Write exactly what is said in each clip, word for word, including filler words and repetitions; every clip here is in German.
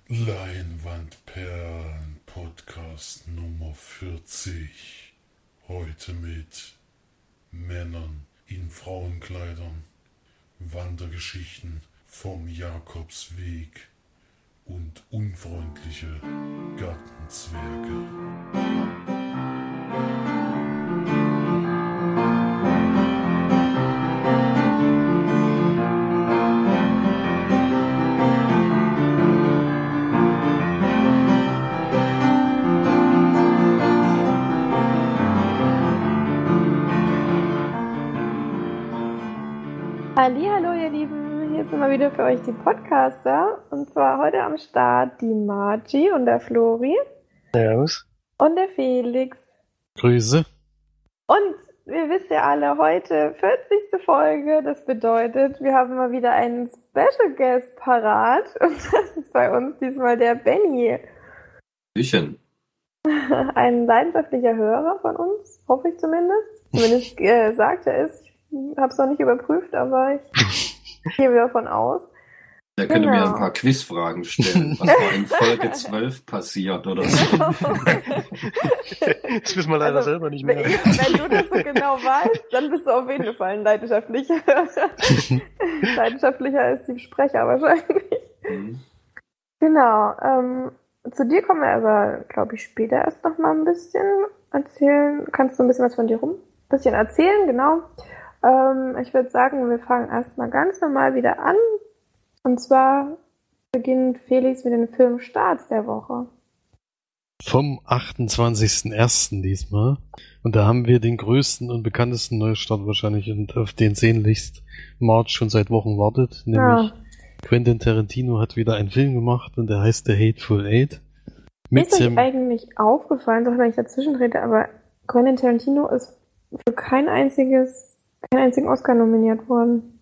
Leinwandperlen Podcast Nummer vierzig. Heute mit Männern in Frauenkleidern, Wandergeschichten vom Jakobsweg und unfreundliche Gartenzwerge. Hallihallo ihr Lieben, hier sind mal wieder für euch die Podcaster und zwar heute am Start die Margie und der Flori. Servus. Und der Felix. Grüße. Und ihr wisst ja alle, heute vierzigste Folge, das bedeutet, wir haben mal wieder einen Special Guest parat und das ist bei uns diesmal der Benny. Hallöchen. Ein leidenschaftlicher Hörer von uns, hoffe ich zumindest. Zumindest äh, sagt er es. Ich habe es noch nicht überprüft, aber ich gehe davon aus. Der könnte Genau. mir ein paar Quizfragen stellen. Was war in Folge zwölf passiert oder so? Genau. Das wissen wir leider Also, selber nicht Wenn, mehr. wenn du das so genau weißt, dann bist du auf jeden Fall ein leidenschaftlicher. Leidenschaftlicher als die Sprecher wahrscheinlich. Mhm. Genau. Ähm, zu dir kommen wir aber, glaube ich, später erst noch mal ein bisschen erzählen. Kannst du ein bisschen was von dir rum? Ein bisschen erzählen, genau. Ähm, ich würde sagen, wir fangen erstmal ganz normal wieder an. Und zwar beginnt Felix mit den Filmstarts der Woche. Vom achtundzwanzigsten ersten diesmal. Und da haben wir den größten und bekanntesten Neustart wahrscheinlich und auf den sehnlichst March schon seit Wochen wartet. Nämlich Ja. Quentin Tarantino hat wieder einen Film gemacht und der heißt The Hateful Eight. Mit Ist euch dem, eigentlich aufgefallen, doch wenn ich dazwischen rede, aber Quentin Tarantino ist für kein einziges, keinen einzigen Oscar nominiert worden.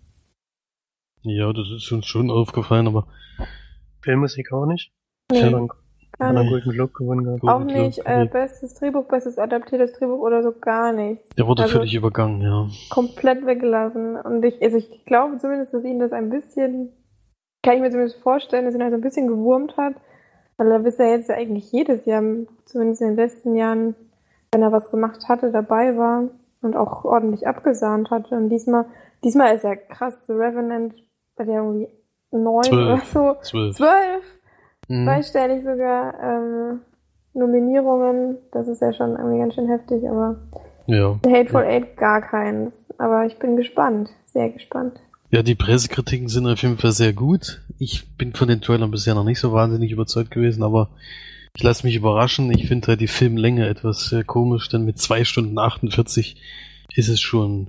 ja, das ist uns schon aufgefallen, aber Filmmusik auch nicht. Nee, Ja, dann gar hat er einen nicht. Golden Globe gewonnen gehabt. Gut. Auch Golden nicht Globe, äh, nee. bestes Drehbuch, bestes adaptiertes Drehbuch oder so, gar nichts. der wurde Also völlig übergangen, ja. komplett weggelassen. Und ich, also ich glaube zumindest, dass ihn das ein bisschen, kann ich mir zumindest vorstellen, dass ihn halt so ein bisschen gewurmt hat. Weil er bisher jetzt ja eigentlich jedes Jahr, zumindest in den letzten Jahren, wenn er was gemacht hatte, dabei war und auch ordentlich abgesahnt hatte. Und diesmal, diesmal ist er krass, The Revenant, bei der irgendwie neun oder Zwölf. so. Zwölf. Zwölf! Mhm. Zweistellig sogar ähm, Nominierungen. Das ist ja schon irgendwie ganz schön heftig, aber Ja. The Hateful Eight gar keins. Aber ich bin gespannt, sehr gespannt. Ja, die Pressekritiken sind auf jeden Fall sehr gut. Ich bin von den Trailern bisher noch nicht so wahnsinnig überzeugt gewesen, aber ich lasse mich überraschen. Ich finde halt die Filmlänge etwas äh, komisch, denn mit zwei Stunden achtundvierzig ist es schon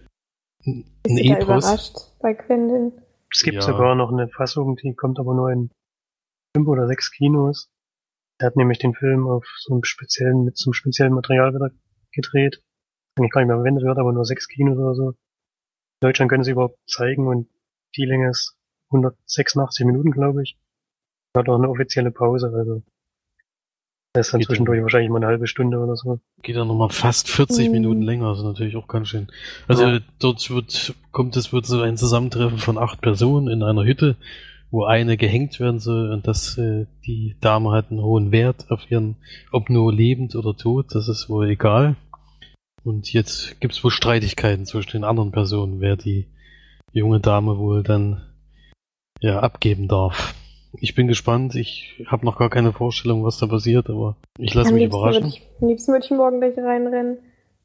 ein Bist du da Epos. überrascht bei Quentin? Es gibt Ja. sogar noch eine Fassung, die kommt aber nur in fünf oder sechs Kinos. Er hat nämlich den Film auf so einem speziellen, mit so einem speziellen Material wieder gedreht. Eigentlich gar nicht mehr verwendet wird, aber nur sechs Kinos oder so. In Deutschland können sie überhaupt zeigen und die Länge ist hundertsechsundachtzig Minuten, glaube ich. Hat auch eine offizielle Pause, also das ist dann Geht zwischendurch dann. wahrscheinlich mal eine halbe Stunde oder so. Geht dann nochmal fast vierzig Mhm. Minuten länger, also natürlich auch ganz schön. Also Ja. dort wird, kommt es wird so ein Zusammentreffen von acht Personen in einer Hütte, wo eine gehängt werden soll und dass äh, die Dame hat einen hohen Wert auf ihren, ob nur lebend oder tot, das ist wohl egal. Und jetzt gibt's wohl Streitigkeiten zwischen den anderen Personen, wer die junge Dame wohl dann ja abgeben darf. Ich bin gespannt, ich habe noch gar keine Vorstellung, was da passiert, aber ich lasse Am mich liebsten überraschen. Würde ich, am liebsten würde ich morgen gleich reinrennen.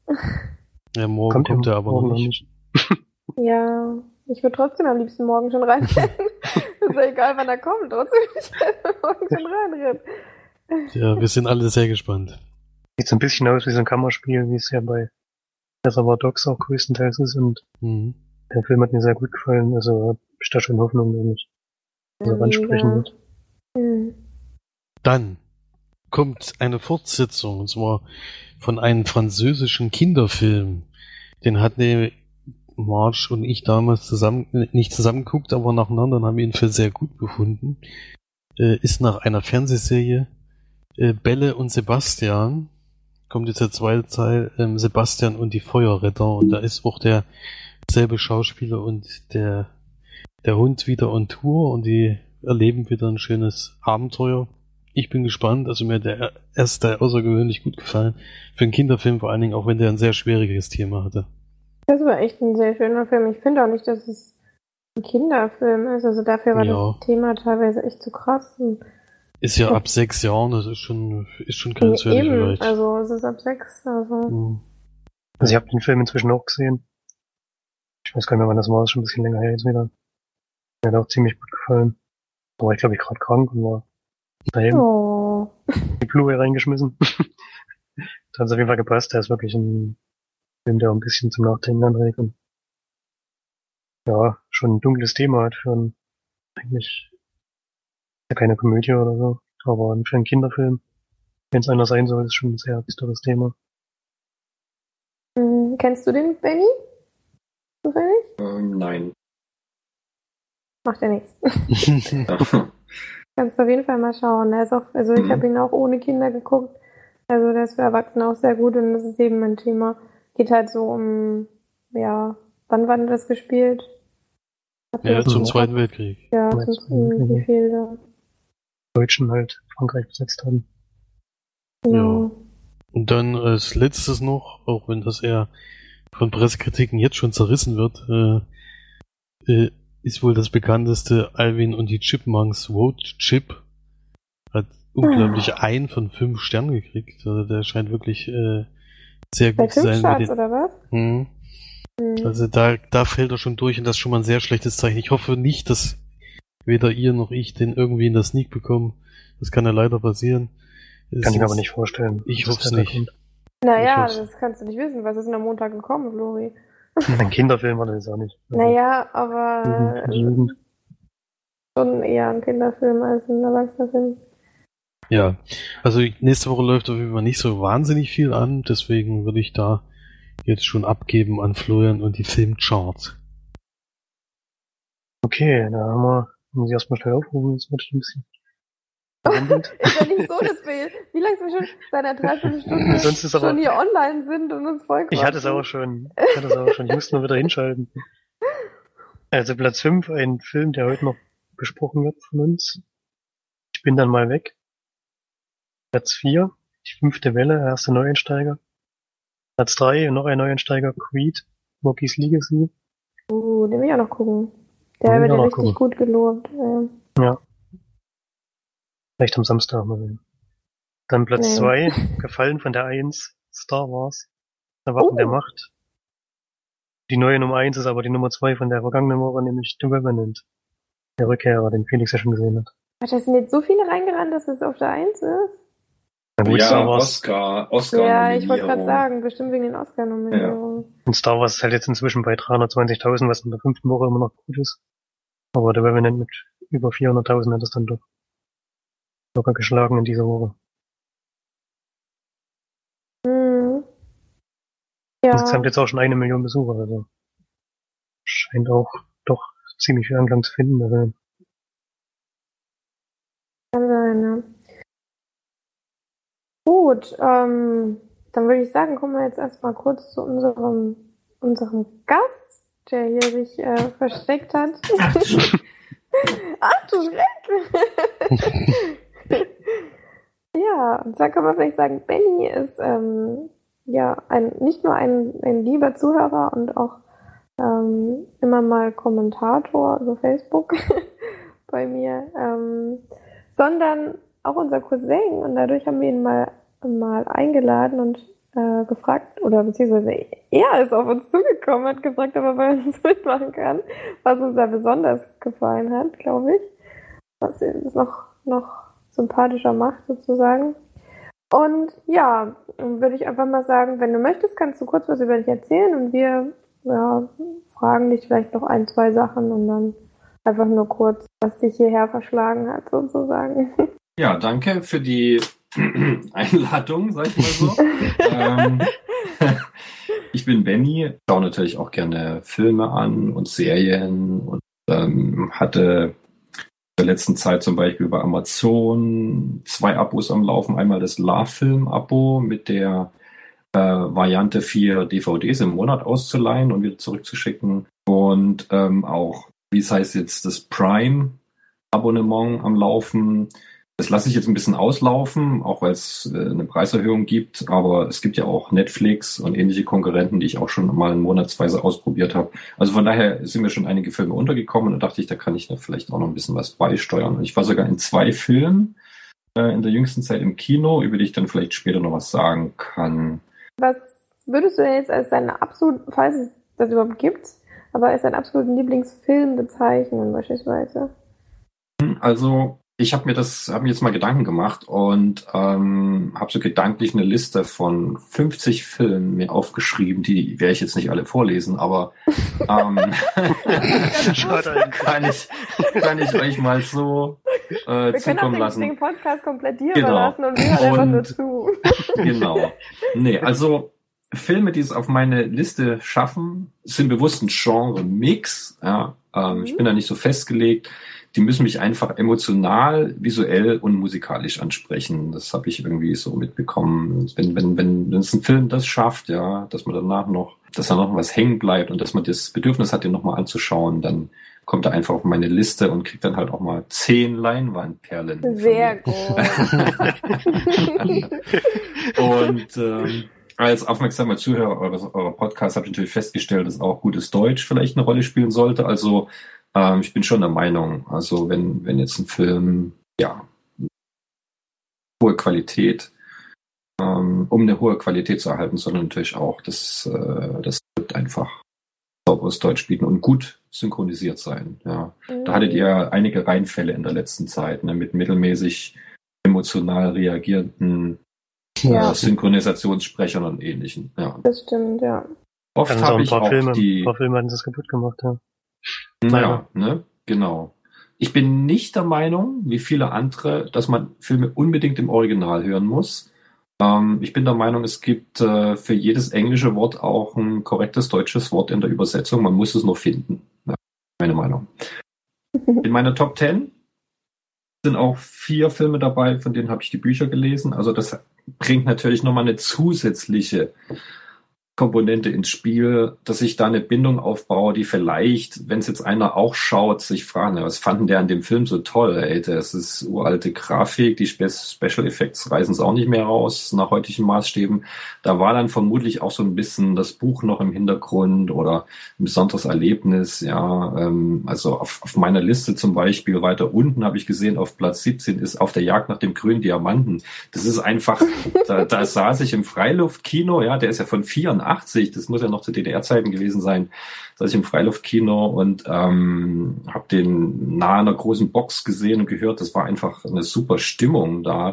Ja, morgen kommt, ja er aber morgen noch nicht. Ja, ich würde trotzdem am liebsten morgen schon reinrennen. Ist ja egal, wann er kommt, trotzdem würde ich gerne morgen schon reinrennen. Ja, wir sind alle sehr gespannt. Sieht so ein bisschen aus wie so ein Kammerspiel, wie es ja bei Reservoir Dogs auch größtenteils ist und Mhm. der Film hat mir sehr gut gefallen, also hab ich da schon Hoffnung, dass mich so Ja, ansprechen mega. wird. Hm. Dann kommt eine Fortsetzung, und zwar von einem französischen Kinderfilm. Den hatten Marge und ich damals zusammen, nicht zusammen geguckt, aber nacheinander und haben ihn für sehr gut befunden. Äh, ist nach einer Fernsehserie äh, Belle und Sebastian. Kommt jetzt der zweite Teil, ähm, Sebastian und die Feuerretter. Und da ist auch der selbe Schauspieler und der, der Hund wieder on Tour. Und die erleben wieder ein schönes Abenteuer. Ich bin gespannt, also mir hat der erste außergewöhnlich gut gefallen. Für einen Kinderfilm vor allen Dingen, auch wenn der ein sehr schwieriges Thema hatte. Das war echt ein sehr schöner Film. Ich finde auch nicht, dass es ein Kinderfilm ist. Also dafür war Ja. das Thema teilweise echt zu krass. Und Ist ja ab sechs Jahren, das ist schon, ist schon grenzwertig eben, vielleicht. also es ist ab sechs. Also. Hm. Also ich habe den Film inzwischen auch gesehen. Ich weiß gar nicht mehr, wann das war, das ist schon ein bisschen länger her jetzt wieder. Mir hat auch ziemlich gut gefallen. Da war ich, glaube ich, gerade krank und war daheim. Oh. Die Blu-ray reingeschmissen. Da hat es auf jeden Fall gepasst. Der ist wirklich ein Film, der auch ein bisschen zum Nachdenken anregt und ja, schon ein dunkles Thema hat für einen, eigentlich ja keine Komödie oder so, aber für einen Kinderfilm, wenn es einer sein soll, ist schon ein sehr düsteres Thema. Hm, kennst du den, Benny? Zufällig? Ähm, nein. Macht ja nichts. Kannst auf jeden Fall mal schauen. Der ist auch, also ich Mhm. habe ihn auch ohne Kinder geguckt. Also der ist für Erwachsene auch sehr gut und das ist eben ein Thema. Geht halt so um, ja, wann war denn das gespielt? Habt ihr Ja, das zum im Zweiten Kopf? Weltkrieg. Ja, Zum zum Zweiten Zweiten, wie Weltkrieg. viel da? Deutschen halt Frankreich besetzt haben. Genau. Und dann als letztes noch, auch wenn das eher von Pressekritiken jetzt schon zerrissen wird, äh, äh, ist wohl das bekannteste Alvin und die Chipmunks Road Chip. Hat unglaublich ein von fünf Sternen gekriegt. Also der scheint wirklich äh, sehr Bei gut zu fünf sein. Charts, Mit den, oder was? Mhm. Hm. Also da, da fällt er schon durch und das ist schon mal ein sehr schlechtes Zeichen. Ich hoffe nicht, dass weder ihr noch ich den irgendwie in der Sneak bekommen. Das kann ja leider passieren. Es Kann ich mir ist- aber nicht vorstellen. Ich dass hoffe es der da nicht. kommt. Naja, Ich hoff's. das kannst du nicht wissen. Was ist denn am Montag gekommen, Flori? Ein Kinderfilm war das auch nicht. Also, Naja, aber Jugend, für die Jugend. schon eher ein Kinderfilm als ein Erwachsenerfilm. Ja, also nächste Woche läuft auf jeden Fall nicht so wahnsinnig viel an, deswegen würde ich da jetzt schon abgeben an Florian und die Filmcharts. Okay, da haben wir, muss ich erstmal schnell aufrufen, jetzt wird ein bisschen verwandelt. Ist ja nicht so, dass wir, wie lange sind wir schon seit einer Dreiviertelstunde Sonst ist aber- schon hier online sind und uns voll Ich hatte es auch schon. Ich hatte es auch schon. Ich musste nur wieder hinschalten. Also Platz fünf, ein Film, der heute noch besprochen wird von uns. Ich bin dann mal weg. Platz vier, die fünfte Welle, erste Neueinsteiger. Platz drei, noch ein Neueinsteiger, Creed, Rocky's Legacy. Uh, den will ich auch noch gucken. Der Den will wird ich ja auch noch richtig gucken. gut gelobt. Ja. Ja. Vielleicht am Samstag mal sehen. Dann Platz Nee. zwei, gefallen von der eins, Star Wars, Erwachen Oh. der Macht. Die neue Nummer eins ist aber die Nummer zwei von der vergangenen Woche, nämlich The Revenant. Der Rückkehrer, den Felix ja schon gesehen hat. Ach, da sind jetzt so viele reingerannt, dass es auf der eins ist? Na gut, Ja, Star Wars. Oscar, Oscar. Ja, ich wollte gerade Nominierung. sagen, bestimmt wegen den Oscar-Nominierungen. Und Star Wars ist halt jetzt inzwischen bei dreihundertzwanzigtausend, was in der fünften Woche immer noch gut ist. Aber The Revenant mit über vierhunderttausend hat es dann doch locker geschlagen in dieser Woche. Hm. Insgesamt Ja, jetzt auch schon eine Million Besucher, also scheint auch doch ziemlich viel Anklang zu finden. Also kann sein, ja. Gut, ähm, dann würde ich sagen, kommen wir jetzt erstmal kurz zu unserem, unserem Gast, der hier sich äh, versteckt hat. Ach du Schreck! Ja, und zwar kann man vielleicht sagen, Benny ist ähm, ja ein, nicht nur ein, ein lieber Zuhörer und auch ähm, immer mal Kommentator über Facebook bei mir, ähm, sondern auch unser Cousin, und dadurch haben wir ihn mal, mal eingeladen und äh, gefragt, oder beziehungsweise er ist auf uns zugekommen, hat gefragt, ob er bei uns mitmachen kann, was uns da besonders gefallen hat, glaube ich, was es noch, noch sympathischer macht sozusagen. Und ja, dann würde ich einfach mal sagen, wenn du möchtest, kannst du kurz was über dich erzählen und wir ja, fragen dich vielleicht noch ein, zwei Sachen und dann einfach nur kurz, was dich hierher verschlagen hat sozusagen. Ja, danke für die Einladung, sag ich mal so. ähm, ich bin Benny, schaue natürlich auch gerne Filme an und Serien und ähm, hatte in der letzten Zeit zum Beispiel bei Amazon zwei Abos am Laufen. Einmal das Love-Film-Abo mit der äh, Variante, vier D V Ds im Monat auszuleihen und wieder zurückzuschicken. Und ähm, auch, wie es heißt jetzt, das Prime Abonnement am Laufen. Das lasse ich jetzt ein bisschen auslaufen, auch weil es äh, eine Preiserhöhung gibt. Aber es gibt ja auch Netflix und ähnliche Konkurrenten, die ich auch schon mal monatsweise ausprobiert habe. Also von daher sind mir schon einige Filme untergekommen und da dachte ich, da kann ich da vielleicht auch noch ein bisschen was beisteuern. Und ich war sogar in zwei Filmen äh, in der jüngsten Zeit im Kino, über die ich dann vielleicht später noch was sagen kann. Was würdest du denn jetzt als deinen absoluten, falls es das überhaupt gibt, aber als deinen absoluten Lieblingsfilm bezeichnen beispielsweise? Also ich habe mir das, habe mir jetzt mal Gedanken gemacht und ähm, habe so gedanklich eine Liste von fünfzig Filmen mir aufgeschrieben, die werde ich jetzt nicht alle vorlesen, aber ähm, kann ich kann ich euch mal so äh, wir zukommen können lassen. Den Podcast komplett dir Genau. überlassen und wir hören einfach nur zu. Genau. Nee, also Filme, die es auf meine Liste schaffen, sind bewusst ein Genre-Mix. Ja, ähm, mhm. Ich bin da nicht so festgelegt. Die müssen mich einfach emotional, visuell und musikalisch ansprechen. Das habe ich irgendwie so mitbekommen. Wenn, wenn, wenn, wenn es ein Film das schafft, ja, dass man danach noch, dass da noch was hängen bleibt und dass man das Bedürfnis hat, den nochmal anzuschauen, dann kommt er einfach auf meine Liste und kriegt dann halt auch mal zehn Leinwandperlen. Sehr gut. Und ähm, als aufmerksamer Zuhörer eures, eurer Podcasts habe ich natürlich festgestellt, dass auch gutes Deutsch vielleicht eine Rolle spielen sollte. Also ähm, ich bin schon der Meinung, also wenn, wenn jetzt ein Film, ja, hohe Qualität, ähm, um eine hohe Qualität zu erhalten, sondern natürlich auch das, äh, das Skript einfach sauberes Deutsch bieten und gut synchronisiert sein. Ja. Mhm. Da hattet ihr einige Reinfälle in der letzten Zeit, ne, mit mittelmäßig emotional reagierenden ja. äh, Synchronisationssprechern und Ähnlichem. Ja. Das stimmt, ja. Oft habe ich auch Filme, die... Ein paar Filme hatten sie es kaputt gemacht, ja. Ja, ne, genau. Ich bin nicht der Meinung, wie viele andere, dass man Filme unbedingt im Original hören muss. Ähm, ich bin der Meinung, es gibt äh, für jedes englische Wort auch ein korrektes deutsches Wort in der Übersetzung. Man muss es nur finden. Ja, meine Meinung. In meiner Top Ten sind auch vier Filme dabei, von denen habe ich die Bücher gelesen. Also das bringt natürlich nochmal eine zusätzliche Komponente ins Spiel, dass ich da eine Bindung aufbaue, die vielleicht, wenn es jetzt einer auch schaut, sich fragen, was fanden der an dem Film so toll? Ey, das ist uralte Grafik, die Spe- Special Effects reißen es auch nicht mehr raus nach heutigen Maßstäben. Da war dann vermutlich auch so ein bisschen das Buch noch im Hintergrund oder ein besonderes Erlebnis. Ja, ähm, also auf, auf meiner Liste zum Beispiel weiter unten habe ich gesehen, auf Platz siebzehn ist Auf der Jagd nach dem grünen Diamanten. Das ist einfach, da, da saß ich im Freiluftkino, ja, der ist ja von vierundachtzig, das muss ja noch zu D D R-Zeiten gewesen sein, saß ich im Freiluftkino und ähm, habe den nahe einer großen Box gesehen und gehört, das war einfach eine super Stimmung da.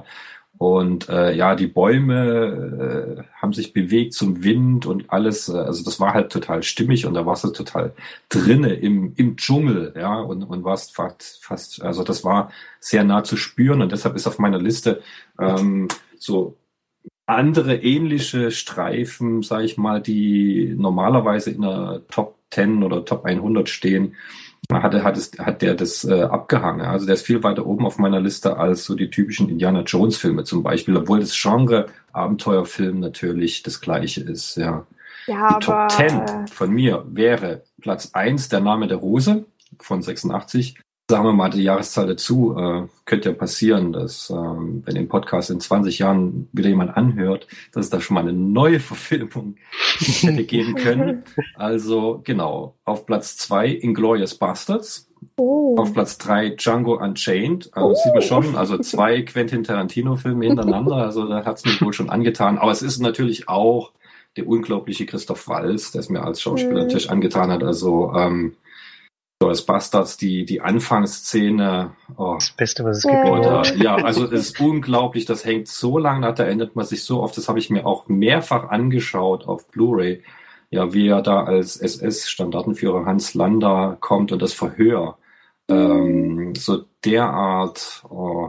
Und äh, ja, die Bäume äh, haben sich bewegt zum Wind und alles, äh, also das war halt total stimmig und da warst du total drinne im im Dschungel, ja, und und warst fast, fast, also das war sehr nah zu spüren und deshalb ist auf meiner Liste ähm, so andere ähnliche Streifen, sage ich mal, die normalerweise in der Top zehn oder Top hundert stehen, hat, er, hat, es, hat der das äh, abgehangen. Also der ist viel weiter oben auf meiner Liste als so die typischen Indiana Jones Filme zum Beispiel, obwohl das Genre Abenteuerfilm natürlich das gleiche ist. Ja, ja die aber... Top zehn von mir wäre Platz eins Der Name der Rose von sechsundachtzig. Sagen wir mal die Jahreszahl dazu, äh, könnte ja passieren, dass ähm, wenn den Podcast in zwanzig Jahren wieder jemand anhört, dass es da schon mal eine neue Verfilmung hätte geben können. Also genau, auf Platz zwei Inglourious Basterds, oh. Auf Platz drei Django Unchained, also oh. sieht man schon, also zwei Quentin Tarantino-Filme hintereinander, also da hat es mir wohl schon angetan, aber es ist natürlich auch der unglaubliche Christoph Waltz, der es mir als Schauspieler mhm. natürlich angetan hat, also ähm, als Bastards, die, die Anfangsszene. Oh, das Beste, was es gibt. Oder, ja, also das ist unglaublich, das hängt so lange nach, da erinnert man sich so oft, das habe ich mir auch mehrfach angeschaut auf Blu-ray, ja, wie er da als S S-Standartenführer Hans Landa kommt und das Verhör, mhm. ähm, so derart, oh,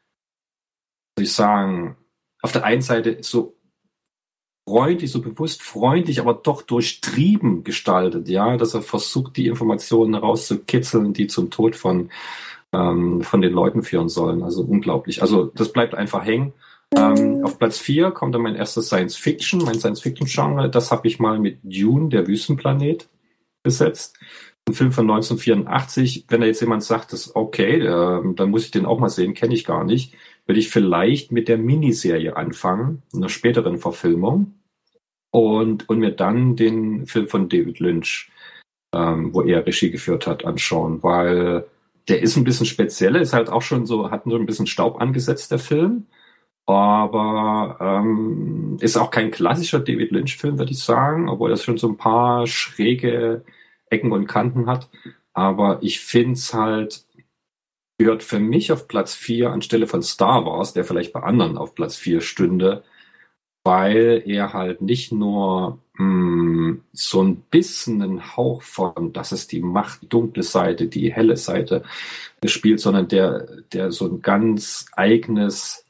soll ich sagen, auf der einen Seite so freundlich, so bewusst freundlich, aber doch durchtrieben gestaltet, ja, dass er versucht, die Informationen rauszukitzeln, die zum Tod von, ähm, von den Leuten führen sollen. Also unglaublich. Also das bleibt einfach hängen. Ähm, auf Platz vier kommt dann mein erstes Science-Fiction, mein Science-Fiction-Genre. Das habe ich mal mit Dune, der Wüstenplanet, besetzt. ein Film von neunzehnhundertvierundachtzig, wenn da jetzt jemand sagt, das okay, äh, dann muss ich den auch mal sehen, kenne ich gar nicht, würde ich vielleicht mit der Miniserie anfangen, einer späteren Verfilmung, und, und mir dann den Film von David Lynch, ähm, wo er Regie geführt hat, anschauen, weil der ist ein bisschen speziell, ist halt auch schon so, hat so ein bisschen Staub angesetzt, der Film, aber ähm, ist auch kein klassischer David Lynch-Film, würde ich sagen, obwohl das schon so ein paar schräge Ecken und Kanten hat, aber ich finde es halt, gehört für mich auf Platz vier anstelle von Star Wars, der vielleicht bei anderen auf Platz vier stünde, weil er halt nicht nur mh, so ein bisschen einen Hauch von, das ist die Macht, die dunkle Seite, die helle Seite spielt, sondern der, der so ein ganz eigenes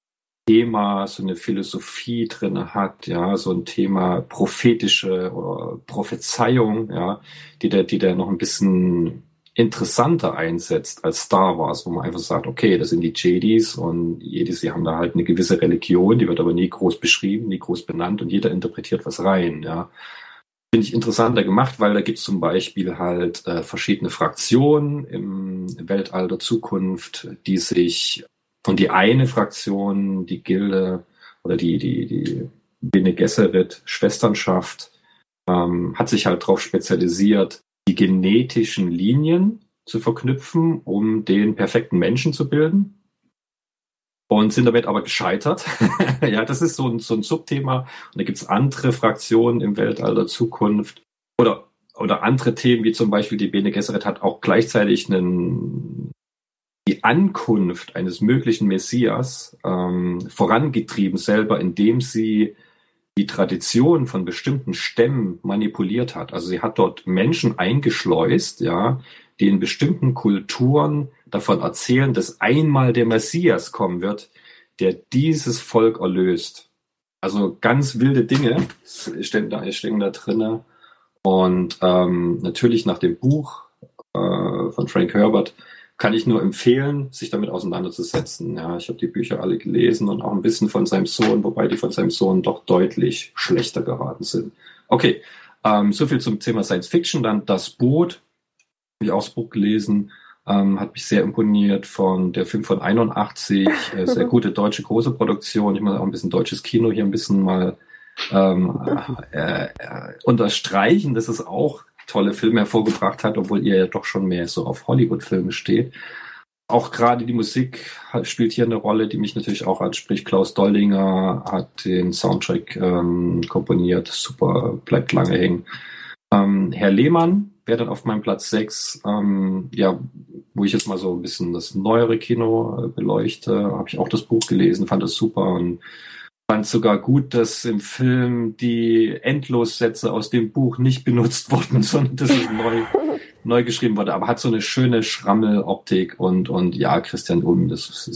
Thema, so eine Philosophie drin hat, ja, so ein Thema prophetische oder Prophezeiung, ja, die der, die der noch ein bisschen interessanter einsetzt als Star Wars, wo man einfach sagt, okay, das sind die Jedis und Jedis, die haben da halt eine gewisse Religion, die wird aber nie groß beschrieben, nie groß benannt und jeder interpretiert was rein, ja. Finde ich interessanter gemacht, weil da gibt es zum Beispiel halt äh, verschiedene Fraktionen im Weltall der Zukunft, die sich, und die eine Fraktion, die Gilde oder die, die, die Bene Gesserit Schwesternschaft, ähm, hat sich halt darauf spezialisiert, die genetischen Linien zu verknüpfen, um den perfekten Menschen zu bilden. Und sind damit aber gescheitert. Ja, das ist so ein, so ein Subthema. Und da gibt es andere Fraktionen im Weltall der Zukunft. Oder, oder andere Themen, wie zum Beispiel die Bene Gesserit hat auch gleichzeitig einen, die Ankunft eines möglichen Messias ähm, vorangetrieben selber, indem sie die Tradition von bestimmten Stämmen manipuliert hat. Also sie hat dort Menschen eingeschleust, ja, die in bestimmten Kulturen davon erzählen, dass einmal der Messias kommen wird, der dieses Volk erlöst. Also ganz wilde Dinge stecken da, stecken da drin. Und ähm, natürlich nach dem Buch äh, von Frank Herbert kann ich nur empfehlen, sich damit auseinanderzusetzen. Ja, ich habe die Bücher alle gelesen und auch ein bisschen von seinem Sohn, wobei die von seinem Sohn doch deutlich schlechter geraten sind. Okay, ähm, so viel zum Thema Science Fiction. Dann Das Boot, habe ich auch das Buch gelesen, ähm, hat mich sehr imponiert, von der Film von einundachtzig, äh, sehr gute deutsche große Produktion. Ich muss auch ein bisschen deutsches Kino hier ein bisschen mal ähm, äh, äh, unterstreichen, dass es auch tolle Filme hervorgebracht hat, obwohl ihr ja doch schon mehr so auf Hollywood-Filme steht. Auch gerade die Musik spielt hier eine Rolle, die mich natürlich auch anspricht. Klaus Doldinger hat den Soundtrack ähm, komponiert. Super, bleibt lange hängen. Ähm, Herr Lehmann wäre dann auf meinem Platz sechs. Ähm, ja, wo ich jetzt mal so ein bisschen das neuere Kino äh, beleuchte, habe ich auch das Buch gelesen, fand das super und fand sogar gut, dass im Film die Endlossätze aus dem Buch nicht benutzt wurden, sondern dass es neu, neu geschrieben wurde. Aber hat so eine schöne Schrammeloptik und, und ja, Christian Ulm, das ist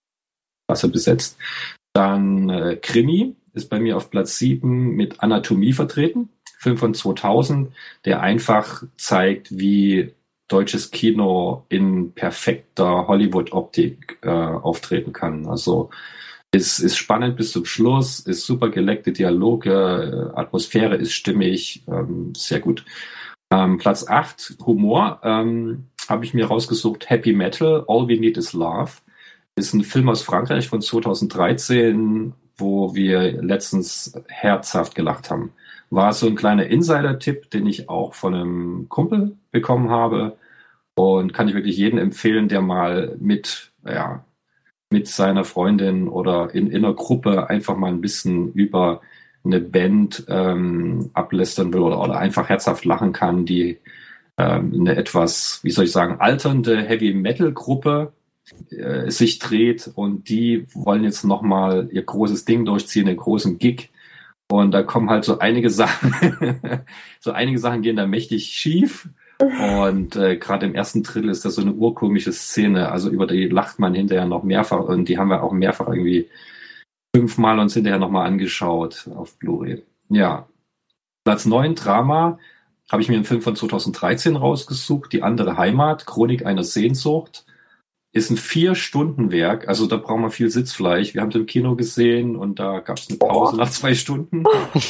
klasse besetzt. Dann äh, Krimi ist bei mir auf Platz sieben mit Anatomie vertreten. Film von zweitausend, der einfach zeigt, wie deutsches Kino in perfekter Hollywood-Optik äh, auftreten kann. Also ist, ist spannend bis zum Schluss, ist super geleckte Dialoge, Atmosphäre ist stimmig, ähm, sehr gut. Ähm, Platz acht, Humor, ähm, habe ich mir rausgesucht, Happy Metal, All We Need Is Love. Ist ein Film aus Frankreich von zweitausenddreizehn, wo wir letztens herzhaft gelacht haben. War so ein kleiner Insider-Tipp, den ich auch von einem Kumpel bekommen habe und kann ich wirklich jedem empfehlen, der mal mit, ja, mit seiner Freundin oder in, in einer Gruppe einfach mal ein bisschen über eine Band ähm, ablästern will oder, oder einfach herzhaft lachen kann, die ähm, eine etwas, wie soll ich sagen, alternde Heavy-Metal-Gruppe äh, sich dreht und die wollen jetzt nochmal ihr großes Ding durchziehen, den großen Gig. Und da kommen halt so einige Sachen, so einige Sachen gehen da mächtig schief. Und äh, gerade im ersten Drittel ist das so eine urkomische Szene, also über die lacht man hinterher noch mehrfach und die haben wir auch mehrfach irgendwie fünfmal uns hinterher nochmal angeschaut auf Blu-ray. Ja, Platz neun, Drama, habe ich mir einen Film von zweitausenddreizehn rausgesucht, Die andere Heimat, Chronik einer Sehnsucht. ist ein Vier-Stunden-Werk, also da braucht man viel Sitzfleisch. Wir haben es im Kino gesehen und da gab es eine Pause nach zwei Stunden.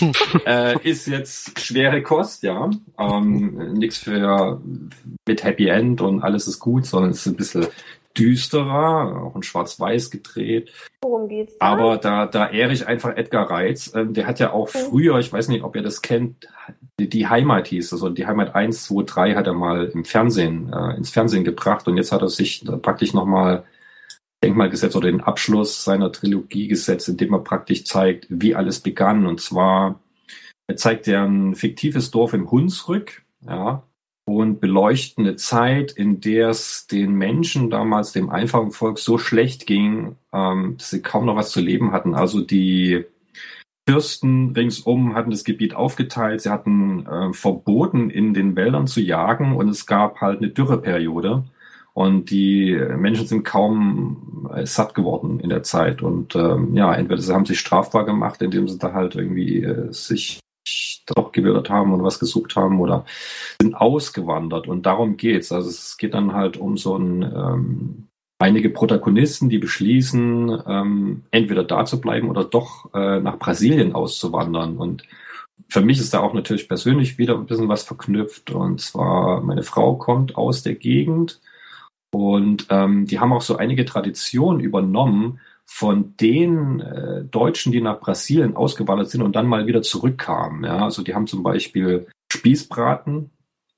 äh, ist jetzt schwere Kost, ja. Ähm, Nichts für mit Happy End und alles ist gut, sondern es ist ein bisschen düsterer, auch in Schwarz-Weiß gedreht. Worum geht's da? Aber da, da ehre ich einfach Edgar Reitz. Ähm, der hat ja auch Okay. früher, ich weiß nicht, ob ihr das kennt, die, die Heimat hieß es, und die Heimat eins, zwei, drei hat er mal im Fernsehen, äh, ins Fernsehen gebracht, und jetzt hat er sich praktisch nochmal Denkmal gesetzt oder den Abschluss seiner Trilogie gesetzt, indem er praktisch zeigt, wie alles begann. Und zwar er zeigt er ein fiktives Dorf im Hunsrück, ja, und beleuchten eine Zeit, in der es den Menschen damals, dem einfachen Volk, so schlecht ging, ähm, dass sie kaum noch was zu leben hatten. Also die Fürsten ringsum hatten das Gebiet aufgeteilt, sie hatten äh, verboten, in den Wäldern zu jagen, und es gab halt eine Dürreperiode. Und die Menschen sind kaum äh, satt geworden in der Zeit. Und ähm, ja, entweder sie haben sich strafbar gemacht, indem sie da halt irgendwie äh, sich doch gewildert haben und was gesucht haben, oder sind ausgewandert, und darum geht's. Also es geht dann halt um so ein ähm, einige Protagonisten, die beschließen, ähm, entweder da zu bleiben oder doch äh, nach Brasilien auszuwandern. Und für mich ist da auch natürlich persönlich wieder ein bisschen was verknüpft, und zwar meine Frau kommt aus der Gegend, und ähm, die haben auch so einige Traditionen übernommen von den äh, Deutschen, die nach Brasilien ausgewandert sind und dann mal wieder zurückkamen. Ja? Also die haben zum Beispiel Spießbraten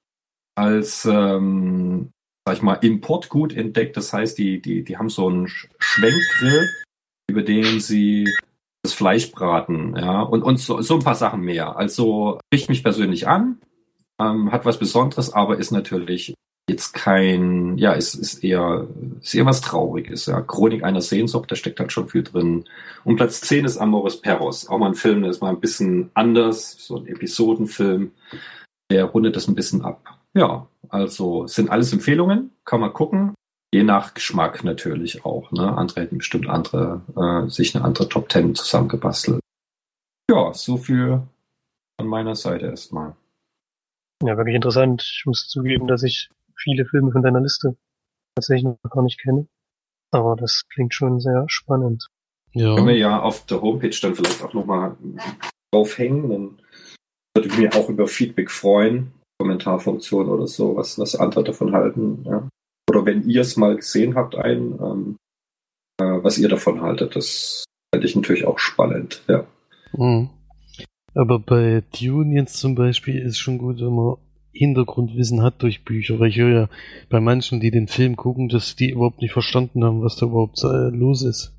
als, ähm, sag ich mal, Importgut entdeckt. Das heißt, die, die, die haben so einen Schwenkgrill, über den sie das Fleisch braten. Ja? Und, und so, so ein paar Sachen mehr. Also spricht mich persönlich an, ähm, hat was Besonderes, aber ist natürlich jetzt kein, ja, es ist eher, ist eher was Trauriges, ja. Chronik einer Sehnsucht, da steckt halt schon viel drin. Und Platz zehn ist Amores Perros. Auch mal ein Film, der ist mal ein bisschen anders, so ein Episodenfilm, der rundet das ein bisschen ab. Ja, also sind alles Empfehlungen, kann man gucken. Je nach Geschmack natürlich auch, ne. Andere hätten bestimmt andere, äh, sich eine andere Top Ten zusammengebastelt. Ja, so viel von meiner Seite erstmal. Ja, wirklich interessant. Ich muss zugeben, dass ich viele Filme von deiner Liste tatsächlich noch gar nicht kenne. Aber das klingt schon sehr spannend. Ja. Können wir ja auf der Homepage dann vielleicht auch nochmal draufhängen. Dann würde ich mich auch über Feedback freuen. Kommentarfunktion oder so, was, was andere davon halten. Ja. Oder wenn ihr es mal gesehen habt, ein, ähm, äh, was ihr davon haltet. Das fände ich natürlich auch spannend. Ja. Mhm. Aber bei Dune jetzt zum Beispiel ist schon gut, wenn man Hintergrundwissen hat durch Bücher, weil ich höre ja bei manchen, die den Film gucken, dass die überhaupt nicht verstanden haben, was da überhaupt äh, los ist.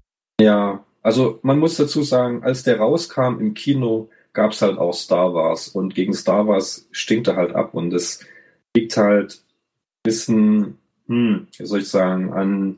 Ja, also man muss dazu sagen, als der rauskam im Kino, gab es halt auch Star Wars, und gegen Star Wars stinkt er halt ab, und es liegt halt ein bisschen, hm, wie soll ich sagen, an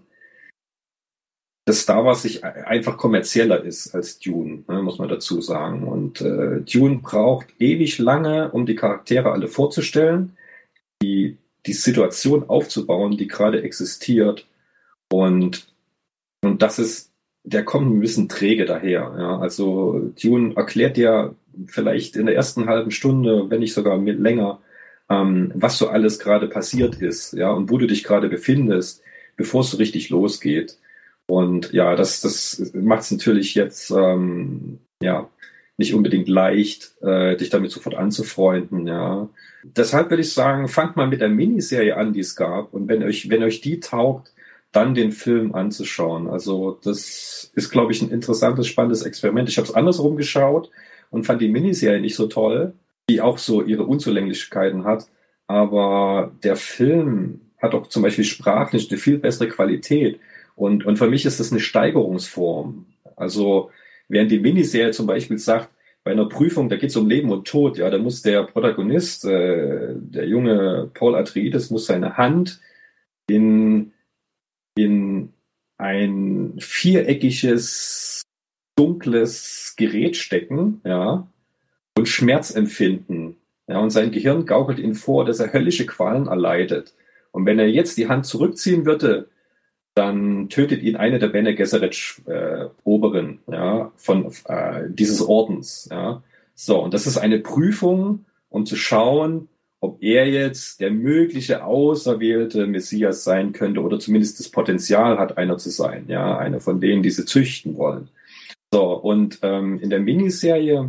dass Star Wars sich einfach kommerzieller ist als Dune, ne, muss man dazu sagen. Und äh, Dune braucht ewig lange, um die Charaktere alle vorzustellen, die, die Situation aufzubauen, die gerade existiert. Und, und das ist, der kommt ein bisschen träge daher. Ja. Also Dune erklärt dir vielleicht in der ersten halben Stunde, wenn nicht sogar mit länger, ähm, was so alles gerade passiert ist, ja, und wo du dich gerade befindest, bevor es so richtig losgeht. Und ja, das, das macht es natürlich jetzt ähm, ja nicht unbedingt leicht, äh, dich damit sofort anzufreunden. Ja, deshalb würde ich sagen, fangt mal mit der Miniserie an, die es gab. Und wenn euch, wenn euch die taugt, dann den Film anzuschauen. Also das ist, glaube ich, ein interessantes, spannendes Experiment. Ich habe es andersrum geschaut und fand die Miniserie nicht so toll, die auch so ihre Unzulänglichkeiten hat. Aber der Film hat auch zum Beispiel sprachlich eine viel bessere Qualität. Und, und für mich ist das eine Steigerungsform. Also während die Miniserie zum Beispiel sagt, bei einer Prüfung, da geht es um Leben und Tod, ja, da muss der Protagonist, äh, der junge Paul Atreides, muss seine Hand in, in ein viereckiges, dunkles Gerät stecken, ja, und Schmerz empfinden. Ja, und sein Gehirn gaukelt ihm vor, dass er höllische Qualen erleidet. Und wenn er jetzt die Hand zurückziehen würde, dann tötet ihn eine der Bene Gesserit äh, Oberen, ja, von äh, dieses Ordens. Ja. So, und das ist eine Prüfung, um zu schauen, ob er jetzt der mögliche auserwählte Messias sein könnte oder zumindest das Potenzial hat, einer zu sein, ja, einer von denen, die sie züchten wollen. So, und ähm, in der Miniserie,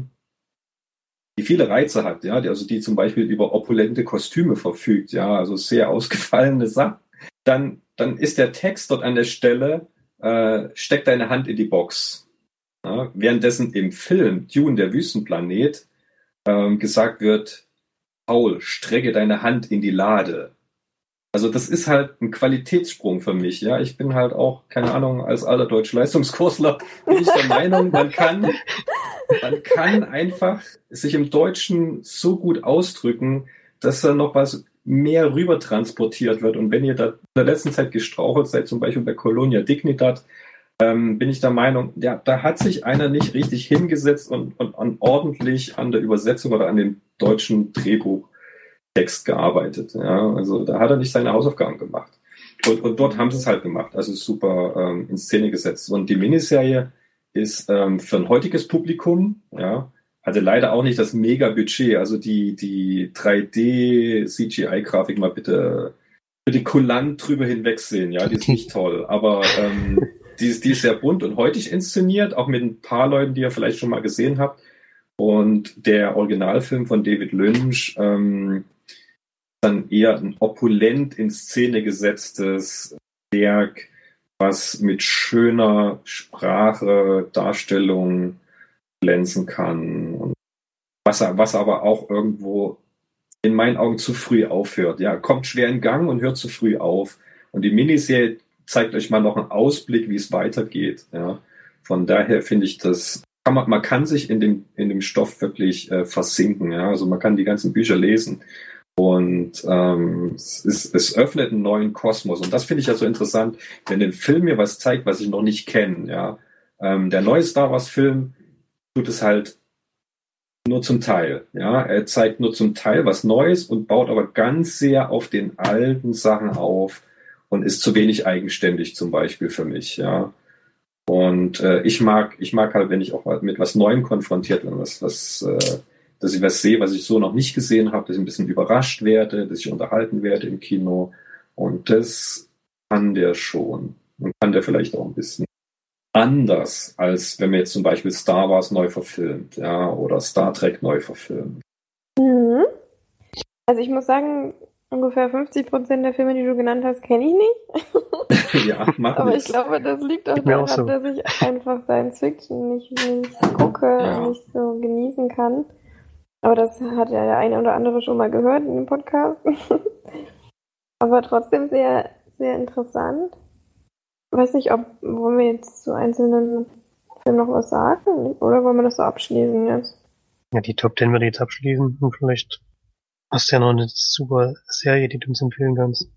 die viele Reize hat, ja, die, also die zum Beispiel über opulente Kostüme verfügt, ja, also sehr ausgefallene Sachen, dann, dann ist der Text dort an der Stelle, äh, steck deine Hand in die Box. Ja, währenddessen im Film Dune, der Wüstenplanet, ähm, gesagt wird, Paul, strecke deine Hand in die Lade. Also das ist halt ein Qualitätssprung für mich. Ja, ich bin halt auch, keine Ahnung, als alter Deutsch-Leistungskursler bin ich der Meinung, man kann, man kann einfach sich im Deutschen so gut ausdrücken, dass da noch was mehr rüber transportiert wird. Und wenn ihr da in der letzten Zeit gestrauchelt seid, zum Beispiel bei Colonia Dignidad, ähm, bin ich der Meinung, ja, da hat sich einer nicht richtig hingesetzt und, und, und ordentlich an der Übersetzung oder an dem deutschen Drehbuchtext gearbeitet. Ja, also da hat er nicht seine Hausaufgaben gemacht. Und, und dort haben sie es halt gemacht, also super ähm, in Szene gesetzt. Und die Miniserie ist ähm, für ein heutiges Publikum, ja, hatte leider auch nicht das Mega-Budget, also die, die drei D-C G I-Grafik mal bitte, bitte kulant drüber hinwegsehen, ja, die ist nicht toll, aber ähm, die, ist, die ist sehr bunt und heutig inszeniert, auch mit ein paar Leuten, die ihr vielleicht schon mal gesehen habt. Und der Originalfilm von David Lynch, ähm, dann eher ein opulent in Szene gesetztes Werk, was mit schöner Sprache, Darstellung glänzen kann. Und was, was aber auch irgendwo in meinen Augen zu früh aufhört. Ja, kommt schwer in Gang und hört zu früh auf. Und die Miniserie zeigt euch mal noch einen Ausblick, wie es weitergeht. Ja. Von daher finde ich das, kann man, man kann sich in dem, in dem Stoff wirklich äh, versinken. Ja. Also man kann die ganzen Bücher lesen und ähm, es, ist, es öffnet einen neuen Kosmos. Und das finde ich ja so interessant, wenn ein Film mir was zeigt, was ich noch nicht kenne. Ja. Ähm, der neue Star Wars Film tut es halt nur zum Teil. Ja. Er zeigt nur zum Teil was Neues und baut aber ganz sehr auf den alten Sachen auf. Und ist zu wenig eigenständig zum Beispiel für mich, ja. Und äh, ich mag, ich mag halt, wenn ich auch mit was Neuem konfrontiert bin, was, was, äh, dass ich was sehe, was ich so noch nicht gesehen habe, dass ich ein bisschen überrascht werde, dass ich unterhalten werde im Kino. Und das kann der schon. Und kann der vielleicht auch ein bisschen anders, als wenn man jetzt zum Beispiel Star Wars neu verfilmt, ja, oder Star Trek neu verfilmt. Mhm. Also ich muss sagen, ungefähr fünfzig Prozent der Filme, die du genannt hast, kenne ich nicht. Ja, mach Aber nichts. ich glaube, das liegt auch Geht mir daran, auch so. dass ich einfach Science Fiction nicht, nicht gucke, Ja. nicht so genießen kann. Aber das hat ja der eine oder andere schon mal gehört in dem Podcast. Aber trotzdem sehr, sehr interessant. Ich weiß nicht, ob wollen wir jetzt zu einzelnen Filmen noch was sagen? Oder wollen wir das so abschließen jetzt? Ja, die Top Ten würde ich jetzt abschließen und vielleicht hast du ja noch eine super Serie, die du uns empfehlen kannst.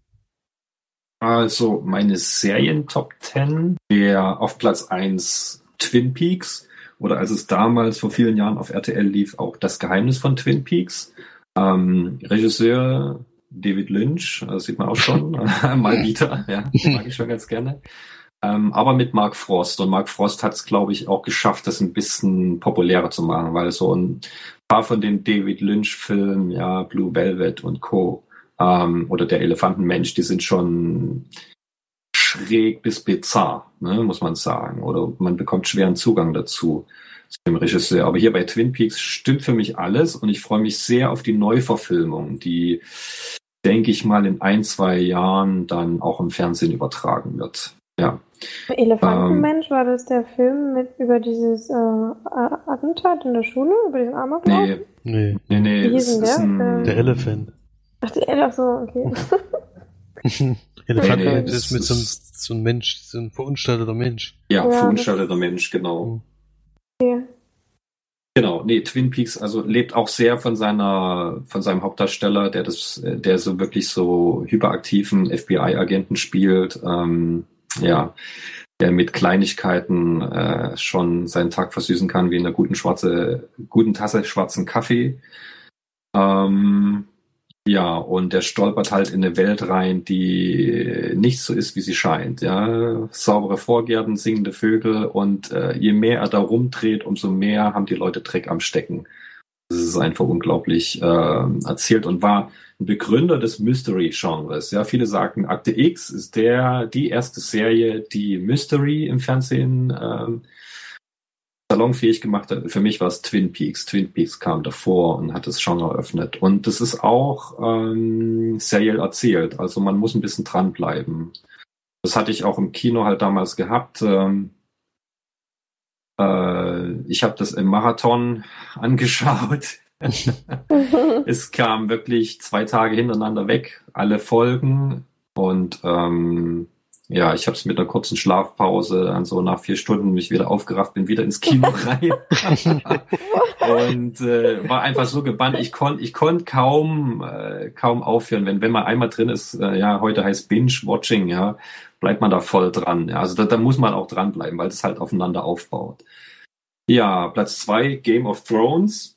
Also meine Serien-Top zehn wäre auf Platz eins Twin Peaks oder als es damals vor vielen Jahren auf R T L lief, auch Das Geheimnis von Twin Peaks. Ähm, Regisseur David Lynch, das sieht man auch schon, mal wieder, ja, den mag ich schon ganz gerne. Ähm, aber mit Mark Frost. Und Mark Frost hat es, glaube ich, auch geschafft, das ein bisschen populärer zu machen, weil so ein paar von den David Lynch-Filmen, ja, Blue Velvet und Co., ähm, oder Der Elefantenmensch, die sind schon schräg bis bizarr, ne, muss man sagen. Oder man bekommt schweren Zugang dazu, zu dem Regisseur. Aber hier bei Twin Peaks stimmt für mich alles und ich freue mich sehr auf die Neuverfilmung, die, denke ich mal, in ein, zwei Jahren dann auch im Fernsehen übertragen wird. Ja. Elefantenmensch, ähm, war das der Film mit über dieses äh, Attentat in der Schule, über diesen Amoklauf? Nee, Nee, nee, nee. Wie hieß denn der? Ein, der Elephant. Ach, der Elephant, so, okay. Elefant Nee, nee, ist das mit so einem, ist- so einem Mensch, so ein verunstalteter Mensch. ja, Ja, verunstalteter Mensch, genau. okay. Genau, nee, Twin Peaks also lebt auch sehr von seiner, von seinem Hauptdarsteller, der das, der so wirklich so hyperaktiven F B I-Agenten spielt, ähm, ja, der mit Kleinigkeiten äh, schon seinen Tag versüßen kann, wie in einer guten schwarze, guten Tasse schwarzen Kaffee. Ähm, ja, und der stolpert halt in eine Welt rein, die nicht so ist, wie sie scheint. Ja, saubere Vorgärten, singende Vögel und äh, je mehr er da rumdreht, umso mehr haben die Leute Dreck am Stecken. Es ist einfach unglaublich äh, erzählt und war ein Begründer des Mystery-Genres. Ja, viele sagen, Akte X ist der die erste Serie, die Mystery im Fernsehen ähm, salonfähig gemacht hat. Für mich war es Twin Peaks. Twin Peaks kam davor und hat das Genre eröffnet. Und das ist auch ähm, seriell erzählt. Also man muss ein bisschen dranbleiben. Das hatte ich auch im Kino halt damals gehabt. Ähm, äh, ich habe das im Marathon angeschaut. Es kam wirklich zwei Tage hintereinander weg, alle Folgen. Und ähm, ja, ich habe es mit einer kurzen Schlafpause dann so nach vier Stunden mich wieder aufgerafft, bin wieder ins Kino rein und äh, war einfach so gebannt. Ich konnte ich konnt kaum äh, kaum aufhören. Wenn wenn man einmal drin ist, äh, ja, heute heißt Binge-Watching, ja, bleibt man da voll dran. Ja, also da, da muss man auch dranbleiben, weil es halt aufeinander aufbaut. Ja, Platz zwei, Game of Thrones.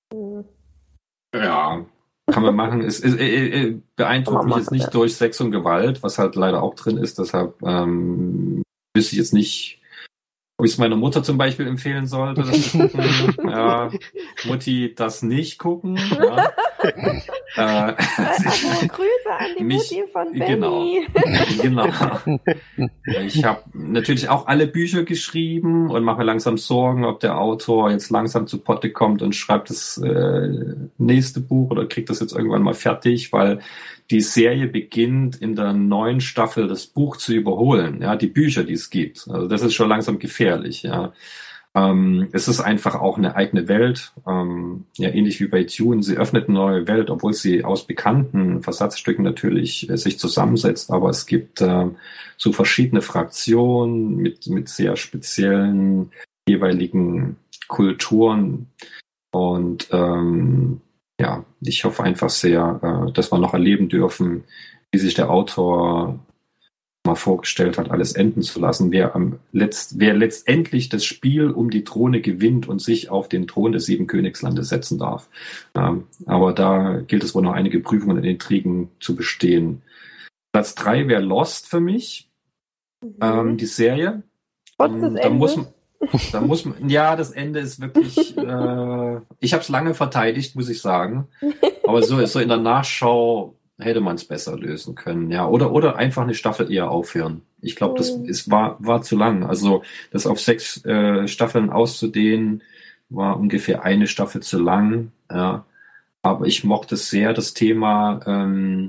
Ja, kann man machen. Es, es, es beeindruckt mich jetzt nicht durch Sex und Gewalt, was halt leider auch drin ist. Deshalb ähm, wüsste ich jetzt nicht, ob ich es meiner Mutter zum Beispiel empfehlen sollte. Das zu gucken. Ja, Mutti, das nicht gucken. Ja. äh, also, Grüße an die mich, Mutti von Benny. Genau. genau. Ich habe natürlich auch alle Bücher geschrieben und mache mir langsam Sorgen, ob der Autor jetzt langsam zu Potte kommt und schreibt das äh, nächste Buch oder kriegt das jetzt irgendwann mal fertig, weil die Serie beginnt in der neuen Staffel das Buch zu überholen, ja, die Bücher, die es gibt. Also das ist schon langsam gefährlich, ja. Ähm, es ist einfach auch eine eigene Welt, ähm, ja, ähnlich wie bei Dune. Sie öffnet eine neue Welt, obwohl sie aus bekannten Versatzstücken natürlich äh, sich zusammensetzt, aber es gibt äh, so verschiedene Fraktionen mit, mit sehr speziellen jeweiligen Kulturen und ähm, ja, ich hoffe einfach sehr, äh, dass wir noch erleben dürfen, wie sich der Autor mal vorgestellt hat, alles enden zu lassen, wer am letzt, wer letztendlich das Spiel um die Throne gewinnt und sich auf den Thron des Sieben Königslandes setzen darf. Ähm, aber da gilt es wohl noch einige Prüfungen und Intrigen zu bestehen. Platz drei wäre Lost für mich, mhm. ähm, die Serie. Trotz des da muss Endes? Da muss man, ja, das Ende ist wirklich, äh, ich habe es lange verteidigt, muss ich sagen. Aber so, so in der Nachschau hätte man es besser lösen können, ja. Oder, oder einfach eine Staffel eher aufhören. Ich glaube, das ist, war, war zu lang. Also, das auf sechs äh, Staffeln auszudehnen, war ungefähr eine Staffel zu lang, ja. Aber ich mochte sehr das Thema, ähm,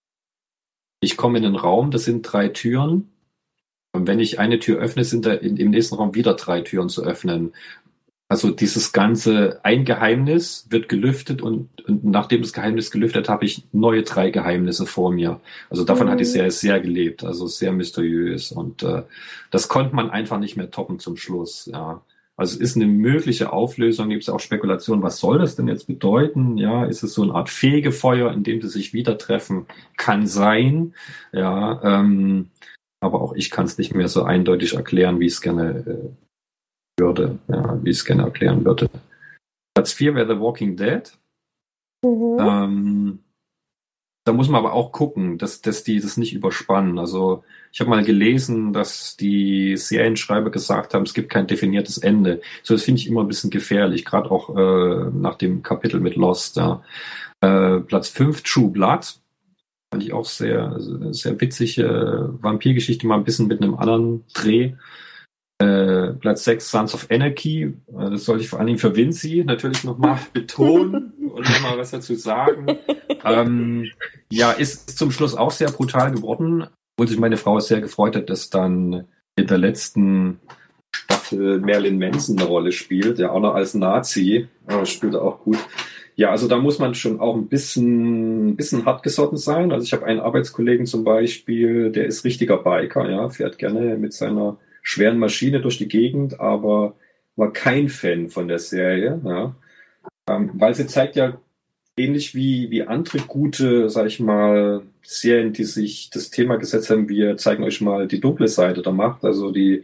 ich komme in den Raum, das sind drei Türen. Und wenn ich eine Tür öffne, sind da in, im nächsten Raum wieder drei Türen zu öffnen. Also dieses ganze, ein Geheimnis wird gelüftet und, und nachdem das Geheimnis gelüftet, habe ich neue drei Geheimnisse vor mir. Also davon mhm. hat die Serie sehr gelebt, also sehr mysteriös. Und äh, das konnte man einfach nicht mehr toppen zum Schluss. Ja. Also es ist eine mögliche Auflösung, gibt es auch Spekulationen, was soll das denn jetzt bedeuten? Ja, ist es so eine Art Fegefeuer, in dem sie sich wieder treffen? Kann sein. Ja, ähm, aber auch ich kann es nicht mehr so eindeutig erklären, wie ich es gerne äh, würde, ja, wie ich es gerne erklären würde. Platz vier wäre The Walking Dead. Mhm. Ähm, da muss man aber auch gucken, dass, dass die das nicht überspannen. Also ich habe mal gelesen, dass die Serienschreiber gesagt haben, es gibt kein definiertes Ende. So, das finde ich immer ein bisschen gefährlich, gerade auch äh, nach dem Kapitel mit Lost. Ja. Äh, Platz fünf, True Blood. Fand ich auch sehr, sehr witzige Vampirgeschichte, mal ein bisschen mit einem anderen Dreh. Äh, Platz sechs, Sons of Anarchy. Das sollte ich vor allen Dingen für Vinci natürlich nochmal betonen und nochmal was dazu sagen. ähm, ja, ist zum Schluss auch sehr brutal geworden, obwohl sich meine Frau sehr gefreut hat, dass dann in der letzten Staffel Marilyn Manson eine Rolle spielt, ja auch noch als Nazi, aber spielt er auch gut. Ja, also da muss man schon auch ein bisschen, ein bisschen hartgesotten sein. Also ich habe einen Arbeitskollegen zum Beispiel, der ist richtiger Biker, ja, fährt gerne mit seiner schweren Maschine durch die Gegend, aber war kein Fan von der Serie, ja, ähm, weil sie zeigt ja ähnlich wie wie andere gute, sag ich mal, Serien, die sich das Thema gesetzt haben. Wir zeigen euch mal die dunkle Seite der Macht, also die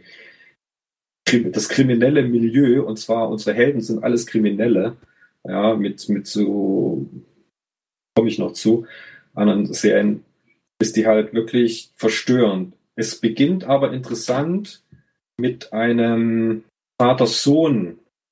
das kriminelle Milieu, und zwar unsere Helden sind alles Kriminelle. Ja, mit, mit so, komme ich noch zu, anderen Serien, ist die halt wirklich verstörend. Es beginnt aber interessant mit einem Vater-Sohn, äh,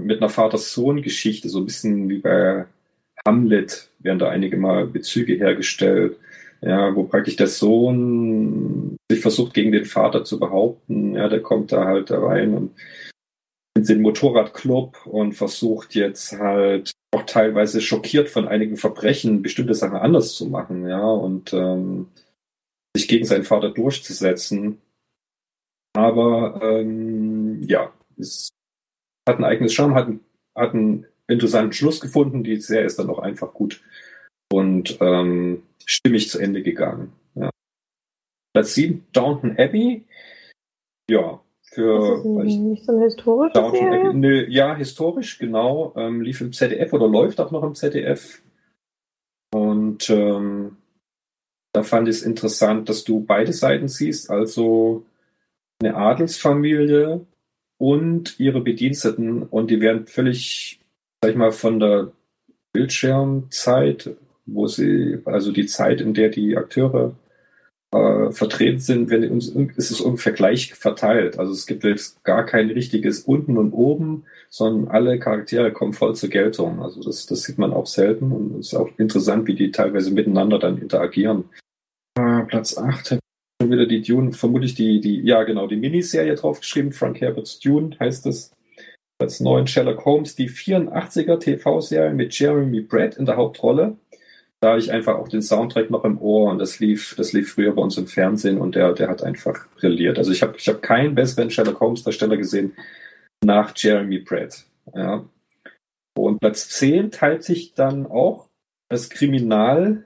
mit einer Vater-Sohn-Geschichte, so ein bisschen wie bei Hamlet werden da einige Mal Bezüge hergestellt, ja, wo praktisch der Sohn sich versucht, gegen den Vater zu behaupten. Ja, der kommt da halt da rein und in den Motorradclub und versucht jetzt halt auch teilweise schockiert von einigen Verbrechen bestimmte Sachen anders zu machen, ja, und ähm, sich gegen seinen Vater durchzusetzen. Aber ähm, ja, es hat ein eigenes Charme, hat, hat einen interessanten Schluss gefunden. Die Serie ist dann auch einfach gut und ähm, stimmig zu Ende gegangen. Ja. Platz sieben, Downton Abbey. Ja, für... Ist das nicht so eine historische Downton Serie? Abbey, nö, ja, historisch, genau. Ähm, lief im Z D F oder läuft auch noch im Z D F. Und ähm, da fand ich es interessant, dass du beide Seiten siehst, also eine Adelsfamilie und ihre Bediensteten, und die werden völlig, sag ich mal, von der Bildschirmzeit, wo sie, also die Zeit, in der die Akteure äh, vertreten sind, wenn uns, ist es ungefähr gleich verteilt. Also es gibt jetzt gar kein richtiges Unten und Oben, sondern alle Charaktere kommen voll zur Geltung. Also das, das sieht man auch selten und es ist auch interessant, wie die teilweise miteinander dann interagieren. Äh, Platz acht, schon wieder die Dune, vermutlich die, die, ja genau, die Miniserie draufgeschrieben, Frank Herbert's Dune heißt es. Platz neun, Sherlock Holmes, die vierundachtziger T V-Serie mit Jeremy Brett in der Hauptrolle. Da habe ich einfach auch den Soundtrack noch im Ohr und das lief, das lief früher bei uns im Fernsehen und der, der hat einfach brilliert. Also ich habe ich hab keinen besseren Sherlock Holmes-Darsteller gesehen nach Jeremy Brett. Ja. Und Platz zehn teilt sich dann auch das Kriminalgenre.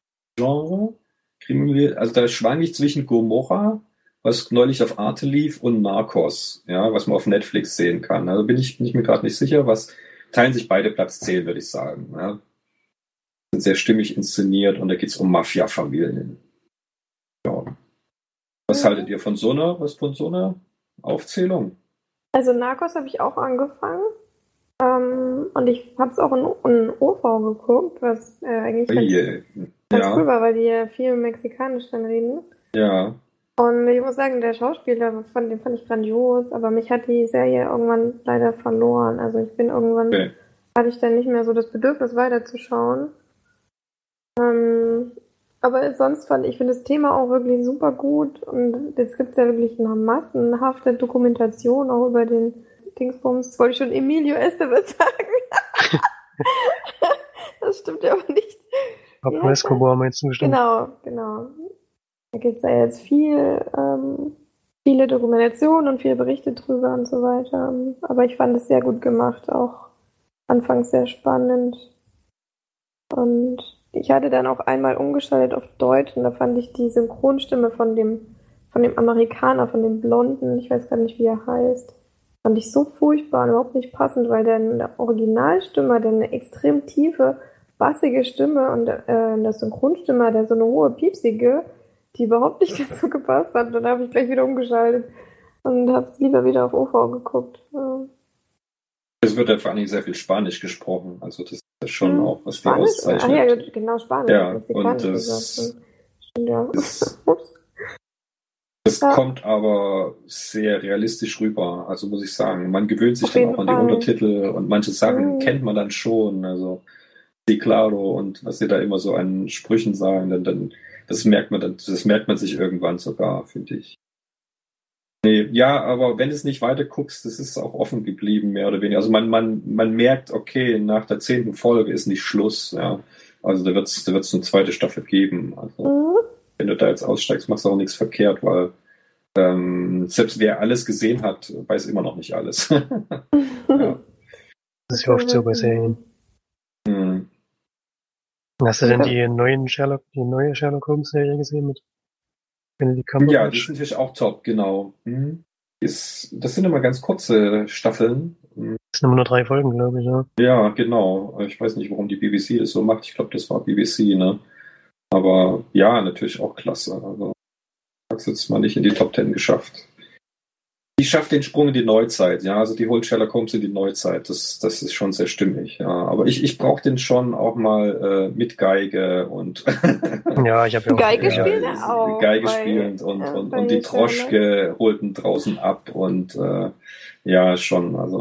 Also da schwank ich zwischen Gomorrah, was neulich auf Arte lief, und Narcos, ja, was man auf Netflix sehen kann. Also bin ich, bin ich mir gerade nicht sicher, was teilen sich beide Platz zehn, würde ich sagen. Ja. Sind sehr stimmig inszeniert und da geht es um Mafia-Familien. Ja. Was haltet ihr von so einer, was von so einer Aufzählung? Also Narcos habe ich auch angefangen. Ähm, und ich habe es auch in, in O V geguckt, was äh, eigentlich ganz, Oje. ganz Ja. cool war, weil die ja viel Mexikanisch dann reden. Ja. Und ich muss sagen, der Schauspieler, von dem fand ich grandios, aber mich hat die Serie irgendwann leider verloren. Also ich bin irgendwann, Okay. hatte ich dann nicht mehr so das Bedürfnis weiterzuschauen. Ähm, aber sonst fand ich, ich finde das Thema auch wirklich super gut und jetzt gibt es ja wirklich eine massenhafte Dokumentation auch über den Dingsbums. Das wollte ich schon Emilio Estevez sagen. Das stimmt ja aber nicht. Pablo Ja, Escobar meinst du bestimmt? Genau, genau. Da gibt es ja jetzt viel, ähm, viele Dokumentationen und viele Berichte drüber und so weiter. Aber ich fand es sehr gut gemacht, auch anfangs sehr spannend. Und ich hatte dann auch einmal umgeschaltet auf Deutsch und da fand ich die Synchronstimme von dem, von dem Amerikaner, von dem Blonden, ich weiß gar nicht, wie er heißt, fand ich so furchtbar und überhaupt nicht passend, weil der in der Originalstimme hat eine extrem tiefe, bassige Stimme und äh, in der Synchronstimme hat er so eine hohe, piepsige, die überhaupt nicht dazu gepasst hat. Und dann habe ich gleich wieder umgeschaltet und habe es lieber wieder auf O V geguckt. Ja. Es wird ja vor allem sehr viel Spanisch gesprochen, also das ist schon Hm, auch, was die Spanisch? auszeichnet. Ah ja, genau, Spanisch. Ja, Mexikanisch und das- gesagt. Stimmt, ja. das- Ups. Das Ja. kommt aber sehr realistisch rüber, also muss ich sagen. Man gewöhnt sich Auf dann jeden auch an die Fall. Untertitel und manche Sachen Mhm. kennt man dann schon, also die Claro und was sie da immer so an Sprüchen sagen, dann, dann das merkt man dann, das merkt man sich irgendwann sogar, finde ich. Nee, ja, aber wenn du es nicht weiter guckst, das ist auch offen geblieben, mehr oder weniger. Also man, man, man merkt, okay, nach der zehnten Folge ist nicht Schluss, ja. Also da wird es da wird's eine zweite Staffel geben. Also Mhm. wenn du da jetzt aussteigst, machst du auch nichts verkehrt, weil ähm, selbst wer alles gesehen hat, weiß immer noch nicht alles. Ja. Das ist ja oft so bei Serien. Hm. Hast du denn Ja. die neuen Sherlock, die neue Sherlock Holmes Serie gesehen mit Benedict Ja, die Cumberbatch? sind natürlich auch top, genau. Hm. Ist, das sind immer ganz kurze Staffeln. Hm. Das sind immer nur drei Folgen, glaube ich, ja. Ja, genau. Ich weiß nicht, warum die B B C das so macht. Ich glaube, das war B B C, ne? Aber ja, natürlich auch klasse. Also, hat es jetzt mal nicht in die Top Ten geschafft. Die schafft den Sprung in die Neuzeit, ja. Also die holt Sherlock Holmes in die Neuzeit. Das, das ist schon sehr stimmig, ja. Aber ich, ich brauche den schon auch mal äh, mit Geige und Ja, ich habe ja auch. Geige ja, spielt er auch. Geige bei- spielend und, ja, und, bei und die Sherlock. Droschke holt ihn draußen ab und äh, ja, schon, also ich,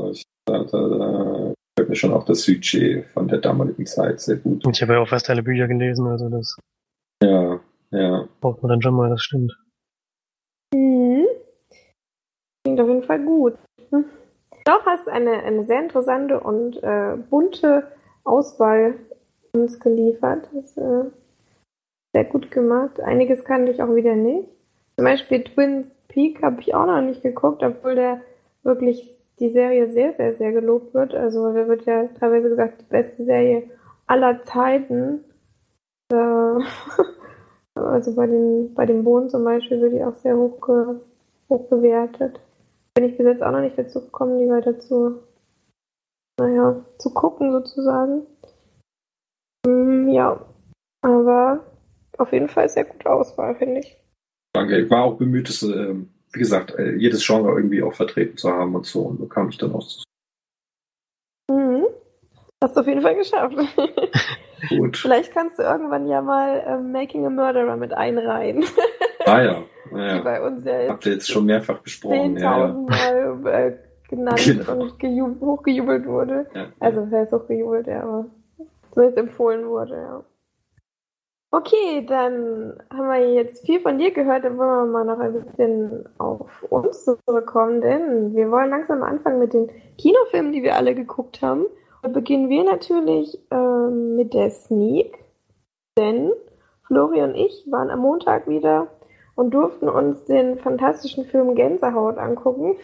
Da, da, da gefällt mir schon auch das Sujet von der damaligen Zeit sehr gut. Und ich habe ja auch fast alle Bücher gelesen, also das Ja, ja. braucht man dann schon mal, das stimmt. Mhm. Klingt auf jeden Fall gut. Hm. Du hast eine, eine sehr interessante und äh, bunte Auswahl uns geliefert. Das ist äh, sehr gut gemacht. Einiges kannte ich auch wieder nicht. Zum Beispiel Twin Peaks habe ich auch noch nicht geguckt, obwohl der wirklich die Serie sehr, sehr, sehr gelobt wird. Also da wird ja teilweise gesagt, die beste Serie aller Zeiten. Äh, also bei den, bei den Bohnen zum Beispiel wird die auch sehr hoch, ge, hoch bewertet. Bin ich bis jetzt auch noch nicht dazu gekommen, die weiter zu, naja, zu gucken sozusagen. Mm, ja, aber auf jeden Fall sehr gute Auswahl, finde ich. Danke. Ich war auch bemüht, es, äh, wie gesagt, äh, jedes Genre irgendwie auch vertreten zu haben und so. Und so kam ich dann auch zu. Mhm. Hast du auf jeden Fall geschafft. Gut. Vielleicht kannst du irgendwann ja mal äh, Making a Murderer mit einreihen. Ah ja, Die ja. bei uns ja jetzt Habt ihr jetzt schon mehrfach besprochen. Ja, ja. zehntausend Mal äh, genannt Genau. und gejub- hochgejubelt wurde. Ja, Also, das heißt hochgejubelt, ja, aber zumindest empfohlen wurde, ja. Okay, dann haben wir jetzt viel von dir gehört, dann wollen wir mal noch ein bisschen auf uns zurückkommen, denn wir wollen langsam anfangen mit den Kinofilmen, die wir alle geguckt haben. Da beginnen wir natürlich ähm, mit der Sneak, denn Flori und ich waren am Montag wieder und durften uns den fantastischen Film Gänsehaut angucken.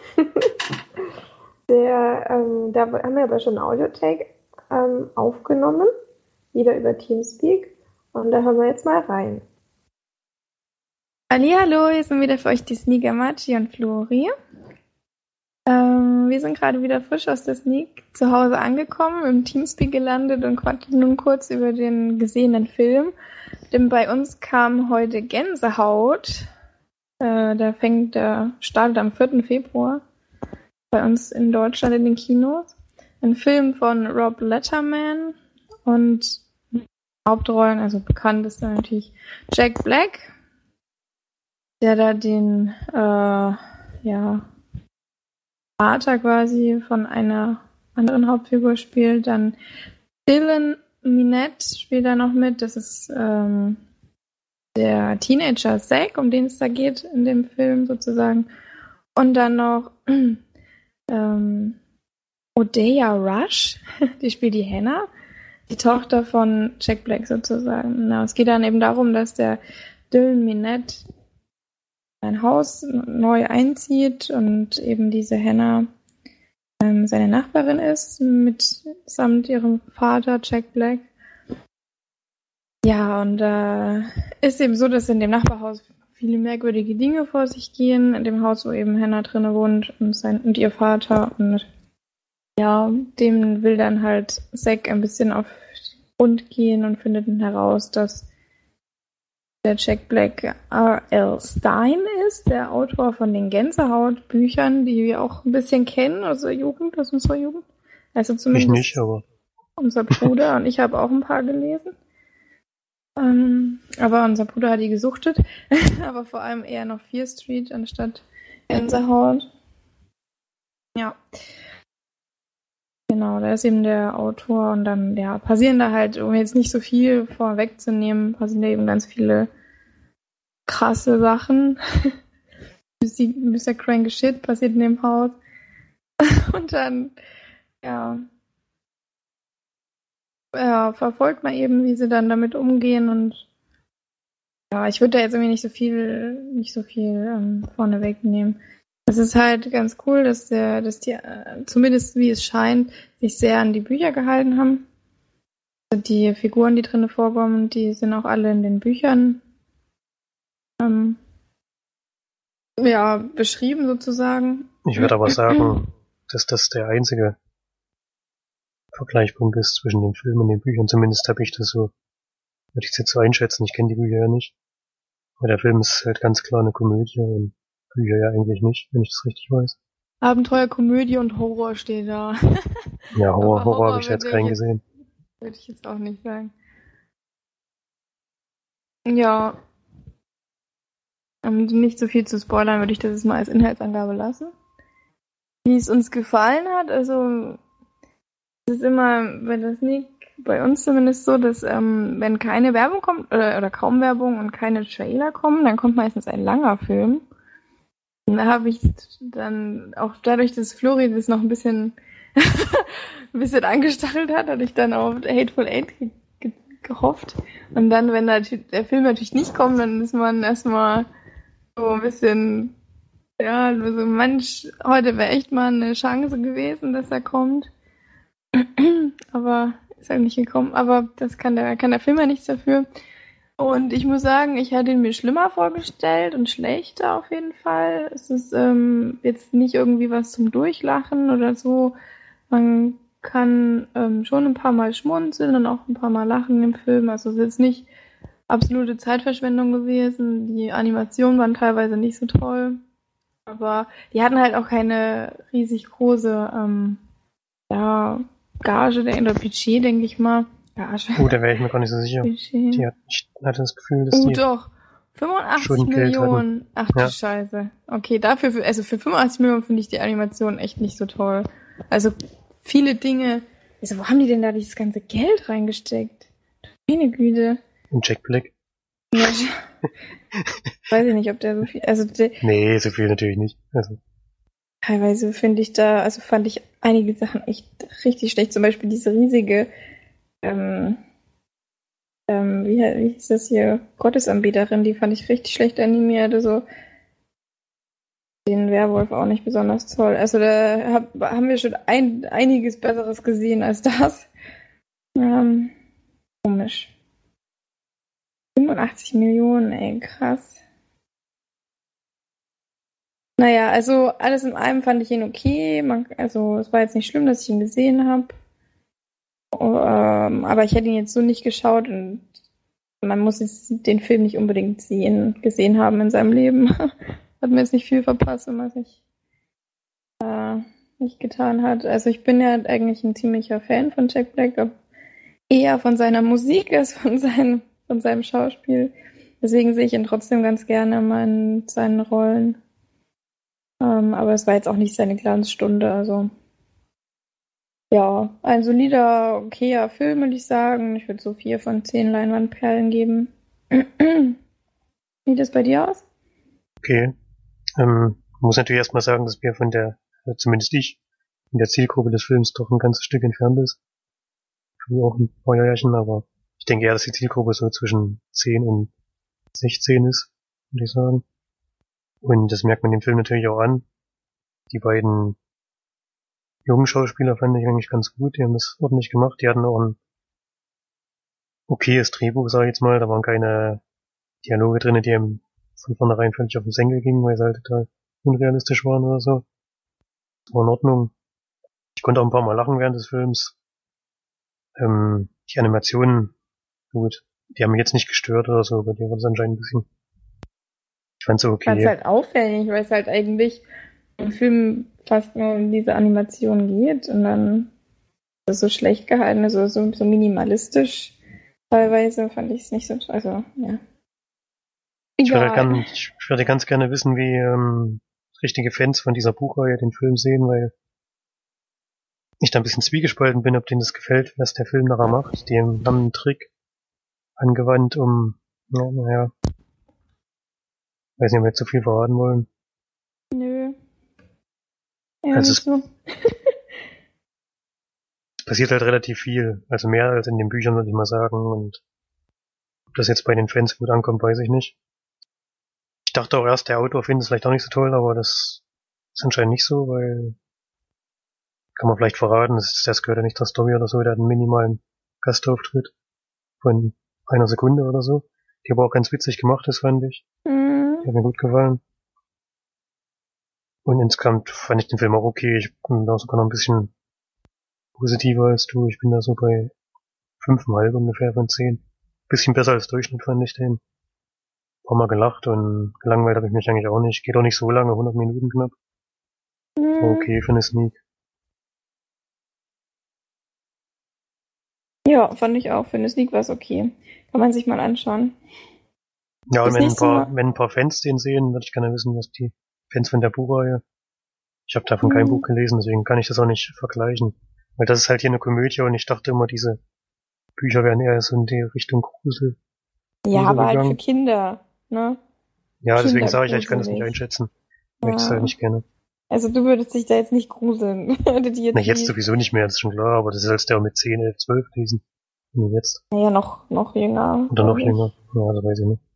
Der, ähm, da haben wir aber schon einen Audiotake ähm, aufgenommen, wieder über Teamspeak. Und da hören wir jetzt mal rein. Hallihallo, hier sind wieder für euch die Sneak Amachi und Flori. Ähm, wir sind gerade wieder frisch aus der Sneak zu Hause angekommen, im Teamspeak gelandet und quatschen nun kurz über den gesehenen Film. Denn bei uns kam heute Gänsehaut. Äh, der fängt, der startet am vierten Februar bei uns in Deutschland in den Kinos. Ein Film von Rob Letterman und Hauptrollen, also bekannt ist dann natürlich Jack Black, der da den äh, ja, Vater quasi von einer anderen Hauptfigur spielt. Dann Dylan Minnette spielt da noch mit. Das ist ähm, der Teenager Zack, um den es da geht in dem Film sozusagen. Und dann noch ähm, Odeya Rush, die spielt die Hannah. Die Tochter von Jack Black sozusagen. Na, es geht dann eben darum, dass der Dylan Minnette ein Haus neu einzieht und eben diese Hannah ähm, seine Nachbarin ist, mit samt ihrem Vater Jack Black. Ja, und äh, ist eben so, dass in dem Nachbarhaus viele merkwürdige Dinge vor sich gehen, in dem Haus, wo eben Hannah drinne wohnt und, sein, und ihr Vater und ja, dem will dann halt Zack ein bisschen auf den Grund gehen und findet dann heraus, dass der Jack Black R L. Stein ist, der Autor von den Gänsehaut-Büchern, die wir auch ein bisschen kennen aus der Jugend, aus unserer Jugend. Also zumindest Ich nicht, aber unser Bruder und ich habe auch ein paar gelesen. Ähm, aber unser Bruder hat die gesuchtet, aber vor allem eher noch Fear Street anstatt Gänsehaut. Ja. Genau, da ist eben der Autor und dann, ja, passieren da halt, um jetzt nicht so viel vorwegzunehmen, passieren da eben ganz viele krasse Sachen. Mister Cranky Shit passiert in dem Haus. Und dann, ja, ja, verfolgt man eben, wie sie dann damit umgehen und ja, ich würde da jetzt irgendwie nicht so viel, nicht so viel ähm, vorne wegnehmen. Es ist halt ganz cool, dass der, dass die, äh, zumindest wie es scheint, sich sehr an die Bücher gehalten haben. Also die Figuren, die drinnen vorkommen, die sind auch alle in den Büchern ähm, ja, beschrieben sozusagen. ich würde aber sagen, dass das der einzige Vergleichspunkt ist zwischen dem Film und den Büchern. Zumindest habe ich das so, würde ich es jetzt so einschätzen. Ich kenne die Bücher ja nicht. Aber der Film ist halt ganz klar eine Komödie und Bücher ja eigentlich nicht, wenn ich das richtig weiß. Abenteuer, Komödie und Horror steht da. Ja, Horror, Aber Horror habe ich würde jetzt keinen jetzt- gesehen. Würde ich jetzt auch nicht sagen. Ja. Um nicht so viel zu spoilern, würde ich das jetzt mal als Inhaltsangabe lassen. Wir wie es uns gefallen hat. Also es ist immer bei der Sneak, bei uns zumindest so, dass ähm, wenn keine Werbung kommt oder, oder kaum Werbung und keine Trailer kommen, dann kommt meistens ein langer Film. Und da habe ich dann auch dadurch, dass Flori das noch ein bisschen ein bisschen angestachelt hat, hatte ich dann auf Hateful Eight ge- ge- gehofft. Und dann, wenn der, der Film natürlich nicht kommt, dann ist man erstmal so ein bisschen, ja, so manch, heute wäre echt mal eine Chance gewesen, dass er kommt. Aber ist halt nicht gekommen. Aber das kann der, kann der Film ja nichts dafür. Und ich muss sagen, ich hatte ihn mir schlimmer vorgestellt und schlechter auf jeden Fall. Es ist ähm, jetzt nicht irgendwie was zum Durchlachen oder so. Man kann ähm, schon ein paar Mal schmunzeln und auch ein paar Mal lachen im Film. Also es ist jetzt nicht absolute Zeitverschwendung gewesen. Die Animationen waren teilweise nicht so toll. Aber die hatten halt auch keine riesig große ähm, ja, Gage oder Budget, denke ich mal. Gage. Oh, da wäre ich mir gar nicht so sicher. Budget. Die hat, ich hatte das Gefühl, dass Oh die doch, fünfundachtzig schon Geld Millionen. Ach du Ja. Scheiße. Okay, dafür, für, also für fünfundachtzig Millionen finde ich die Animation echt nicht so toll. Also viele Dinge. Also wo haben die denn da dieses ganze Geld reingesteckt? Meine Güte. und Jack Black. Ja, weiß ich nicht, ob der so viel. Also der, Nee, so viel natürlich nicht. Also, teilweise finde ich da, also fand ich einige Sachen echt richtig schlecht. Zum Beispiel diese riesige, ähm, ähm, wie, wie hieß das hier, Gottesanbeterin, die fand ich richtig schlecht animiert. Also den Werwolf auch nicht besonders toll. Also da hab, haben wir schon ein, einiges Besseres gesehen als das. Ähm, komisch. fünfundachtzig Millionen, ey, krass. Naja, also alles in allem fand ich ihn okay. Man, also es war jetzt nicht schlimm, dass ich ihn gesehen habe. Ähm, aber ich hätte ihn jetzt so nicht geschaut und man muss jetzt den Film nicht unbedingt sehen, gesehen haben in seinem Leben. Hat mir jetzt nicht viel verpasst, wenn man sich äh, nicht getan hat. Also ich bin ja eigentlich ein ziemlicher Fan von Jack Black, aber eher von seiner Musik als von seinem, von seinem Schauspiel. Deswegen sehe ich ihn trotzdem ganz gerne mal in seinen Rollen. Ähm, aber es war jetzt auch nicht seine Glanzstunde, also ja, ein solider, okayer Film, würde ich sagen. Ich würde so vier von zehn Leinwandperlen geben. Wie sieht das bei dir aus? okay. Ähm, muss natürlich erstmal sagen, dass wir von der, äh, zumindest ich, in der Zielgruppe des Films doch ein ganzes Stück entfernt ist. Für auch ein paar Jährchen, aber ich denke eher, dass die Zielgruppe so zwischen zehn und sechzehn ist, würde ich sagen. Und das merkt man dem Film natürlich auch an. Die beiden jungen Schauspieler fand ich eigentlich ganz gut, die haben das ordentlich gemacht. Die hatten auch ein okayes Drehbuch, sage ich jetzt mal. Da waren keine Dialoge drin, die einem von vornherein völlig auf den Senkel gingen, weil sie halt total unrealistisch waren oder so. Das war in Ordnung. Ich konnte auch ein paar Mal lachen während des Films. Ähm, die Animationen, gut, die haben mich jetzt nicht gestört oder so, aber die waren es anscheinend ein bisschen. Ich fand's so okay. Fand es halt auffällig, weil es halt eigentlich im Film fast nur um diese Animation geht und dann ist es so schlecht gehalten, also so, so minimalistisch teilweise fand ich es nicht so, also ja. Ich würde, Egal. gern, ich würde ganz gerne wissen, wie ähm, richtige Fans von dieser Buchreihe den Film sehen, weil ich da ein bisschen zwiegespalten bin, ob denen das gefällt, was der Film nachher macht. Die haben einen Trick angewandt, um, ja, naja, weiß nicht, ob wir jetzt zu viel verraten wollen. Nö. Ja, Also nicht es- so. Es passiert halt relativ viel, also mehr als in den Büchern, würde ich mal sagen, und ob das jetzt bei den Fans gut ankommt, weiß ich nicht. Ich dachte auch erst, der Autor findet es vielleicht auch nicht so toll, aber das ist anscheinend nicht so, weil kann man vielleicht verraten, das, das gehört ja nicht zur Story oder so, der hat einen minimalen Gastauftritt von einer Sekunde oder so, die aber auch ganz witzig gemacht ist, fand ich. Hm. Die hat mir gut gefallen. Und insgesamt fand ich den Film auch okay, ich bin da sogar noch ein bisschen positiver als du, ich bin da so bei fünf Komma fünf ungefähr von zehn. Bisschen besser als Durchschnitt fand ich den. Ein paar Mal gelacht und gelangweilt habe ich mich eigentlich auch nicht. Geht auch nicht so lange, hundert Minuten knapp. Hm. Okay für eine Sneak. Ja, fand ich auch. Für eine Sneak war es okay. Kann man sich mal anschauen. Ja, und Das wenn ein nächste paar, Mal- wenn ein paar Fans den sehen, würde ich gerne wissen, was die Fans von der Buchreihe Ich habe davon kein Mhm. Buch gelesen, deswegen kann ich das auch nicht vergleichen. Weil das ist halt hier eine Komödie und ich dachte immer, diese Bücher wären eher so in die Richtung Grusel. Ja, Grusel aber halt für gegangen. Kinder, ne? Ja, deswegen sage ich ja, ich kann das nicht Kindergruselig. einschätzen. Weil ich es halt Ja. nicht kenne. Also du würdest dich da jetzt nicht gruseln, wenn du die jetzt Na, jetzt liest. sowieso nicht mehr, das ist schon klar, aber das sollst du ja auch mit zehn, elf, zwölf lesen. Und jetzt. Ja, noch, noch jünger. Oder noch glaub ich. jünger. Ja, das weiß ich nicht.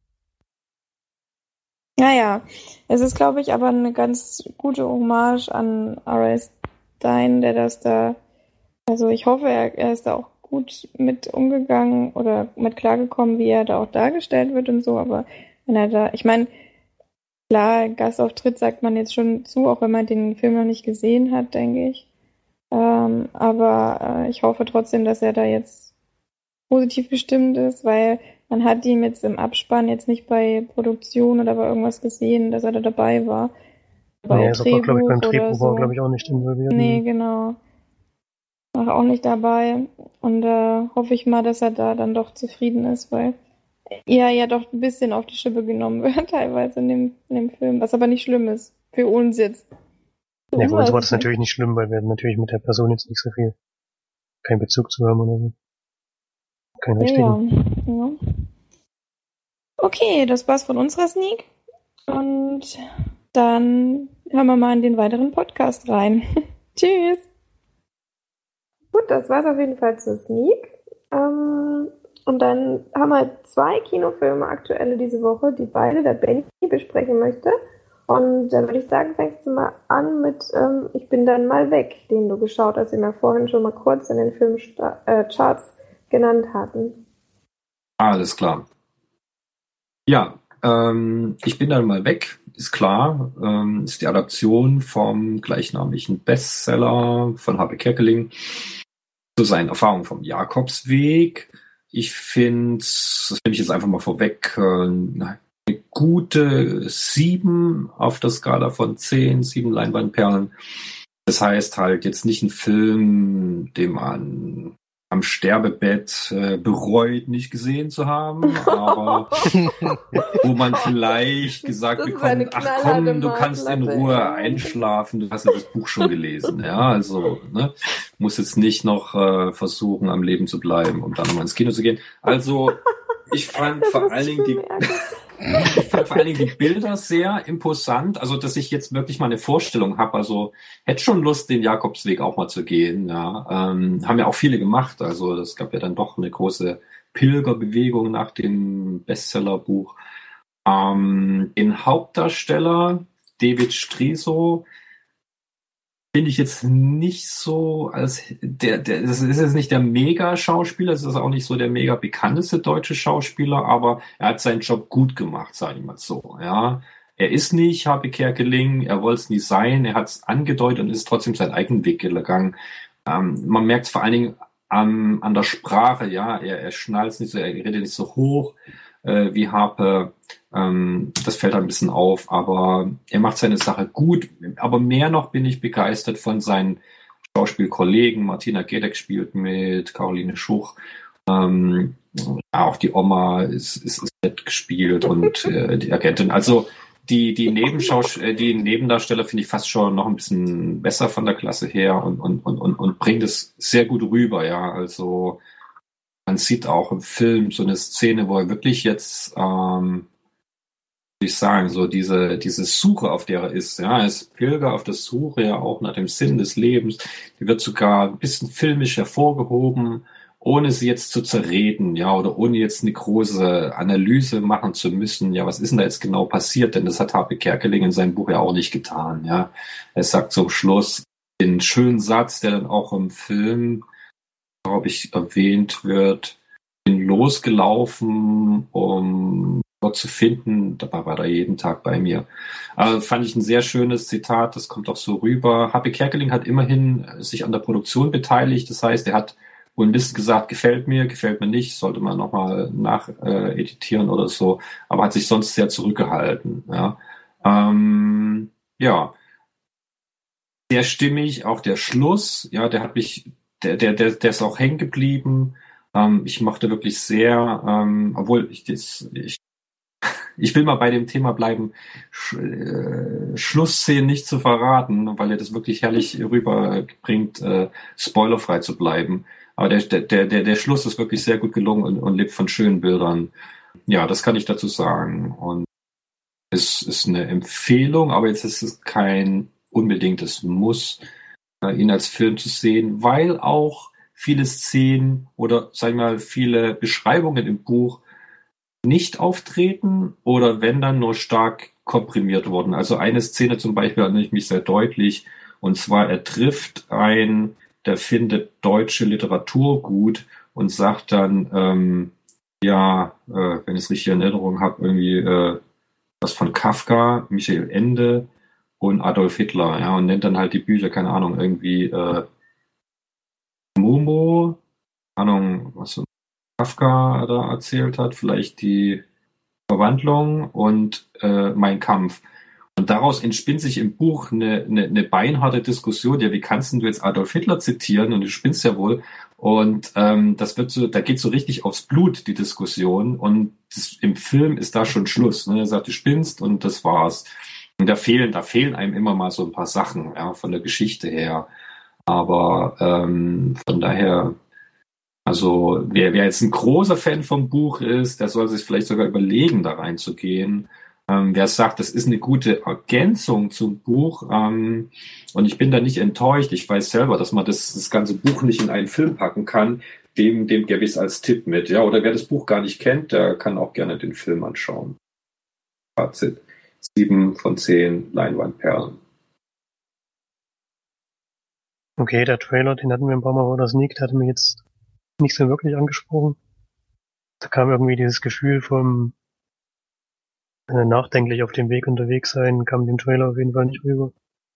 Naja, es ist, glaube ich, aber eine ganz gute Hommage an R S. Stein, der das da, also ich hoffe, er, er ist da auch gut mit umgegangen oder mit klargekommen, wie er da auch dargestellt wird und so, aber wenn er da, ich meine, klar, Gastauftritt sagt man jetzt schon zu, auch wenn man den Film noch nicht gesehen hat, denke ich. Ähm, aber äh, ich hoffe trotzdem, dass er da jetzt positiv gestimmt ist, weil man hat ihn jetzt im Abspann jetzt nicht bei Produktion oder bei irgendwas gesehen, dass er da dabei war. Bei Ja, ist aber, glaube ich, beim Drehbuch oder Drehbuch war, so. glaube ich, auch nicht involviert. Nee, genau. War auch nicht dabei. Und äh, hoffe ich mal, dass er da dann doch zufrieden ist, weil er ja doch ein bisschen auf die Schippe genommen wird, teilweise in dem, in dem Film. Was aber nicht schlimm ist. Für uns jetzt. Für Ja, für uns weiß war ich das natürlich nicht schlimm, weil wir natürlich mit der Person jetzt nicht so viel, keinen Bezug zu haben oder so. Keinen richtigen. Ja, ja. Okay, das war's von unserer Sneak. Und dann hören wir mal in den weiteren Podcast rein. Tschüss. Gut, das war's auf jeden Fall zur Sneak. Ähm, und dann haben wir zwei Kinofilme aktuelle diese Woche, die beide der Benny besprechen möchte. Und dann würde ich sagen, fängst du mal an mit ähm, Ich bin dann mal weg, den du geschaut hast, den wir vorhin schon mal kurz in den Filmcharts genannt hatten. Alles klar. Ja, ähm, ich bin dann mal weg, ist klar. Ähm, ist die Adaption vom gleichnamigen Bestseller von Harpe Kerkeling zu seinen Erfahrungen vom Jakobsweg. Ich finde, das nehme ich jetzt einfach mal vorweg, äh, eine gute sieben auf der Skala von zehn, sieben Leinwandperlen. Das heißt halt jetzt nicht ein Film, den man am Sterbebett äh, bereut, nicht gesehen zu haben, aber wo man vielleicht gesagt Das ist eine bekommt, ach knallharte komm, du kannst in Maßlatte, Ruhe ja. einschlafen, du hast ja das Buch schon gelesen, ja, also ne, muss jetzt nicht noch äh, versuchen, am Leben zu bleiben, um dann nochmal ins Kino zu gehen. Also ich fand Das vor ist allen Dingen die bemerkenswert. ich fand vor allen Dingen die Bilder sehr imposant, also dass ich jetzt wirklich mal eine Vorstellung habe, also hätte schon Lust, den Jakobsweg auch mal zu gehen, ja, ähm, haben ja auch viele gemacht, also das gab ja dann doch eine große Pilgerbewegung nach dem Bestsellerbuch. Ähm, den Hauptdarsteller David Striso finde ich jetzt nicht so als der, der, das ist jetzt nicht der Mega-Schauspieler, das ist auch nicht so der mega bekannteste deutsche Schauspieler, aber er hat seinen Job gut gemacht, sage ich mal so, ja. Er ist nicht Harpe Kerkeling, er wollte es nie sein, er hat es angedeutet und ist trotzdem seinen eigenen Weg gegangen. Ähm, man merkt es vor allen Dingen an, an der Sprache, ja, er, er schnallt nicht so, er redet nicht so hoch äh, wie Harpe. Ähm, das fällt ein bisschen auf, aber er macht seine Sache gut. Aber mehr noch bin ich begeistert von seinen Schauspielkollegen. Martina Gedeck spielt mit, Caroline Schuch. Ähm, auch die Oma ist, ist, ist nett gespielt und äh, die Agentin. Also die, die, Nebenschaus äh, die Nebendarsteller finde ich fast schon noch ein bisschen besser von der Klasse her und, und, und, und, und bringt es sehr gut rüber, ja. Also man sieht auch im Film so eine Szene, wo er wirklich jetzt ähm, ich sagen, so diese, diese Suche, auf der er ist, ja, er ist Pilger auf der Suche ja auch nach dem Sinn des Lebens, die wird sogar ein bisschen filmisch hervorgehoben, ohne sie jetzt zu zerreden, ja, oder ohne jetzt eine große Analyse machen zu müssen, ja, was ist denn da jetzt genau passiert, denn das hat Harpe Kerkeling in seinem Buch ja auch nicht getan, ja. Er sagt zum Schluss den schönen Satz, der dann auch im Film, glaube ich, erwähnt wird, bin losgelaufen, um Gott zu finden, dabei war er jeden Tag bei mir. Also fand ich ein sehr schönes Zitat, das kommt auch so rüber. Harpe Kerkeling hat immerhin sich an der Produktion beteiligt, das heißt, er hat wohl ein bisschen gesagt, gefällt mir, gefällt mir nicht, sollte man nochmal nacheditieren äh, oder so, aber hat sich sonst sehr zurückgehalten. Ja, ähm, ja. Sehr stimmig, auch der Schluss, ja, der hat mich, der, der, der, der ist auch hängen geblieben. Ähm, ich mochte wirklich sehr, ähm, obwohl ich das, ich Ich will mal bei dem Thema bleiben, Sch- äh, Schlussszenen nicht zu verraten, weil er das wirklich herrlich rüberbringt, äh, spoilerfrei zu bleiben. Aber der, der, der, der Schluss ist wirklich sehr gut gelungen und, und lebt von schönen Bildern. Ja, das kann ich dazu sagen. Und es ist eine Empfehlung, aber jetzt ist es kein unbedingtes Muss, äh, ihn als Film zu sehen, weil auch viele Szenen oder, sag ich mal, viele Beschreibungen im Buch nicht auftreten oder wenn dann nur stark komprimiert wurden. Also eine Szene zum Beispiel erinnere ich mich sehr deutlich, und zwar er trifft einen, der findet deutsche Literatur gut und sagt dann, ähm, ja, äh, wenn ich es richtig in Erinnerung habe, irgendwie äh, was von Kafka, Michael Ende und Adolf Hitler, ja, und nennt dann halt die Bücher, keine Ahnung, irgendwie äh, Momo, keine Ahnung, was so Kafka da erzählt hat, vielleicht die Verwandlung und äh, Mein Kampf. Und daraus entspinnt sich im Buch eine, eine, eine beinharte Diskussion, ja, wie kannst du jetzt Adolf Hitler zitieren? Und du spinnst ja wohl. Und ähm, das wird so, da geht so richtig aufs Blut, die Diskussion. Und das, im Film ist da schon Schluss. Ne? Er sagt, du spinnst und das war's. Und da fehlen, da fehlen einem immer mal so ein paar Sachen, ja, von der Geschichte her. Aber ähm, von daher, also wer, wer jetzt ein großer Fan vom Buch ist, der soll sich vielleicht sogar überlegen, da reinzugehen. Ähm, wer sagt, das ist eine gute Ergänzung zum Buch, ähm, und ich bin da nicht enttäuscht, ich weiß selber, dass man das, das ganze Buch nicht in einen Film packen kann, dem, dem gebe ich es als Tipp mit. Ja, oder wer das Buch gar nicht kennt, der kann auch gerne den Film anschauen. Fazit: sieben von zehn Leinwandperlen. Okay, der Trailer, den hatten wir ein paar Mal vor der Sneak, der hatte mich jetzt nicht so wirklich angesprochen. Da kam irgendwie dieses Gefühl vom äh, nachdenklich auf dem Weg unterwegs sein, kam dem Trailer auf jeden Fall nicht rüber.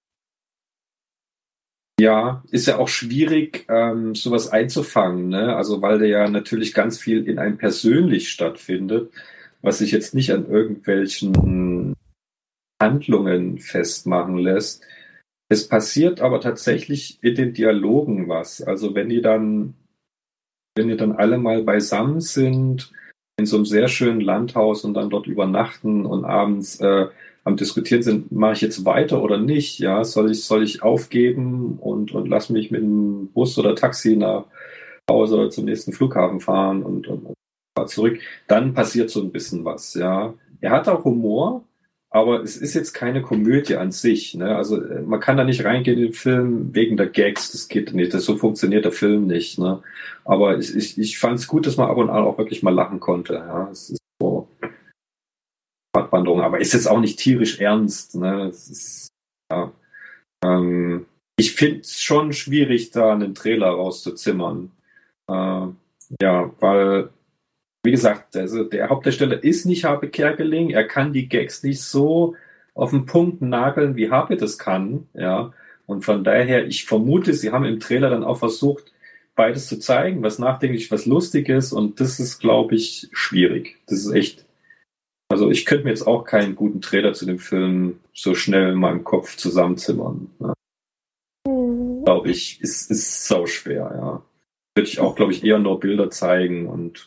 Ja, ist ja auch schwierig, ähm, sowas einzufangen, ne? Also weil der ja natürlich ganz viel in einem persönlich stattfindet, was sich jetzt nicht an irgendwelchen Handlungen festmachen lässt. Es passiert aber tatsächlich in den Dialogen was. Also wenn die dann, wenn die dann alle mal beisammen sind, in so einem sehr schönen Landhaus und dann dort übernachten und abends äh, am Diskutieren sind, mache ich jetzt weiter oder nicht? Ja, soll ich, soll ich aufgeben und, und lass mich mit dem Bus oder Taxi nach Hause oder zum nächsten Flughafen fahren und, und, und fahr zurück? Dann passiert so ein bisschen was, ja. Er hat auch Humor, aber es ist jetzt keine Komödie an sich, ne? Also man kann da nicht reingehen in den Film wegen der Gags, das geht nicht, das, so funktioniert der Film nicht, ne? Aber ich, ich, ich fand es gut, dass man ab und an auch wirklich mal lachen konnte, ja. Es ist so Fahrtwanderung, aber ist jetzt auch nicht tierisch ernst, ne? Es ist, ja. Ähm, ich finde es schon schwierig, da einen Trailer rauszuzimmern. Äh, ja, weil wie gesagt, also der Hauptdarsteller ist nicht Harpe Kerkeling, er kann die Gags nicht so auf den Punkt nageln, wie Harpe das kann, ja. Und von daher, ich vermute, sie haben im Trailer dann auch versucht, beides zu zeigen, was nachdenklich, was lustig ist, und das ist, glaube ich, schwierig. Das ist echt, also ich könnte mir jetzt auch keinen guten Trailer zu dem Film so schnell in meinem Kopf zusammenzimmern. Ja. Mhm. Glaube ich, ist, ist sau schwer, ja. Würde ich auch, glaube ich, eher nur Bilder zeigen und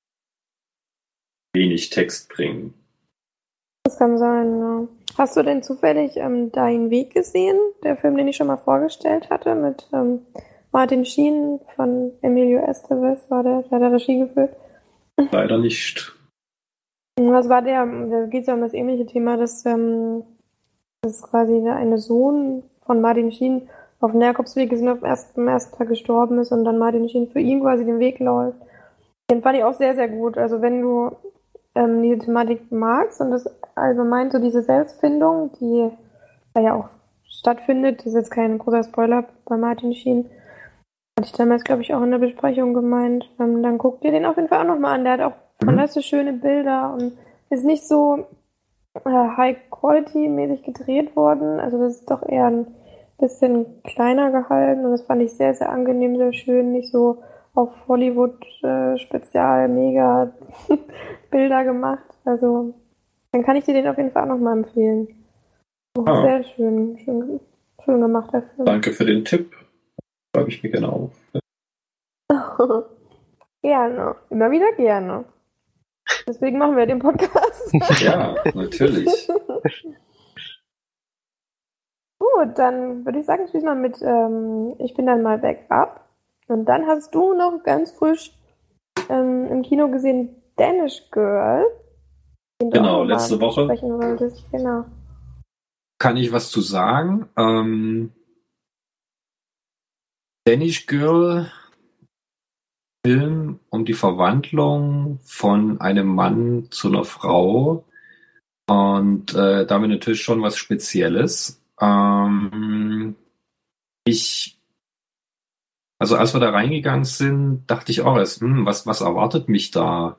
wenig Text bringen. Das kann sein, ja. Hast du denn zufällig ähm, Dein Weg gesehen? Der Film, den ich schon mal vorgestellt hatte, mit ähm, Martin Sheen von Emilio Estevez, war der, der hat Regie geführt. Leider nicht. Was war der? Da geht es ja um das ähnliche Thema, dass, ähm, dass quasi der eine Sohn von Martin Sheen auf dem Jakobsweg ist und auf dem ersten, am ersten Tag gestorben ist und dann Martin Sheen für ihn quasi den Weg läuft. Den fand ich auch sehr, sehr gut. Also wenn du ähm, diese Thematik magst und das allgemein so diese Selbstfindung, die da ja auch stattfindet, das ist jetzt kein großer Spoiler bei Martin Sheen, hatte ich damals, glaube ich, auch in der Besprechung gemeint, ähm, dann guck dir den auf jeden Fall auch nochmal an. Der hat auch mhm. fantastisch schöne Bilder und ist nicht so äh, High-Quality-mäßig gedreht worden. Also das ist doch eher ein bisschen kleiner gehalten und das fand ich sehr, sehr angenehm, sehr schön, nicht so auf Hollywood-Spezial äh, mega Bilder gemacht. Also dann kann ich dir den auf jeden Fall auch nochmal empfehlen. Ah. Sehr schön, schön, schön gemacht, der Film. Danke für den Tipp. Schreibe ich mir gerne auf. Gerne, immer wieder gerne. Deswegen machen wir den Podcast. Ja, natürlich. Gut, dann würde ich sagen, ich schließe mal mit ähm, Ich bin dann mal weg ab. Und dann hast du noch ganz frisch ähm, im Kino gesehen Danish Girl. Den du Genau, auch mal letzte Woche. sprechen wolltest. Genau. Kann ich was zu sagen? Ähm, Danish Girl, Film um die Verwandlung von einem Mann zu einer Frau und äh, damit natürlich schon was Spezielles. Ähm, ich, also als wir da reingegangen sind, dachte ich auch erst, hm, was, was erwartet mich da?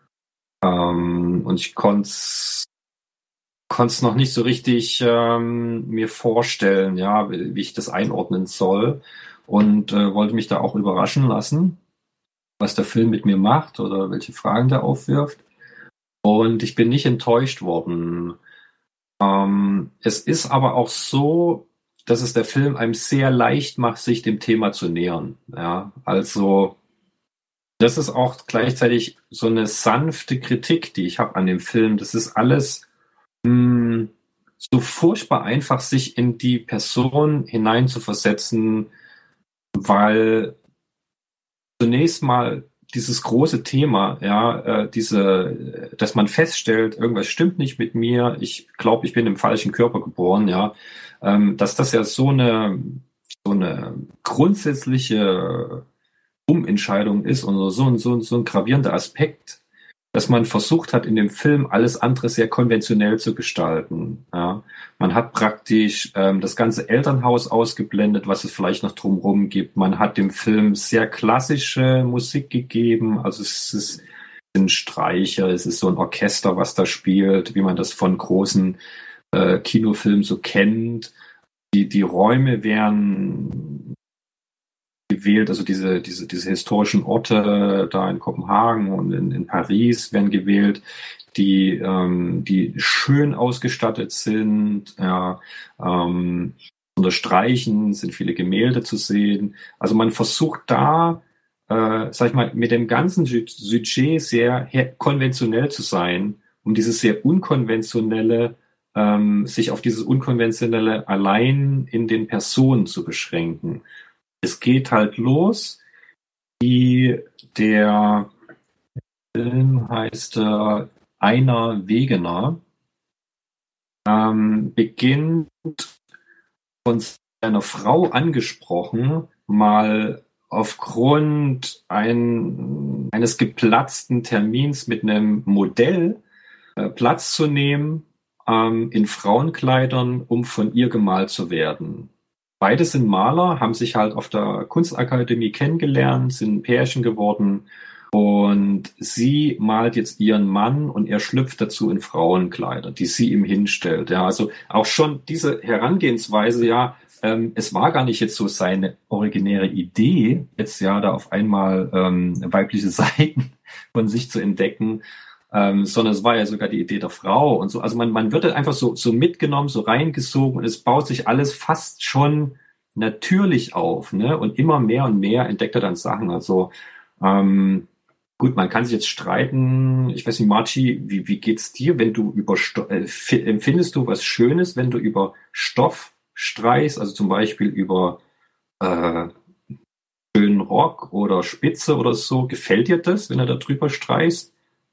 Ähm, und ich konnte es konnte es noch nicht so richtig ähm, mir vorstellen, ja, wie, wie ich das einordnen soll und äh, wollte mich da auch überraschen lassen, was der Film mit mir macht oder welche Fragen der aufwirft. Und ich bin nicht enttäuscht worden. Ähm, es ist aber auch so, dass es der Film einem sehr leicht macht, sich dem Thema zu nähern. Ja, also das ist auch gleichzeitig so eine sanfte Kritik, die ich habe an dem Film. Das ist alles mh, so furchtbar einfach, sich in die Person hineinzuversetzen, weil zunächst mal dieses große Thema, ja, äh, diese, dass man feststellt, irgendwas stimmt nicht mit mir, ich glaube, ich bin im falschen Körper geboren, ja, ähm, dass das ja so eine, so eine grundsätzliche Umentscheidung ist und so, so, so ein gravierender Aspekt, dass man versucht hat, in dem Film alles andere sehr konventionell zu gestalten. Ja. Man hat praktisch ähm, das ganze Elternhaus ausgeblendet, was es vielleicht noch drumherum gibt. Man hat dem Film sehr klassische Musik gegeben. Also es ist ein Streicher, es ist so ein Orchester, was da spielt, wie man das von großen äh, Kinofilmen so kennt. Die, die Räume werden gewählt, also diese, diese, diese historischen Orte da in Kopenhagen und in, in Paris werden gewählt, die, ähm, die schön ausgestattet sind, ja, ähm, unter Streichen sind viele Gemälde zu sehen. Also man versucht da, äh, sag ich mal, mit dem ganzen Sujet sehr konventionell zu sein, um dieses sehr unkonventionelle, ähm, sich auf dieses Unkonventionelle allein in den Personen zu beschränken. Es geht halt los, wie der Film heißt äh, Einar Wegener, ähm, beginnt von seiner Frau angesprochen, mal aufgrund ein, eines geplatzten Termins mit einem Modell äh, Platz zu nehmen ähm, in Frauenkleidern, um von ihr gemalt zu werden. Beide sind Maler, haben sich halt auf der Kunstakademie kennengelernt, sind ein Pärchen geworden und sie malt jetzt ihren Mann und er schlüpft dazu in Frauenkleider, die sie ihm hinstellt. Ja, also auch schon diese Herangehensweise, ja, ähm, es war gar nicht jetzt so seine originäre Idee, jetzt ja da auf einmal ähm, weibliche Seiten von sich zu entdecken, ähm, sondern es war ja sogar die Idee der Frau und so. Also man, man wird halt einfach so, so mitgenommen, so reingesogen und es baut sich alles fast schon natürlich auf, ne? Und immer mehr und mehr entdeckt er dann Sachen. Also ähm, gut, man kann sich jetzt streiten. Ich weiß nicht, Marci, wie, wie geht's dir, wenn du über Sto- äh, empfindest du was Schönes, wenn du über Stoff streichst, also zum Beispiel über äh, schönen Rock oder Spitze oder so? Gefällt dir das, wenn er da drüber streichst?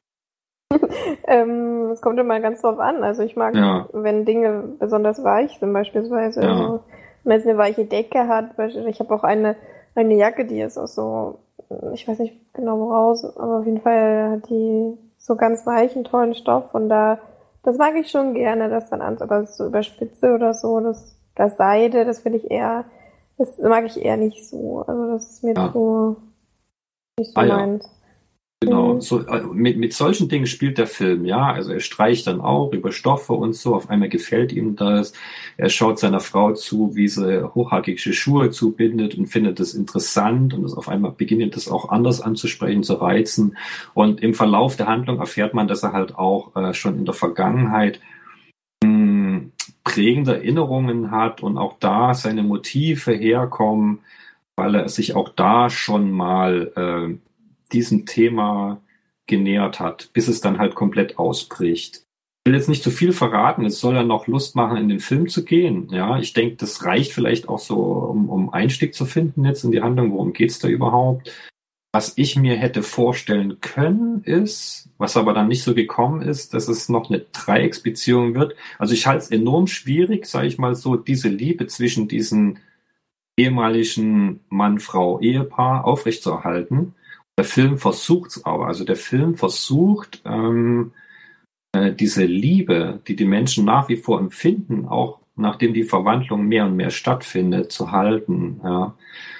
ähm, es kommt immer ganz drauf an. Also ich mag, Ja. wenn Dinge besonders weich sind, beispielsweise. Ja. Also, wenn es eine weiche Decke hat. Ich habe auch eine, eine Jacke, die ist auch so, ich weiß nicht genau woraus, aber auf jeden Fall hat die so ganz weichen, tollen Stoff. Und da, das mag ich schon gerne, das dann an, aber so über Spitze oder so, das, das Seide, das finde ich eher, das mag ich eher nicht so. Also das ist mir Ja. zu, nicht so Ah, ja. meins. Genau, Mhm. so, äh, mit, mit solchen Dingen spielt der Film, ja. Also er streicht dann auch über Stoffe und so. Auf einmal gefällt ihm das. Er schaut seiner Frau zu, wie sie hochhackige Schuhe zubindet und findet das interessant. Und das auf einmal beginnt das auch anders anzusprechen, zu reizen. Und im Verlauf der Handlung erfährt man, dass er halt auch äh, schon in der Vergangenheit mh, prägende Erinnerungen hat und auch da seine Motive herkommen, weil er sich auch da schon mal äh, diesem Thema genährt hat, bis es dann halt komplett ausbricht. Ich will jetzt nicht zu viel verraten, es soll ja noch Lust machen, in den Film zu gehen. Ja, ich denke, das reicht vielleicht auch so, um, um Einstieg zu finden jetzt in die Handlung. Worum geht's da überhaupt? Was ich mir hätte vorstellen können, ist, was aber dann nicht so gekommen ist, dass es noch eine Dreiecksbeziehung wird. Also ich halte es enorm schwierig, sage ich mal so, diese Liebe zwischen diesen ehemaligen Mann-Frau-Ehepaar aufrechtzuerhalten. Der Film versucht es aber. Also der Film versucht, ähm, äh, diese Liebe, die die Menschen nach wie vor empfinden, auch nachdem die Verwandlung mehr und mehr stattfindet, zu halten. Ja.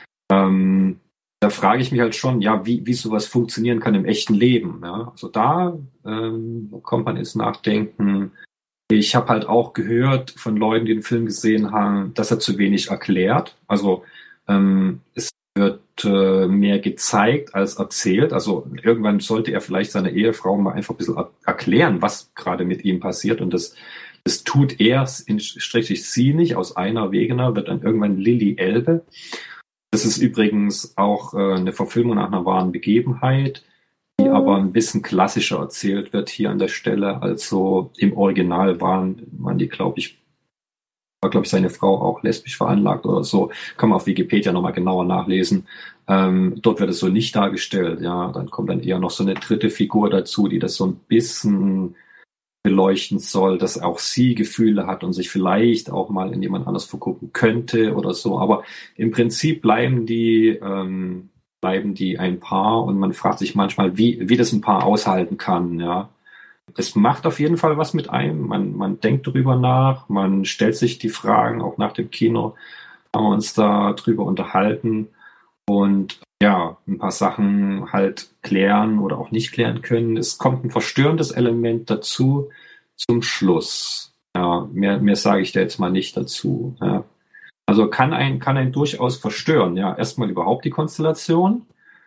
Ähm, Da frage ich mich halt schon, ja, wie, wie sowas funktionieren kann im echten Leben. Ja? Also da ähm, kommt man ins Nachdenken. Ich habe halt auch gehört von Leuten, die den Film gesehen haben, dass er zu wenig erklärt. Also ähm, es wird äh, mehr gezeigt als erzählt. Also irgendwann sollte er vielleicht seiner Ehefrau mal einfach ein bisschen er- erklären, was gerade mit ihm passiert. Und das, das tut er, in Strich sie nicht. Aus einer Wegener wird dann irgendwann Lilly Elbe. Das ist übrigens auch äh, eine Verfilmung nach einer wahren Begebenheit, die aber ein bisschen klassischer erzählt wird hier an der Stelle. Also im Original waren, waren die, glaube ich, war, glaube ich, seine Frau auch lesbisch veranlagt oder so. Kann man auf Wikipedia nochmal genauer nachlesen. Ähm, dort wird es so nicht dargestellt. Ja, dann kommt dann eher noch so eine dritte Figur dazu, die das so ein bisschen beleuchten soll, dass auch sie Gefühle hat und sich vielleicht auch mal in jemand anders vergucken könnte oder so. Aber im Prinzip bleiben die, ähm, bleiben die ein Paar und man fragt sich manchmal, wie, wie das ein Paar aushalten kann. Ja, es macht auf jeden Fall was mit einem. Man, man denkt darüber nach, man stellt sich die Fragen. Auch nach dem Kino haben wir uns da drüber unterhalten und ja, ein paar Sachen halt klären oder auch nicht klären können. Es kommt ein verstörendes Element dazu zum Schluss. Ja, mehr, mehr sage ich da jetzt mal nicht dazu. Ja. Also kann ein, kann ein durchaus verstören. Ja, erstmal überhaupt die Konstellation.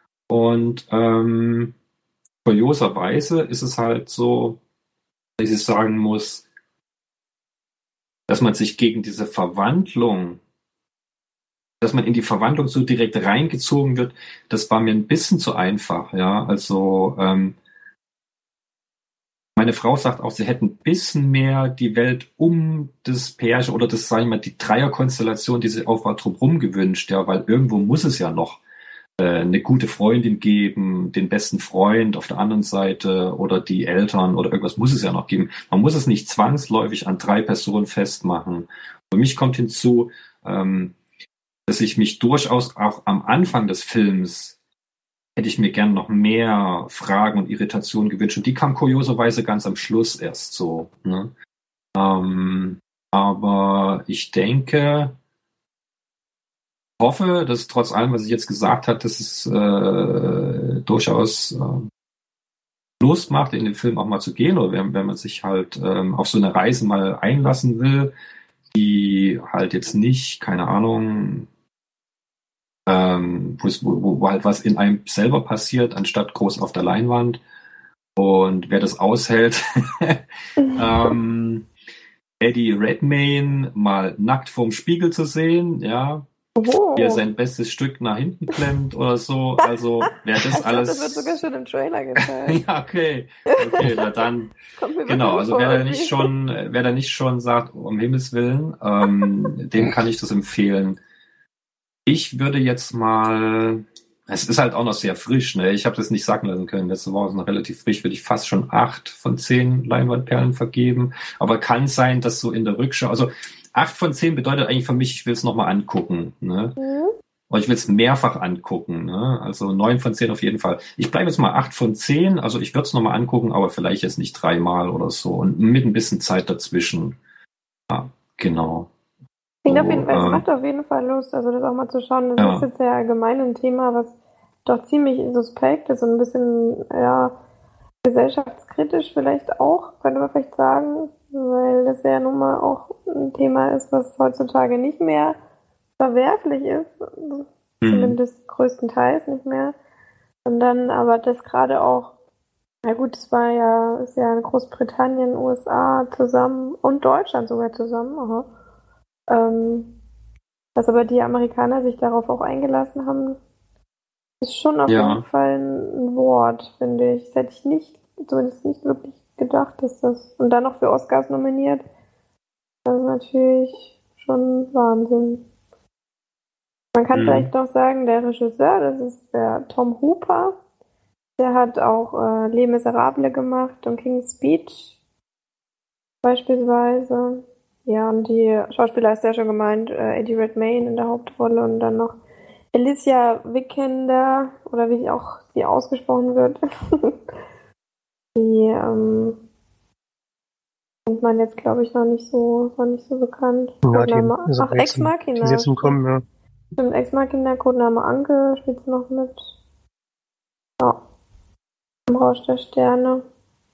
Und ähm, kurioserweise ist es halt so, dass ich sagen muss, dass man sich gegen diese Verwandlung dass man in die Verwandlung so direkt reingezogen wird, das war mir ein bisschen zu einfach. Ja, also ähm, meine Frau sagt auch, sie hätten ein bisschen mehr die Welt um das Pärchen oder das, sagen wir mal, die Dreierkonstellation, die sie aufbaut, drumherum gewünscht. Ja, weil irgendwo muss es ja noch äh, eine gute Freundin geben, den besten Freund auf der anderen Seite oder die Eltern oder irgendwas muss es ja noch geben. Man muss es nicht zwangsläufig an drei Personen festmachen. Für mich kommt hinzu, ähm, dass ich mich durchaus auch am Anfang des Films hätte ich mir gern noch mehr Fragen und Irritationen gewünscht. Und die kam kurioserweise ganz am Schluss erst so. Ne? Ähm, aber ich denke, hoffe, dass trotz allem, was ich jetzt gesagt habe, dass es äh, durchaus äh, Lust macht, in den Film auch mal zu gehen. Oder wenn, wenn man sich halt ähm, auf so eine Reise mal einlassen will, die halt jetzt nicht, keine Ahnung, ähm, wo, wo halt was in einem selber passiert, anstatt groß auf der Leinwand. Und wer das aushält, ähm, Eddie Redmayne mal nackt vorm Spiegel zu sehen, ja, Oh. wie er sein bestes Stück nach hinten klemmt oder so. Also wer das Ich glaub, alles. das wird sogar schon im Trailer gezeigt. Ja, okay. Okay, na dann. Kommt mir Genau, bekannt also vor, wer da irgendwie. nicht schon, wer da nicht schon sagt, um Himmels Willen, ähm, dem kann ich das empfehlen. Ich würde jetzt mal, es ist halt auch noch sehr frisch, ne? Ich habe das nicht sacken lassen können. Letzte Woche ist noch relativ frisch, würde ich fast schon acht von zehn Leinwandperlen vergeben. Aber kann sein, dass so in der Rückschau, also acht von zehn bedeutet eigentlich für mich, ich will es nochmal angucken, ne? Mhm. Und ich will es mehrfach angucken, ne? Also neun von zehn auf jeden Fall. Ich bleibe jetzt mal acht von zehn, also ich würde es nochmal angucken, aber vielleicht jetzt nicht dreimal oder so und mit ein bisschen Zeit dazwischen. Ja, genau. Klingt So, auf jeden Fall, es äh, macht auf jeden Fall Lust, also das auch mal zu schauen. Das Ja. ist jetzt ja allgemein ein Thema, was doch ziemlich suspekt ist und ein bisschen, ja, gesellschaftskritisch vielleicht auch, könnte man vielleicht sagen, weil das ja nun mal auch ein Thema ist, was heutzutage nicht mehr verwerflich ist, hm. zumindest größtenteils nicht mehr. Und dann aber das gerade auch, na gut, es war ja, ist ja Großbritannien, U S A zusammen und Deutschland sogar zusammen, aha. Ähm, dass aber die Amerikaner sich darauf auch eingelassen haben, Ist schon auf Ja. jeden Fall ein Wort, finde ich. Das hätte ich nicht, zumindest nicht wirklich gedacht, dass das. Und dann noch für Oscars nominiert. Das ist natürlich schon Wahnsinn. Man kann Mhm. vielleicht noch sagen, der Regisseur, das ist der Tom Hooper. Der hat auch äh, Les Miserables gemacht und King's Speech beispielsweise. Ja, und die Schauspieler hast du ja schon gemeint, äh, Eddie Redmayne in der Hauptrolle und dann noch Alicia Vikander, oder wie auch sie ausgesprochen wird. Die ähm, kennt man jetzt, glaube ich, noch nicht so, noch nicht so bekannt. Ja, die Codename, ist ach, aber jetzt Ex im- Machina. Die ist jetzt im Kommen, ja. Stimmt, Ex Machina, Codename Anke, spielt sie noch mit. Ja. Im Rausch der Sterne.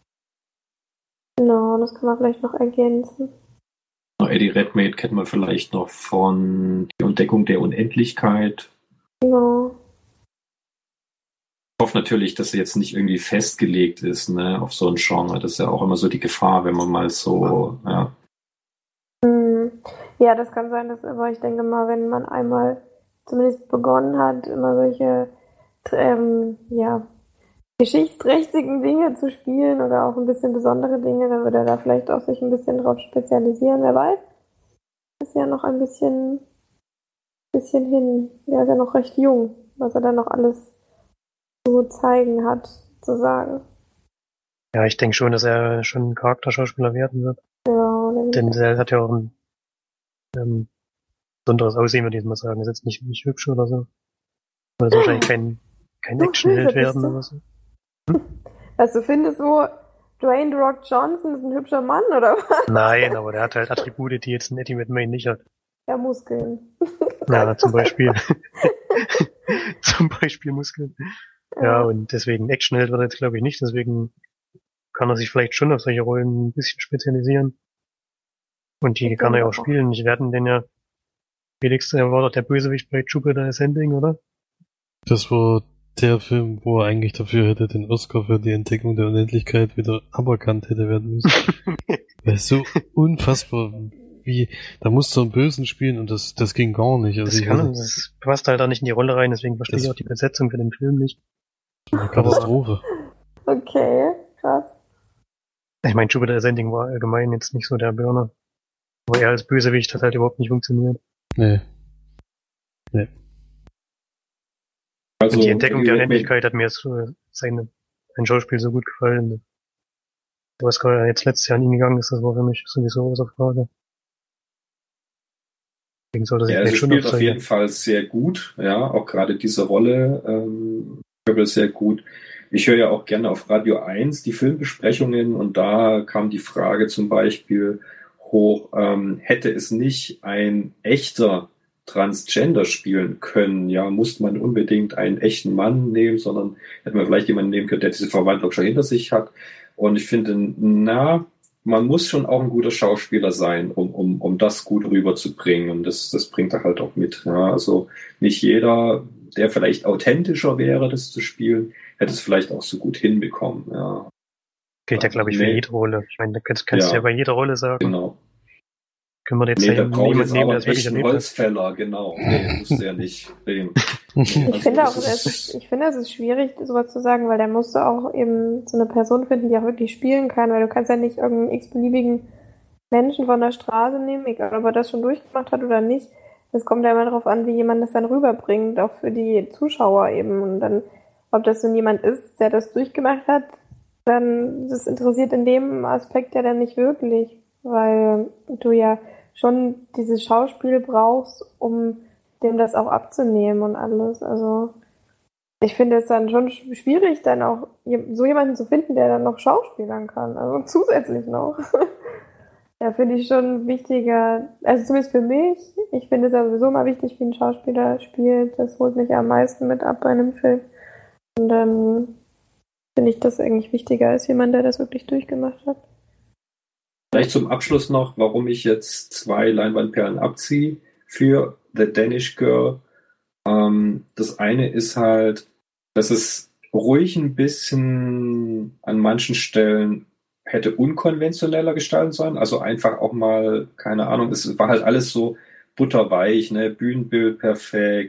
Genau, das kann man vielleicht noch ergänzen. Eddie Redmayne kennt man vielleicht noch von Die Entdeckung der Unendlichkeit. Genau. Ich hoffe natürlich, dass er jetzt nicht irgendwie festgelegt ist, ne, auf so ein Genre. Das ist ja auch immer so die Gefahr, wenn man mal so, ja. Hm. Ja, das kann sein, dass, aber ich denke mal, wenn man einmal zumindest begonnen hat, immer solche ähm, ja, geschichtsträchtigen Dinge zu spielen oder auch ein bisschen besondere Dinge, dann würde er da vielleicht auch sich ein bisschen drauf spezialisieren, wer weiß. Ist ja noch ein bisschen, bisschen hin. Der ist ja noch recht jung, was er dann noch alles zu zeigen hat, zu sagen. Ja, ich denke schon, dass er schon ein Charakterschauspieler werden wird. Ja, dann Denn er hat ja auch ein ähm, besonderes Aussehen, würde ich jetzt mal sagen. Er ist jetzt nicht, nicht hübsch oder so. Oder ist wahrscheinlich kein, kein So Actionheld böse bist werden du. oder so. was du findest, so Dwayne The Rock Johnson ist ein hübscher Mann, oder was? Nein, aber der hat halt Attribute, die jetzt ein Eddie Redmayne nicht hat. Ja, Muskeln. Ja, zum Beispiel. zum Beispiel Muskeln. Ja, und deswegen Actionheld wird er jetzt, glaube ich, nicht. Deswegen kann er sich vielleicht schon auf solche Rollen ein bisschen spezialisieren. Und die Ich kann er ja denke auch auch. spielen. Ich werde den ja, Felix, der war doch der Bösewicht bei Jupiter Ascending, oder? Das war der Film, wo er eigentlich dafür hätte den Oscar für die Entdeckung der Unendlichkeit wieder aberkannt hätte werden müssen. Weil es so unfassbar, wie, da musste er einen Bösen spielen und das, das ging gar nicht. Also Das ich kann er, weiß nicht, das passt halt auch nicht in die Rolle rein, deswegen verstehe Das- ich auch die Besetzung für den Film nicht. eine Katastrophe. Okay, krass. Ich meine, Jupiter Ascending war allgemein jetzt nicht so der Burner. Aber er als Bösewicht hat halt überhaupt nicht funktioniert. Nee. Also, Und die Entdeckung Eddie der Redmayne- Unendlichkeit hat mir so seine, sein Schauspiel so gut gefallen. Der Oscar jetzt letztes Jahr an ihn gegangen ist, das war für mich sowieso außer Frage. Deswegen sollte er sich Ja, vielleicht also schon spielt auf auf jeden solche, Fall sehr gut, ja, auch gerade diese Rolle ähm, sehr gut. Ich höre ja auch gerne auf Radio eins die Filmbesprechungen und da kam die Frage zum Beispiel hoch, ähm, hätte es nicht ein echter Transgender spielen können, ja, musste man unbedingt einen echten Mann nehmen, sondern hätte man vielleicht jemanden nehmen können, der diese Verwandlung schon hinter sich hat. Und ich finde, na, man muss schon auch ein guter Schauspieler sein, um, um, um das gut rüberzubringen. Und das, das bringt er halt auch mit. Ja. Also nicht jeder, der vielleicht authentischer wäre, das zu spielen, hätte es vielleicht auch so gut hinbekommen. Ja, gilt ja, glaube ich, für Nee. jede Rolle. Ich meine, da kannst, kannst du Ja. ja bei jeder Rolle sagen. genau. Können wir jetzt Nee, da einen- brauche ich niemanden jetzt nehmen, aber der einen das wirklich echten erlebt hat. Holzfäller, genau. Nee, musste ja nicht nehmen. Ich Also finde auch, das es ist- ist, ich finde, es ist schwierig, sowas zu sagen, weil der musste auch eben so eine Person finden, die auch wirklich spielen kann, weil du kannst ja nicht irgendeinen x-beliebigen Menschen von der Straße nehmen, egal ob er das schon durchgemacht hat oder nicht. Es kommt ja immer darauf an, wie jemand das dann rüberbringt, auch für die Zuschauer eben. Und dann, ob das so jemand ist, der das durchgemacht hat, dann, das interessiert in dem Aspekt ja dann nicht wirklich, weil du ja schon dieses Schauspiel brauchst, um dem das auch abzunehmen und alles. Also ich finde es dann schon sch- schwierig, dann auch je- so jemanden zu finden, der dann noch schauspielern kann. Also zusätzlich noch. Ja, finde ich schon wichtiger, also zumindest für mich. Ich finde es ja sowieso mal wichtig, wie ein Schauspieler spielt. Das holt mich am meisten mit ab bei einem Film. Und dann finde ich das eigentlich wichtiger als jemand, der das wirklich durchgemacht hat. Vielleicht zum Abschluss noch, warum ich jetzt zwei Leinwandperlen abziehe für The Danish Girl. Ähm, das eine ist halt, dass es ruhig ein bisschen an manchen Stellen hätte unkonventioneller gestalten sollen. Also einfach auch mal, keine Ahnung, es war halt alles so butterweich, ne? Bühnenbild perfekt,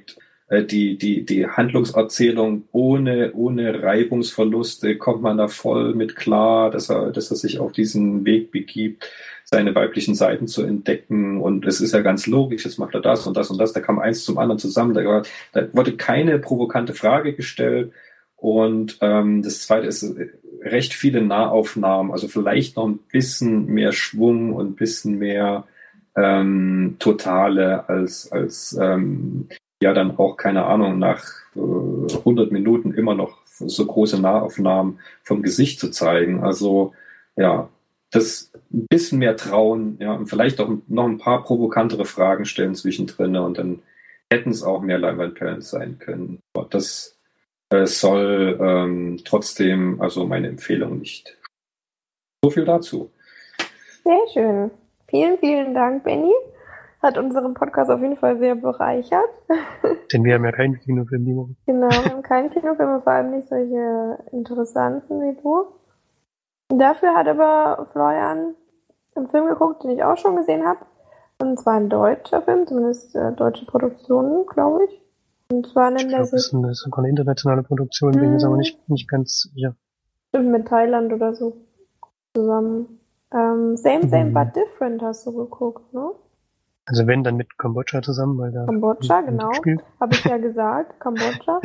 äh, die, die, die Handlungserzählung ohne, ohne Reibungsverluste kommt man da voll mit klar, dass er, dass er sich auf diesen Weg begibt, seine weiblichen Seiten zu entdecken. Und es ist ja ganz logisch, jetzt macht er das und das und das, da kam eins zum anderen zusammen, da, war, da wurde keine provokante Frage gestellt. Und ähm, das Zweite ist recht viele Nahaufnahmen, also vielleicht noch ein bisschen mehr Schwung und ein bisschen mehr ähm, Totale als, als ähm, ja dann auch, keine Ahnung, nach äh, hundert Minuten immer noch so große Nahaufnahmen vom Gesicht zu zeigen. Also ja, das ein bisschen mehr trauen, ja, und vielleicht auch noch ein paar provokantere Fragen stellen zwischendrin und dann hätten es auch mehr Leinwandperlen sein können. Aber das äh, soll ähm, trotzdem, also meine Empfehlung nicht. So viel dazu. Sehr schön. Vielen, vielen Dank, Benny. Hat unseren Podcast auf jeden Fall sehr bereichert. Denn wir haben ja keinen Kinofilm die Woche. Genau, wir haben keine Kinofilme, vor allem nicht solche interessanten wie du. Dafür hat aber Florian einen Film geguckt, den ich auch schon gesehen habe. Und zwar ein deutscher Film, zumindest äh, deutsche Produktionen, glaube ich. Und zwar nennt Ich er glaube, das sich ist eine- sogar eine internationale Produktion, bin ich jetzt aber nicht, nicht ganz sicher. bestimmt mit Thailand oder so zusammen. Ähm, Same, Same, Mhm. but Different hast du geguckt, ne? Also wenn, dann mit Kambodscha zusammen, weil da Kambodscha, mit- mit genau. spielt. Habe ich ja gesagt, Kambodscha.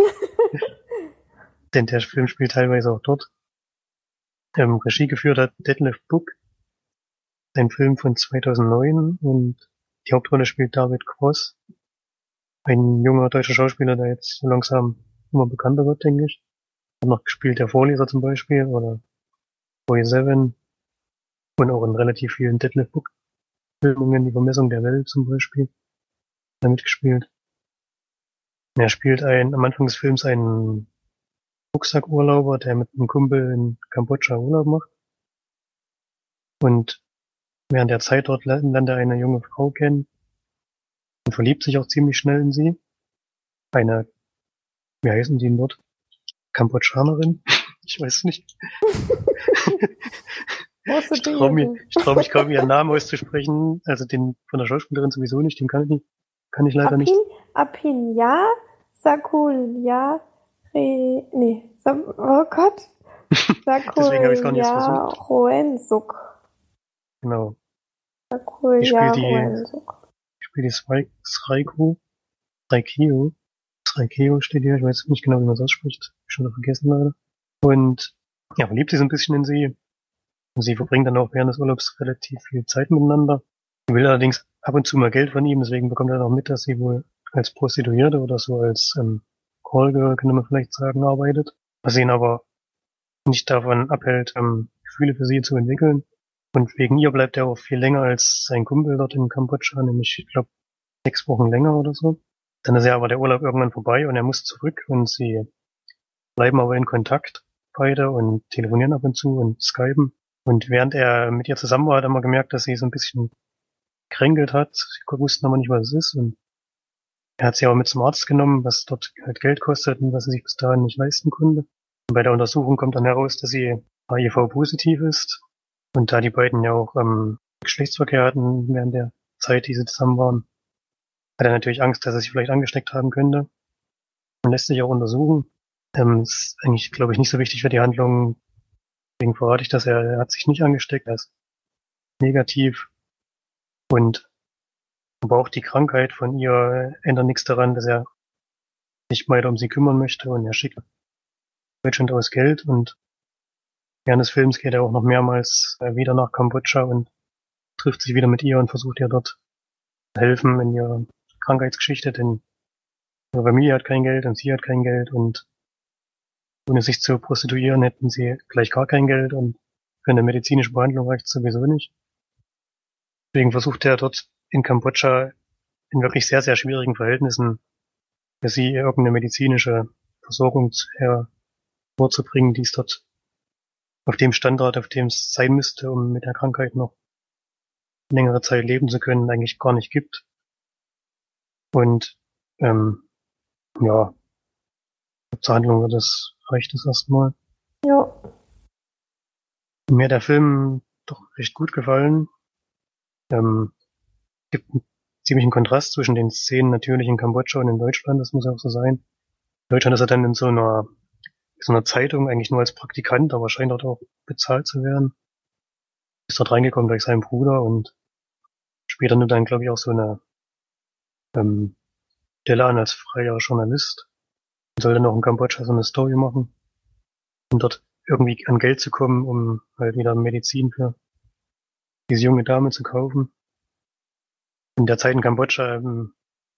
Denn der Film spielt teilweise auch dort. Ähm, Regie geführt hat Detlef Book. Ein Film von zweitausendneun und die Hauptrolle spielt David Cross. Ein junger deutscher Schauspieler, der jetzt so langsam immer bekannter wird, denke ich. Hat noch gespielt der Vorleser zum Beispiel oder Boy Seven und auch in relativ vielen Detlef Book Filmungen, die Vermessung der Welt zum Beispiel, hat er mitgespielt. Er spielt ein, am Anfang des Films einen Rucksackurlauber, der mit einem Kumpel in Kambodscha Urlaub macht. Und während der Zeit dort lernt er eine junge Frau kennen und verliebt sich auch ziemlich schnell in sie. Eine, wie heißen die denn dort? Kambodschanerin? Ich weiß nicht. Ich traue mich, ich trau mich kaum, ihren Namen auszusprechen. Also den von der Schauspielerin sowieso nicht, den kann ich nicht, kann ich leider nicht. Apin, Apinya, Sakulya, Re, nee, Sam, oh Gott. Deswegen habe ich es gar nicht erst Sakulya versucht. Hoensuk. Genau. Sakulya Ich spiele die, Hoensuk. ich spiele die Srai- Sraiko, Sraikio. Sraikio steht hier, ich weiß nicht genau, wie man es ausspricht. Hab ich schon wieder vergessen leider. Und ja, verliebt sich so ein bisschen in sie. Und sie verbringen dann auch während des Urlaubs relativ viel Zeit miteinander. Sie will allerdings ab und zu mal Geld von ihm, deswegen bekommt er auch mit, dass sie wohl als Prostituierte oder so als ähm, Callgirl, könnte man vielleicht sagen, arbeitet. Was ihn aber nicht davon abhält, ähm, Gefühle für sie zu entwickeln. Und wegen ihr bleibt er auch viel länger als sein Kumpel dort in Kambodscha, nämlich, ich glaube, sechs Wochen länger oder so. Dann ist ja aber der Urlaub irgendwann vorbei und er muss zurück und sie bleiben aber in Kontakt, beide, und telefonieren ab und zu und skypen. Und während er mit ihr zusammen war, hat er mal gemerkt, dass sie so ein bisschen gekränkelt hat. Sie wussten aber nicht, was es ist. Und er hat sie aber mit zum Arzt genommen, was dort halt Geld kostet und was sie sich bis dahin nicht leisten konnte. Und bei der Untersuchung kommt dann heraus, dass sie H I V-positiv ist. Und da die beiden ja auch ähm, Geschlechtsverkehr hatten während der Zeit, die sie zusammen waren, hat er natürlich Angst, dass er sich vielleicht angesteckt haben könnte. Und lässt sich auch untersuchen. Ähm, ist eigentlich, glaube ich, nicht so wichtig für die Handlung. Deswegen verrate ich, dass er, er hat sich nicht angesteckt, er ist negativ. Und aber auch die Krankheit von ihr ändert nichts daran, dass er sich weiter um sie kümmern möchte, und er schickt Deutschland aus Geld, und während des Films geht er auch noch mehrmals wieder nach Kambodscha und trifft sich wieder mit ihr und versucht ihr dort zu helfen in ihrer Krankheitsgeschichte, denn ihre Familie hat kein Geld und sie hat kein Geld, und ohne sich zu prostituieren hätten sie gleich gar kein Geld, und für eine medizinische Behandlung reicht es sowieso nicht. Deswegen versucht er dort in Kambodscha in wirklich sehr, sehr schwierigen Verhältnissen für sie irgendeine medizinische Versorgung hervorzubringen, die es dort auf dem Standort, auf dem es sein müsste, um mit der Krankheit noch längere Zeit leben zu können, eigentlich gar nicht gibt. Und ähm, ja, zur Handlung wird das, reicht es erstmal. Ja. Mir hat der Film doch recht gut gefallen. Ähm, gibt ziemlichen Kontrast zwischen den Szenen natürlich in Kambodscha und in Deutschland, das muss auch so sein. In Deutschland ist er dann in so einer, so einer Zeitung eigentlich nur als Praktikant, aber scheint dort auch bezahlt zu werden. Ist dort reingekommen durch seinen Bruder und später nimmt er dann, glaube ich, auch so eine ähm, Stelle an als freier Journalist und soll dann auch in Kambodscha so eine Story machen, um dort irgendwie an Geld zu kommen, um halt wieder Medizin für diese junge Dame zu kaufen. In der Zeit in Kambodscha ähm,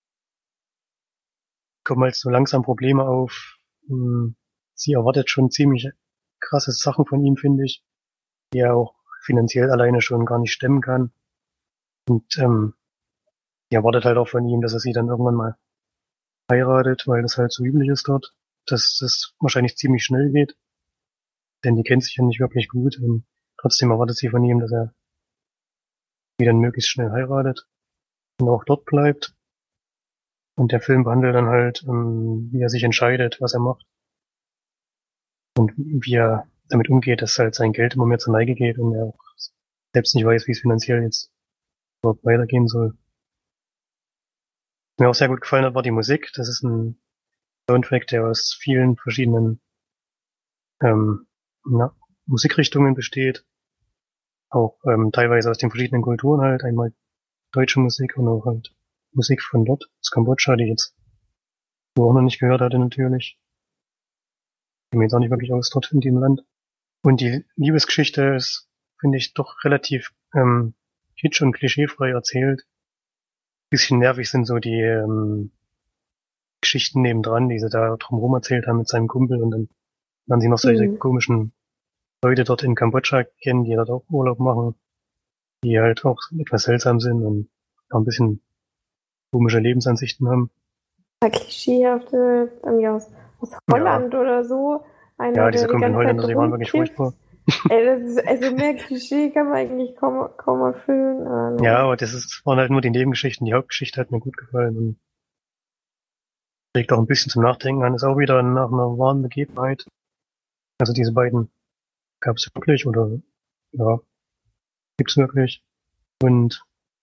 kommen halt so langsam Probleme auf. Ähm, sie erwartet schon ziemlich krasse Sachen von ihm, finde ich, die er auch finanziell alleine schon gar nicht stemmen kann. Und ähm, die erwartet halt auch von ihm, dass er sie dann irgendwann mal heiratet, weil das halt so üblich ist dort, dass das wahrscheinlich ziemlich schnell geht. Denn die kennt sich ja nicht wirklich gut und trotzdem erwartet sie von ihm, dass er sie dann möglichst schnell heiratet und auch dort bleibt. Und der Film behandelt dann halt, ähm, wie er sich entscheidet, was er macht. Und wie er damit umgeht, dass halt sein Geld immer mehr zur Neige geht und er auch selbst nicht weiß, wie es finanziell jetzt überhaupt weitergehen soll. Was mir auch sehr gut gefallen hat, war die Musik. Das ist ein Soundtrack, der aus vielen verschiedenen ähm, na, Musikrichtungen besteht. Auch ähm, teilweise aus den verschiedenen Kulturen halt. Einmal deutsche Musik und auch halt Musik von dort, aus Kambodscha, die ich jetzt auch noch nicht gehört hatte natürlich. Ich bin mir jetzt auch nicht wirklich aus dort in dem Land. Und die Liebesgeschichte ist, finde ich, doch relativ ähm, kitsch und klischeefrei erzählt. Bisschen nervig sind so die ähm, Geschichten nebendran, die sie da drumherum erzählt haben mit seinem Kumpel und dann lernen sie noch solche Mhm. komischen Leute dort in Kambodscha kennen, die dort auch Urlaub machen, die halt auch etwas seltsam sind und auch ein bisschen komische Lebensansichten haben. Ja, klischeehafte, irgendwie aus, aus Holland oder so. Einer, Ja, diese der die komischen ganze Zeit Holländer, die waren wirklich rumkifft. furchtbar. Ey, das ist, also mehr Klischee kann man eigentlich kaum, kaum erfüllen. Aber nee. Ja, aber das ist, waren halt nur die Nebengeschichten. Die Hauptgeschichte hat mir gut gefallen und regt auch ein bisschen zum Nachdenken an. Ist auch wieder nach einer wahren Begebenheit. Also diese beiden gab es wirklich oder ja, gibt's wirklich. Und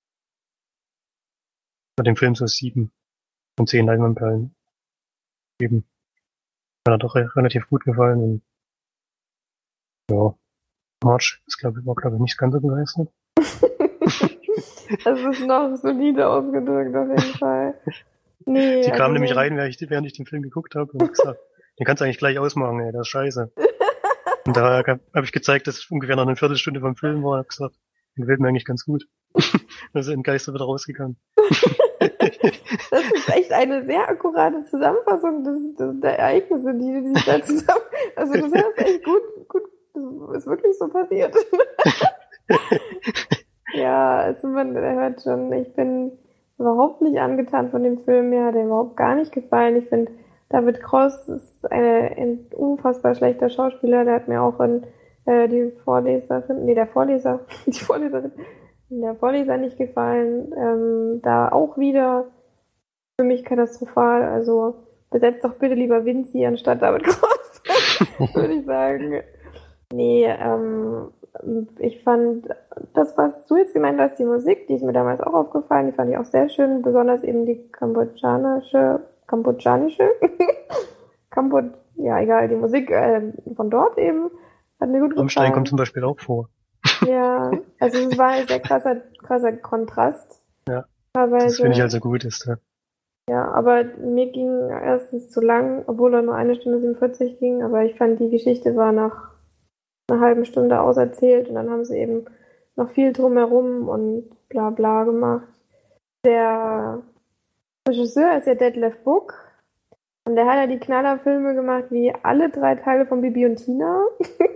bei dem Film so sieben von zehn Leinwandperlen geben. Hat er doch re- relativ gut gefallen und ja, March ist glaube ich, war glaube ich nicht ganz so begeistert. Das ist noch solide ausgedrückt auf jeden Fall. Nee, Die also kam nämlich mir- rein, während ich, während ich den Film geguckt habe und hat gesagt, den kannst du eigentlich gleich ausmachen, ey, das ist scheiße. Und da habe ich gezeigt, dass es ungefähr noch eine Viertelstunde vom Film war und habe gesagt, den gefällt mir eigentlich ganz gut. Da ist im Geiste wieder rausgegangen. Das ist echt eine sehr akkurate Zusammenfassung des, des, der Ereignisse, die sich da zusammen. Also das ist echt gut, gut, das ist wirklich so passiert. Ja, also man hört schon, ich bin überhaupt nicht angetan von dem Film, mir hat er überhaupt gar nicht gefallen. Ich finde, David Cross ist eine, ein unfassbar schlechter Schauspieler, der hat mir auch in äh, die Vorleserin, nee, der Vorleser, die Vorleserin, der Vorleser nicht gefallen. Ähm, da auch wieder für mich katastrophal. Also besetzt doch bitte lieber Vinci anstatt David Cross, würde ich sagen. Nee, ähm, ich fand das, was du jetzt gemeint hast, die Musik, die ist mir damals auch aufgefallen, die fand ich auch sehr schön, besonders eben die kambodschanische, kambodschanische, Kambod, ja egal, die Musik äh, von dort eben, hat mir gut gefallen. Rammstein kommt zum Beispiel auch vor. Ja, also es war ein sehr krasser, krasser Kontrast. Ja, teilweise. das finde ich halt so gut ist. Ja. Ja, aber mir ging erstens zu lang, obwohl er nur eine Stunde siebenundvierzig ging, aber ich fand, die Geschichte war nach einer halben Stunde auserzählt und dann haben sie eben noch viel drumherum und bla bla gemacht. Der Regisseur ist ja Detlef Book und der hat ja die Knallerfilme gemacht wie alle drei Teile von Bibi und Tina.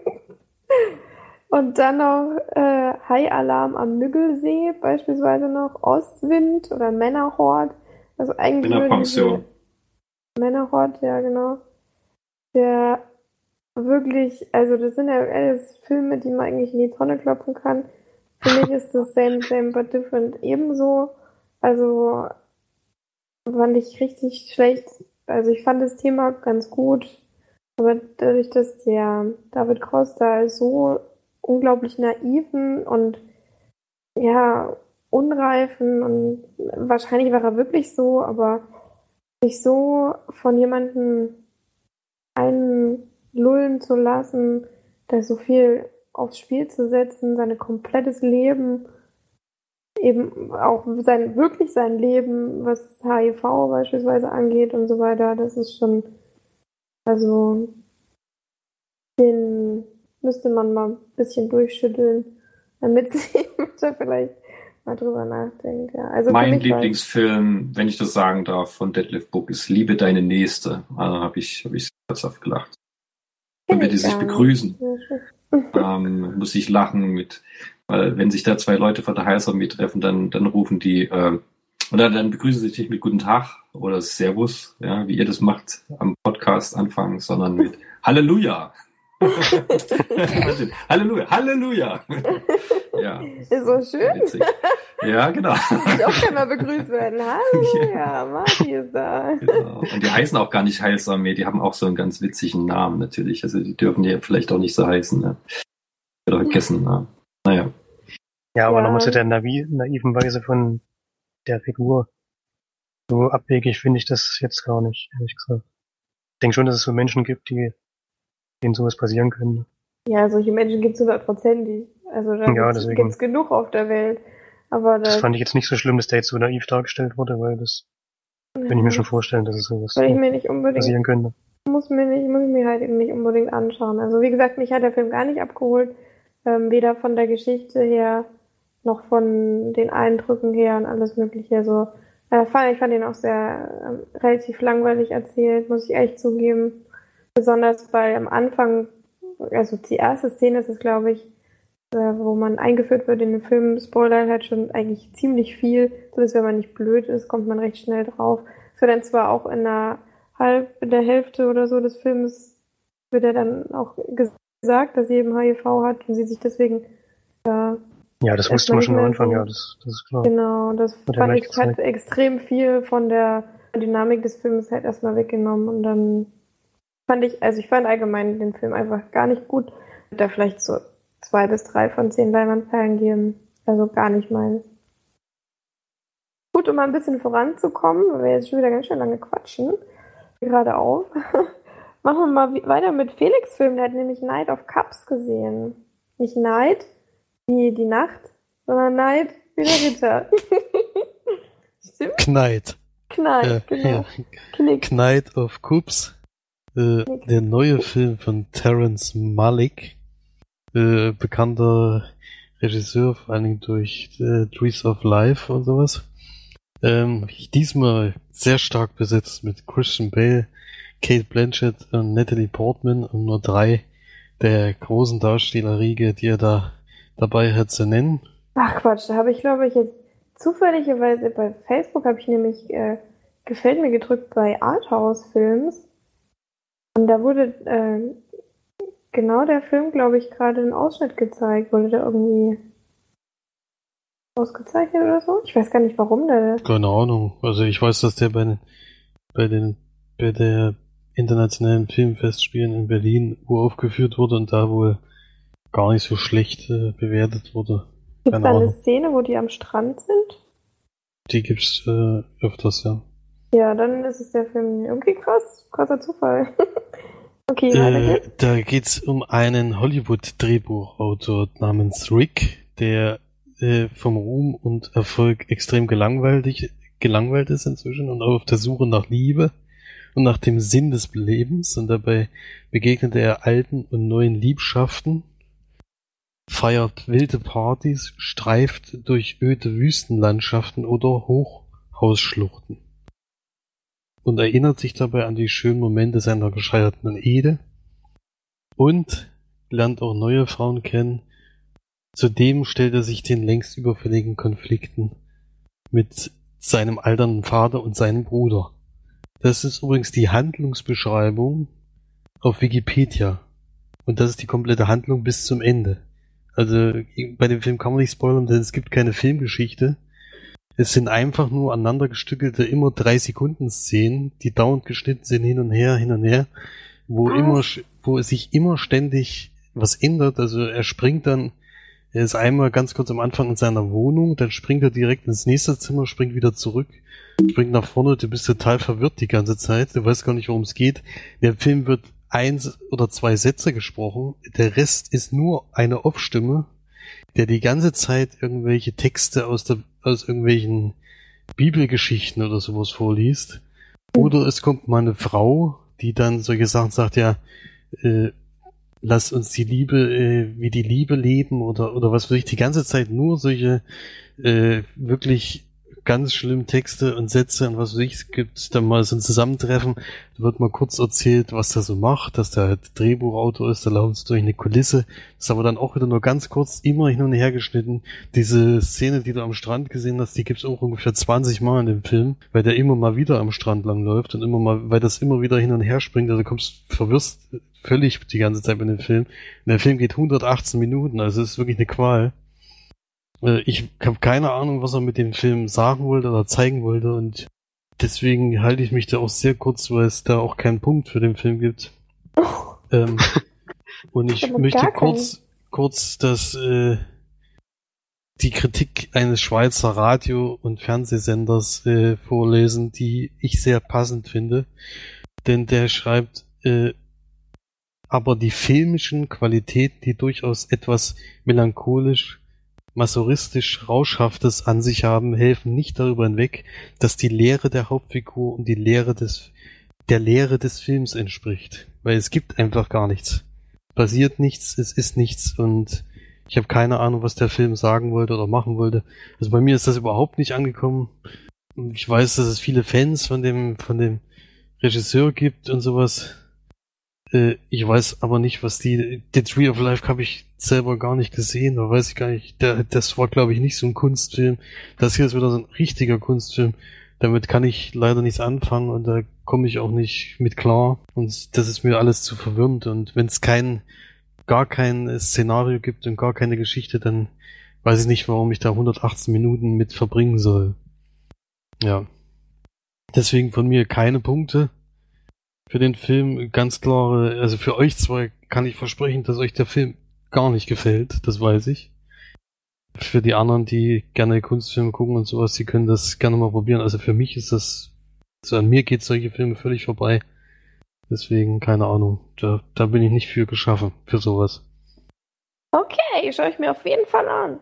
Und dann noch äh, High Alarm am Müggelsee, beispielsweise noch Ostwind oder Männerhort. Also eigentlich nur Männerpension. diese Männerhort, ja genau. Der wirklich, also das sind ja alles Filme, die man eigentlich in die Tonne klopfen kann. Für mich ist das Same, Same, but Different ebenso. Also fand ich richtig schlecht. Also ich fand das Thema ganz gut, aber dadurch, dass der David Cross da so unglaublich naiven und ja, unreifen und wahrscheinlich war er wirklich so, aber sich so von jemandem einlullen zu lassen, da so viel aufs Spiel zu setzen, sein komplettes Leben, eben auch sein, wirklich sein Leben, was H I V beispielsweise angeht und so weiter, das ist schon, also, den müsste man mal ein bisschen durchschütteln, damit sie da vielleicht mal drüber nachdenkt. Ja. Also mein Lieblingsfilm, wenn ich das sagen darf, von Detlef Buck ist Liebe deine Nächste. Also habe ich, hab ich herzhaft gelacht. Und wenn die sich begrüßen, ähm, muss ich lachen mit, weil wenn sich da zwei Leute von der Heilsarmee treffen, dann, dann rufen die, äh, oder dann begrüßen sie sich nicht mit Guten Tag oder Servus, ja, wie ihr das macht am Podcast anfangen, sondern mit Halleluja. Halleluja, Halleluja. Ja. Ist so schön. Witzig. Ja, genau. Ich auch gerne mal begrüßt werden. Halleluja, Marty ist da. Genau. Und die heißen auch gar nicht Heilsarmee, die haben auch so einen ganz witzigen Namen natürlich. Also die dürfen ja vielleicht auch nicht so heißen. Ne? Oder vergessen. Ne? Naja. Ja, aber Ja. man muss ja der naiv, naiven Weise von der Figur so abwegig finde ich das jetzt gar nicht, ehrlich gesagt. Ich denke schon, dass es so Menschen gibt, die denen sowas passieren können. Ja, solche Menschen gibt es hundertprozentig. Also da Ja, gibt deswegen. es genug auf der Welt. Aber das, Das fand ich jetzt nicht so schlimm, dass der jetzt so naiv dargestellt wurde, weil das kann ich mir schon vorstellen, dass es sowas weil ich mir nicht unbedingt passieren könnte. muss mir nicht, muss ich mir halt eben nicht unbedingt anschauen. Also wie gesagt, mich hat der Film gar nicht abgeholt, ähm, weder von der Geschichte her noch von den Eindrücken her und alles Mögliche. Also äh, fand, ich fand ihn auch sehr ähm, relativ langweilig erzählt, muss ich ehrlich zugeben. Besonders weil am Anfang, also die erste Szene ist es, glaube ich, äh, wo man eingeführt wird in den Film, spoilert halt schon eigentlich ziemlich viel, so dass wenn man nicht blöd ist, kommt man recht schnell drauf. Es wird dann zwar auch in der halb in der Hälfte oder so des Films wird er dann auch gesagt, dass sie eben H I V hat und sie sich deswegen äh, Ja, das wusste man schon am Anfang, ja, das, das ist klar. genau, das Wird ja fand gleich ich, hat gezeigt. extrem viel von der Dynamik des Films halt erstmal weggenommen und dann fand ich, also ich fand allgemein den Film einfach gar nicht gut. Ich würde da vielleicht so zwei bis drei von zehn Leinwandperlen geben. Also gar nicht meins. Gut, um mal ein bisschen voranzukommen, weil wir jetzt schon wieder ganz schön lange quatschen, gerade auf, machen wir mal wie- weiter mit Felix' Film. Der hat nämlich Night of Cups gesehen. Nicht Night, wie die Nacht, sondern Night wie der Ritter. Stimmt? Knight. Knight, Ja, genau. ja. Knick. Knight of Cups. Äh, der neue Film von Terrence Malick. Äh, bekannter Regisseur, vor allen Dingen durch äh, Trees of Life und sowas. Ähm, diesmal sehr stark besetzt mit Christian Bale, Kate Blanchett und Natalie Portman, um nur drei der großen Darstellerriege, die er da dabei hat, zu nennen. Ach Quatsch, da habe ich, glaube ich, jetzt zufälligerweise bei Facebook habe ich nämlich äh, gefällt mir gedrückt bei Arthouse-Films. Und da wurde äh, genau der Film, glaube ich, gerade einen Ausschnitt gezeigt. Wurde der irgendwie ausgezeichnet oder so? Ich weiß gar nicht, warum der. Keine Ahnung. Also ich weiß, dass der bei den, bei den, bei der internationalen Filmfestspielen in Berlin uraufgeführt wurde und da wohl gar nicht so schlecht äh, bewertet wurde. Gibt es Keine da eine Ahnung. Szene, wo die am Strand sind? Die gibt's äh, öfters, ja. Ja, dann ist es der Film. Okay, krass. Krasser Zufall. Okay, weiter Äh, geht's. da geht's um einen Hollywood-Drehbuchautor namens Rick, der äh, vom Ruhm und Erfolg extrem gelangweilt, gelangweilt ist inzwischen und auf der Suche nach Liebe und nach dem Sinn des Lebens. Und dabei begegnet er alten und neuen Liebschaften, feiert wilde Partys, streift durch öde Wüstenlandschaften oder Hochhausschluchten und erinnert sich dabei an die schönen Momente seiner gescheiterten Ehe und lernt auch neue Frauen kennen. Zudem stellt er sich den längst überfälligen Konflikten mit seinem alternden Vater und seinem Bruder. Das ist übrigens die Handlungsbeschreibung auf Wikipedia. Und das ist die komplette Handlung bis zum Ende. Also bei dem Film kann man nicht spoilern, denn es gibt keine Filmgeschichte. Es sind einfach nur aneinander gestückelte, immer drei Sekunden Szenen, die dauernd geschnitten sind, hin und her, hin und her, wo Ah. immer, wo es sich immer ständig was ändert. Also er springt dann Er ist einmal ganz kurz am Anfang in seiner Wohnung, dann springt er direkt ins nächste Zimmer, springt wieder zurück, springt nach vorne, du bist total verwirrt die ganze Zeit, du weißt gar nicht, worum es geht. Der Film wird eins oder zwei Sätze gesprochen, der Rest ist nur eine Off-Stimme, der die ganze Zeit irgendwelche Texte aus der, aus irgendwelchen Bibelgeschichten oder sowas vorliest. Oder es kommt mal eine Frau, die dann solche Sachen sagt, ja, äh, lass uns die Liebe, äh, wie die Liebe leben oder oder was weiß ich, die ganze Zeit nur solche äh, wirklich ganz schlimmen Texte und Sätze und was weiß ich. Es gibt dann mal so ein Zusammentreffen, da wird mal kurz erzählt, was der so macht, dass der halt Drehbuchautor ist, da laufen sie durch eine Kulisse, das ist aber dann auch wieder nur ganz kurz immer hin und her geschnitten. Diese Szene, die du am Strand gesehen hast, die gibt's auch ungefähr zwanzig Mal in dem Film, weil der immer mal wieder am Strand langläuft und immer mal, weil das immer wieder hin und her springt, also du kommst verwirrst völlig die ganze Zeit mit dem Film. Und der Film geht hundertachtzehn Minuten, also es ist wirklich eine Qual. Ich habe keine Ahnung, was er mit dem Film sagen wollte oder zeigen wollte und deswegen halte ich mich da auch sehr kurz, weil es da auch keinen Punkt für den Film gibt. Oh. Ähm, und ich möchte kurz, kurz das, äh, die Kritik eines Schweizer Radio- und Fernsehsenders äh, vorlesen, die ich sehr passend finde. Denn der schreibt, äh, aber die filmischen Qualitäten, die durchaus etwas melancholisch masochistisch Rauschhaftes an sich haben, helfen nicht darüber hinweg, dass die Lehre der Hauptfigur und die Lehre des der Lehre des Films entspricht. Weil es gibt einfach gar nichts. Passiert nichts, es ist nichts und ich habe keine Ahnung, was der Film sagen wollte oder machen wollte. Also bei mir ist das überhaupt nicht angekommen. Ich weiß, dass es viele Fans von dem von dem Regisseur gibt und sowas. Ich weiß aber nicht, was die... The Tree of Life habe ich selber gar nicht gesehen, da weiß ich gar nicht. Der, das war, glaube ich, nicht so ein Kunstfilm. Das hier ist wieder so ein richtiger Kunstfilm. Damit kann ich leider nichts anfangen und da komme ich auch nicht mit klar. Und das ist mir alles zu verwirrend. Und wenn es kein, gar kein Szenario gibt und gar keine Geschichte, dann weiß ich nicht, warum ich da hundertachtzehn Minuten mit verbringen soll. Ja. Deswegen von mir keine Punkte. Für den Film ganz klare, also für euch zwei kann ich versprechen, dass euch der Film gar nicht gefällt, das weiß ich. Für die anderen, die gerne Kunstfilme gucken und sowas, die können das gerne mal probieren. Also für mich ist das, also an mir geht solche Filme völlig vorbei. Deswegen, keine Ahnung, da, da bin ich nicht für geschaffen, für sowas. Okay, schaue ich mir auf jeden Fall an.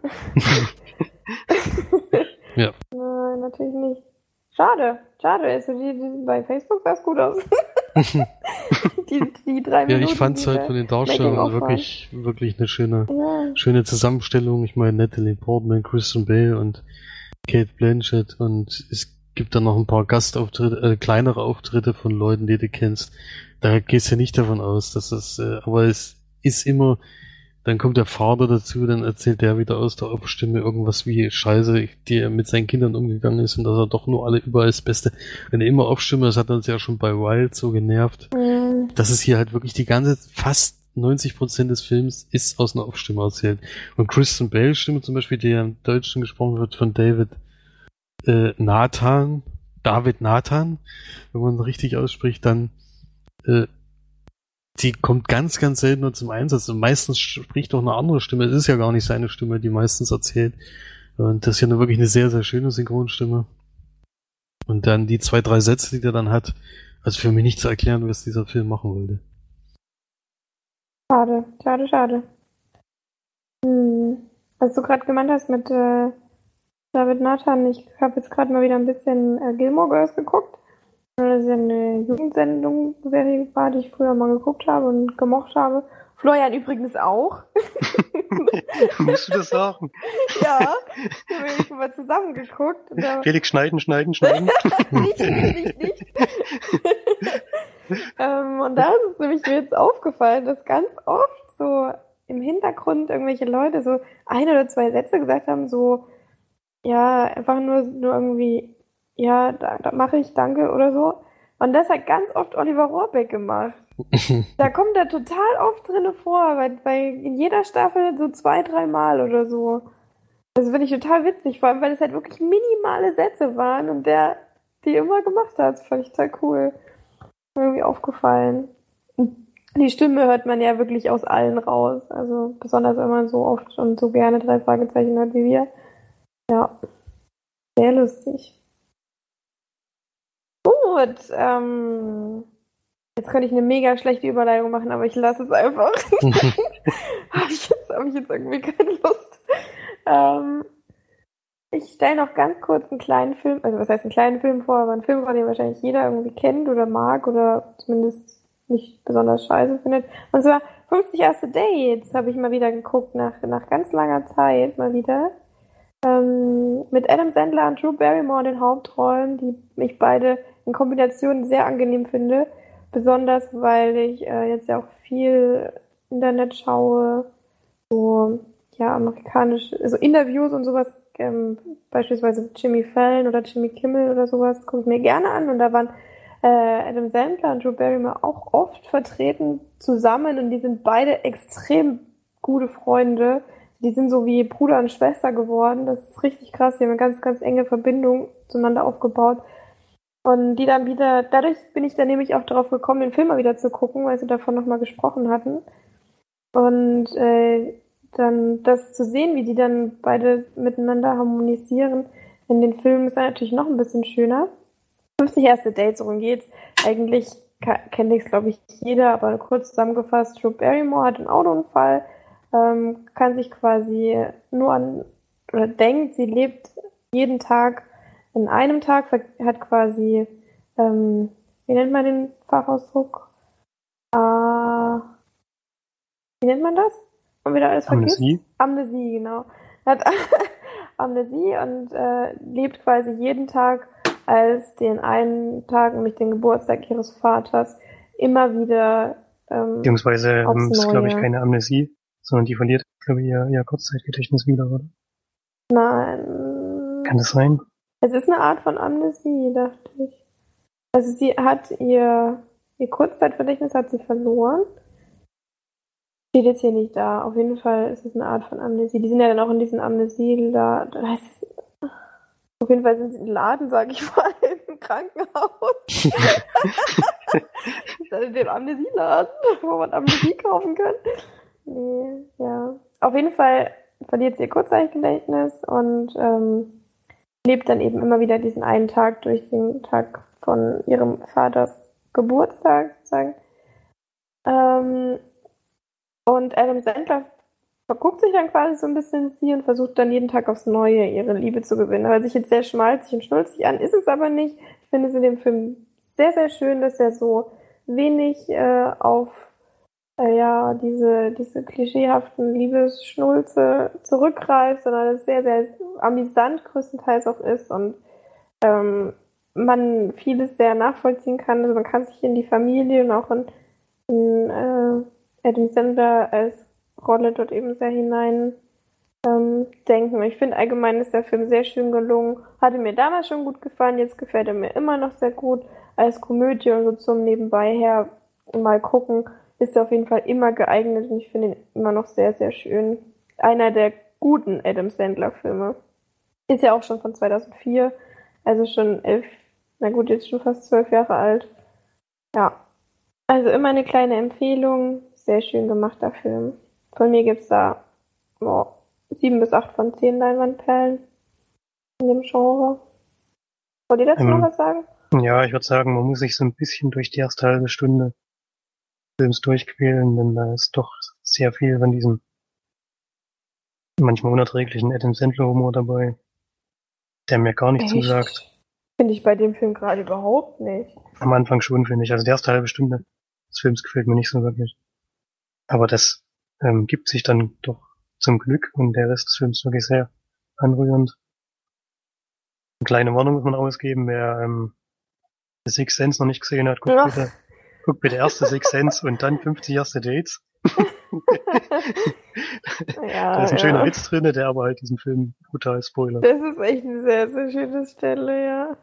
Ja. Nein, natürlich nicht. Schade, schade. Also die, die, bei Facebook sah es gut aus. die, die drei ja, Minuten. ich fand es halt von den Darstellern wirklich, wirklich eine schöne, ja. schöne Zusammenstellung. Ich meine, Natalie Portman, Christian Bale und Cate Blanchett und es gibt dann noch ein paar Gastauftritte, äh, kleinere Auftritte von Leuten, die du kennst. Da gehst du ja nicht davon aus, dass das, äh, aber es ist immer, dann kommt der Vater dazu, dann erzählt der wieder aus der Off-Stimme irgendwas wie Scheiße, die er mit seinen Kindern umgegangen ist und dass er doch nur alle überall das Beste. Wenn er immer Off-Stimme, das hat uns ja schon bei Wild so genervt. Mhm. Das ist hier halt wirklich die ganze, fast neunzig Prozent des Films ist aus einer Off-Stimme erzählt. Und Christian Bale Stimme zum Beispiel, die ja im Deutschen gesprochen wird von David äh, Nathan, David Nathan, wenn man richtig ausspricht, dann äh, die kommt ganz, ganz selten nur zum Einsatz. Und meistens spricht doch eine andere Stimme. Es ist ja gar nicht seine Stimme, die meistens erzählt. Und das ist ja eine, wirklich eine sehr, sehr schöne Synchronstimme. Und dann die zwei, drei Sätze, die der dann hat, also für mich nicht zu erklären, was dieser Film machen wollte. Schade, schade, schade. Hm. Was du gerade gemeint hast mit äh, David Nathan, ich habe jetzt gerade mal wieder ein bisschen äh, Gilmore Girls geguckt. Das ist ja eine Jugendsendung, Serie war, die ich früher mal geguckt habe und gemocht habe. Florian übrigens auch. Musst du das sagen? Ja, da haben wir mal zusammen geguckt. Da Felix, schneiden, schneiden, schneiden. nicht, nicht, nicht. ähm, und da ist es nämlich mir jetzt aufgefallen, dass ganz oft so im Hintergrund irgendwelche Leute so ein oder zwei Sätze gesagt haben, so, ja, einfach nur, nur irgendwie, ja, da, da mache ich, danke oder so. Und das hat ganz oft Oliver Rohrbeck gemacht. Da kommt er total oft drinne vor, weil, weil in jeder Staffel so zwei, drei Mal oder so. Das finde ich total witzig, vor allem, weil es halt wirklich minimale Sätze waren und der die immer gemacht hat. Das fand ich total cool. Mir irgendwie aufgefallen. die Stimme hört man ja wirklich aus allen raus. Also besonders wenn man so oft und so gerne drei Fragezeichen hört wie wir. Ja, sehr lustig. Gut, ähm, jetzt könnte ich eine mega schlechte Überleitung machen, aber ich lasse es einfach. Habe ich, jetzt- hab ich jetzt irgendwie keine Lust. Ähm, ich stelle noch ganz kurz einen kleinen Film, also was heißt einen kleinen Film vor, aber einen Film vor, den wahrscheinlich jeder irgendwie kennt oder mag oder zumindest nicht besonders scheiße findet. Und zwar fünfzig erste Dates habe ich mal wieder geguckt, nach, nach ganz langer Zeit mal wieder. Ähm, mit Adam Sandler und Drew Barrymore in den Hauptrollen, die ich beide in Kombination sehr angenehm finde. Besonders, weil ich äh, jetzt ja auch viel Internet schaue, so ja, amerikanische, also Interviews und sowas, ähm, beispielsweise Jimmy Fallon oder Jimmy Kimmel oder sowas, gucke ich mir gerne an. Und da waren äh, Adam Sandler und Drew Barrymore auch oft vertreten zusammen und die sind beide extrem gute Freunde. Die sind so wie Bruder und Schwester geworden. Das ist richtig krass. Die haben eine ganz, ganz enge Verbindung zueinander aufgebaut. Und die dann wieder, dadurch bin ich dann nämlich auch darauf gekommen, den Film mal wieder zu gucken, weil sie davon nochmal gesprochen hatten. Und äh, dann das zu sehen, wie die dann beide miteinander harmonisieren in den Filmen, ist dann natürlich noch ein bisschen schöner. fünfzig erste Dates, worum geht's? Eigentlich ka- kennt ich es, glaube ich, jeder, aber kurz zusammengefasst, Drew Barrymore hat einen Autounfall, ähm, kann sich quasi nur an, oder denkt, sie lebt jeden Tag in einem Tag, ver- hat quasi, ähm, wie nennt man den Fachausdruck? Äh, wie nennt man das? Und wieder alles vergisst? Amnesie. Amnesie, genau. Hat Amnesie und äh, lebt quasi jeden Tag als den einen Tag, nämlich den Geburtstag ihres Vaters, immer wieder ähm, Beziehungsweise ähm, aufs ist, glaube ich, Neue. keine Amnesie, sondern die verliert, glaube ich, ihr, ihr Kurzzeitgedächtnis wieder, oder? Nein. Kann das sein? Es ist eine Art von Amnesie, dachte ich. Also sie hat ihr, ihr Kurzzeitgedächtnis hat sie verloren. Steht jetzt hier nicht da. Auf jeden Fall ist es eine Art von Amnesie. Die sind ja dann auch in diesen Amnesie, da, da heißt es, auf jeden Fall sind sie im Laden, sage ich mal, im Krankenhaus. Ist das in dem Amnesieladen, wo man Amnesie kaufen kann? Nee, ja. Auf jeden Fall verliert sie ihr Kurzzeitgedächtnis und ähm, lebt dann eben immer wieder diesen einen Tag durch den Tag von ihrem Vaters Geburtstag, sozusagen. Ähm, und Adam Sandler verguckt sich dann quasi so ein bisschen in sie und versucht dann jeden Tag aufs Neue ihre Liebe zu gewinnen. Hört sich jetzt sehr schmalzig und schnulzig an, ist es aber nicht. Ich finde es in dem Film sehr, sehr schön, dass er so wenig äh, auf äh, ja, diese, diese klischeehaften Liebesschnulze zurückgreift, sondern es sehr, sehr amüsant größtenteils auch ist und ähm, man vieles sehr nachvollziehen kann. Also man kann sich in die Familie und auch in, in äh, Adam Sandler als Rolle dort eben sehr hinein ähm, denken. Ich finde allgemein ist der Film sehr schön gelungen. Hatte mir damals schon gut gefallen, jetzt gefällt er mir immer noch sehr gut. Als Komödie und so zum Nebenbei her mal gucken, ist er auf jeden Fall immer geeignet und ich finde ihn immer noch sehr, sehr schön. Einer der guten Adam Sandler Filme. Ist ja auch schon von zweitausendvier, also schon elf, na gut, jetzt schon fast zwölf Jahre alt. Ja, also immer eine kleine Empfehlung, sehr schön gemachter Film. Von mir gibt's da oh, sieben bis acht von zehn Leinwandperlen in dem Genre. Wollt ihr dazu Ähm, noch was sagen? Ja, ich würde sagen, man muss sich so ein bisschen durch die erste halbe Stunde des Films durchquälen, denn da ist doch sehr viel von diesem manchmal unerträglichen Adam Sandler Humor dabei, der mir gar nicht zusagt. Finde ich bei dem Film gerade überhaupt nicht. Am Anfang schon, finde ich. Also die erste halbe Stunde des Films gefällt mir nicht so wirklich. Aber das ähm, gibt sich dann doch zum Glück und der Rest des Films wirklich sehr anrührend. Eine kleine Warnung muss man ausgeben, wer ähm, The Sixth Sense noch nicht gesehen hat, guckt Ach. bitte, guckt bitte erst The Sixth Sense und dann fünfzig erste Dates. Ja, Da ist ein ja. schöner Witz drin, der aber halt diesen Film brutal spoilert. Das ist echt eine sehr, sehr schöne Stelle, ja.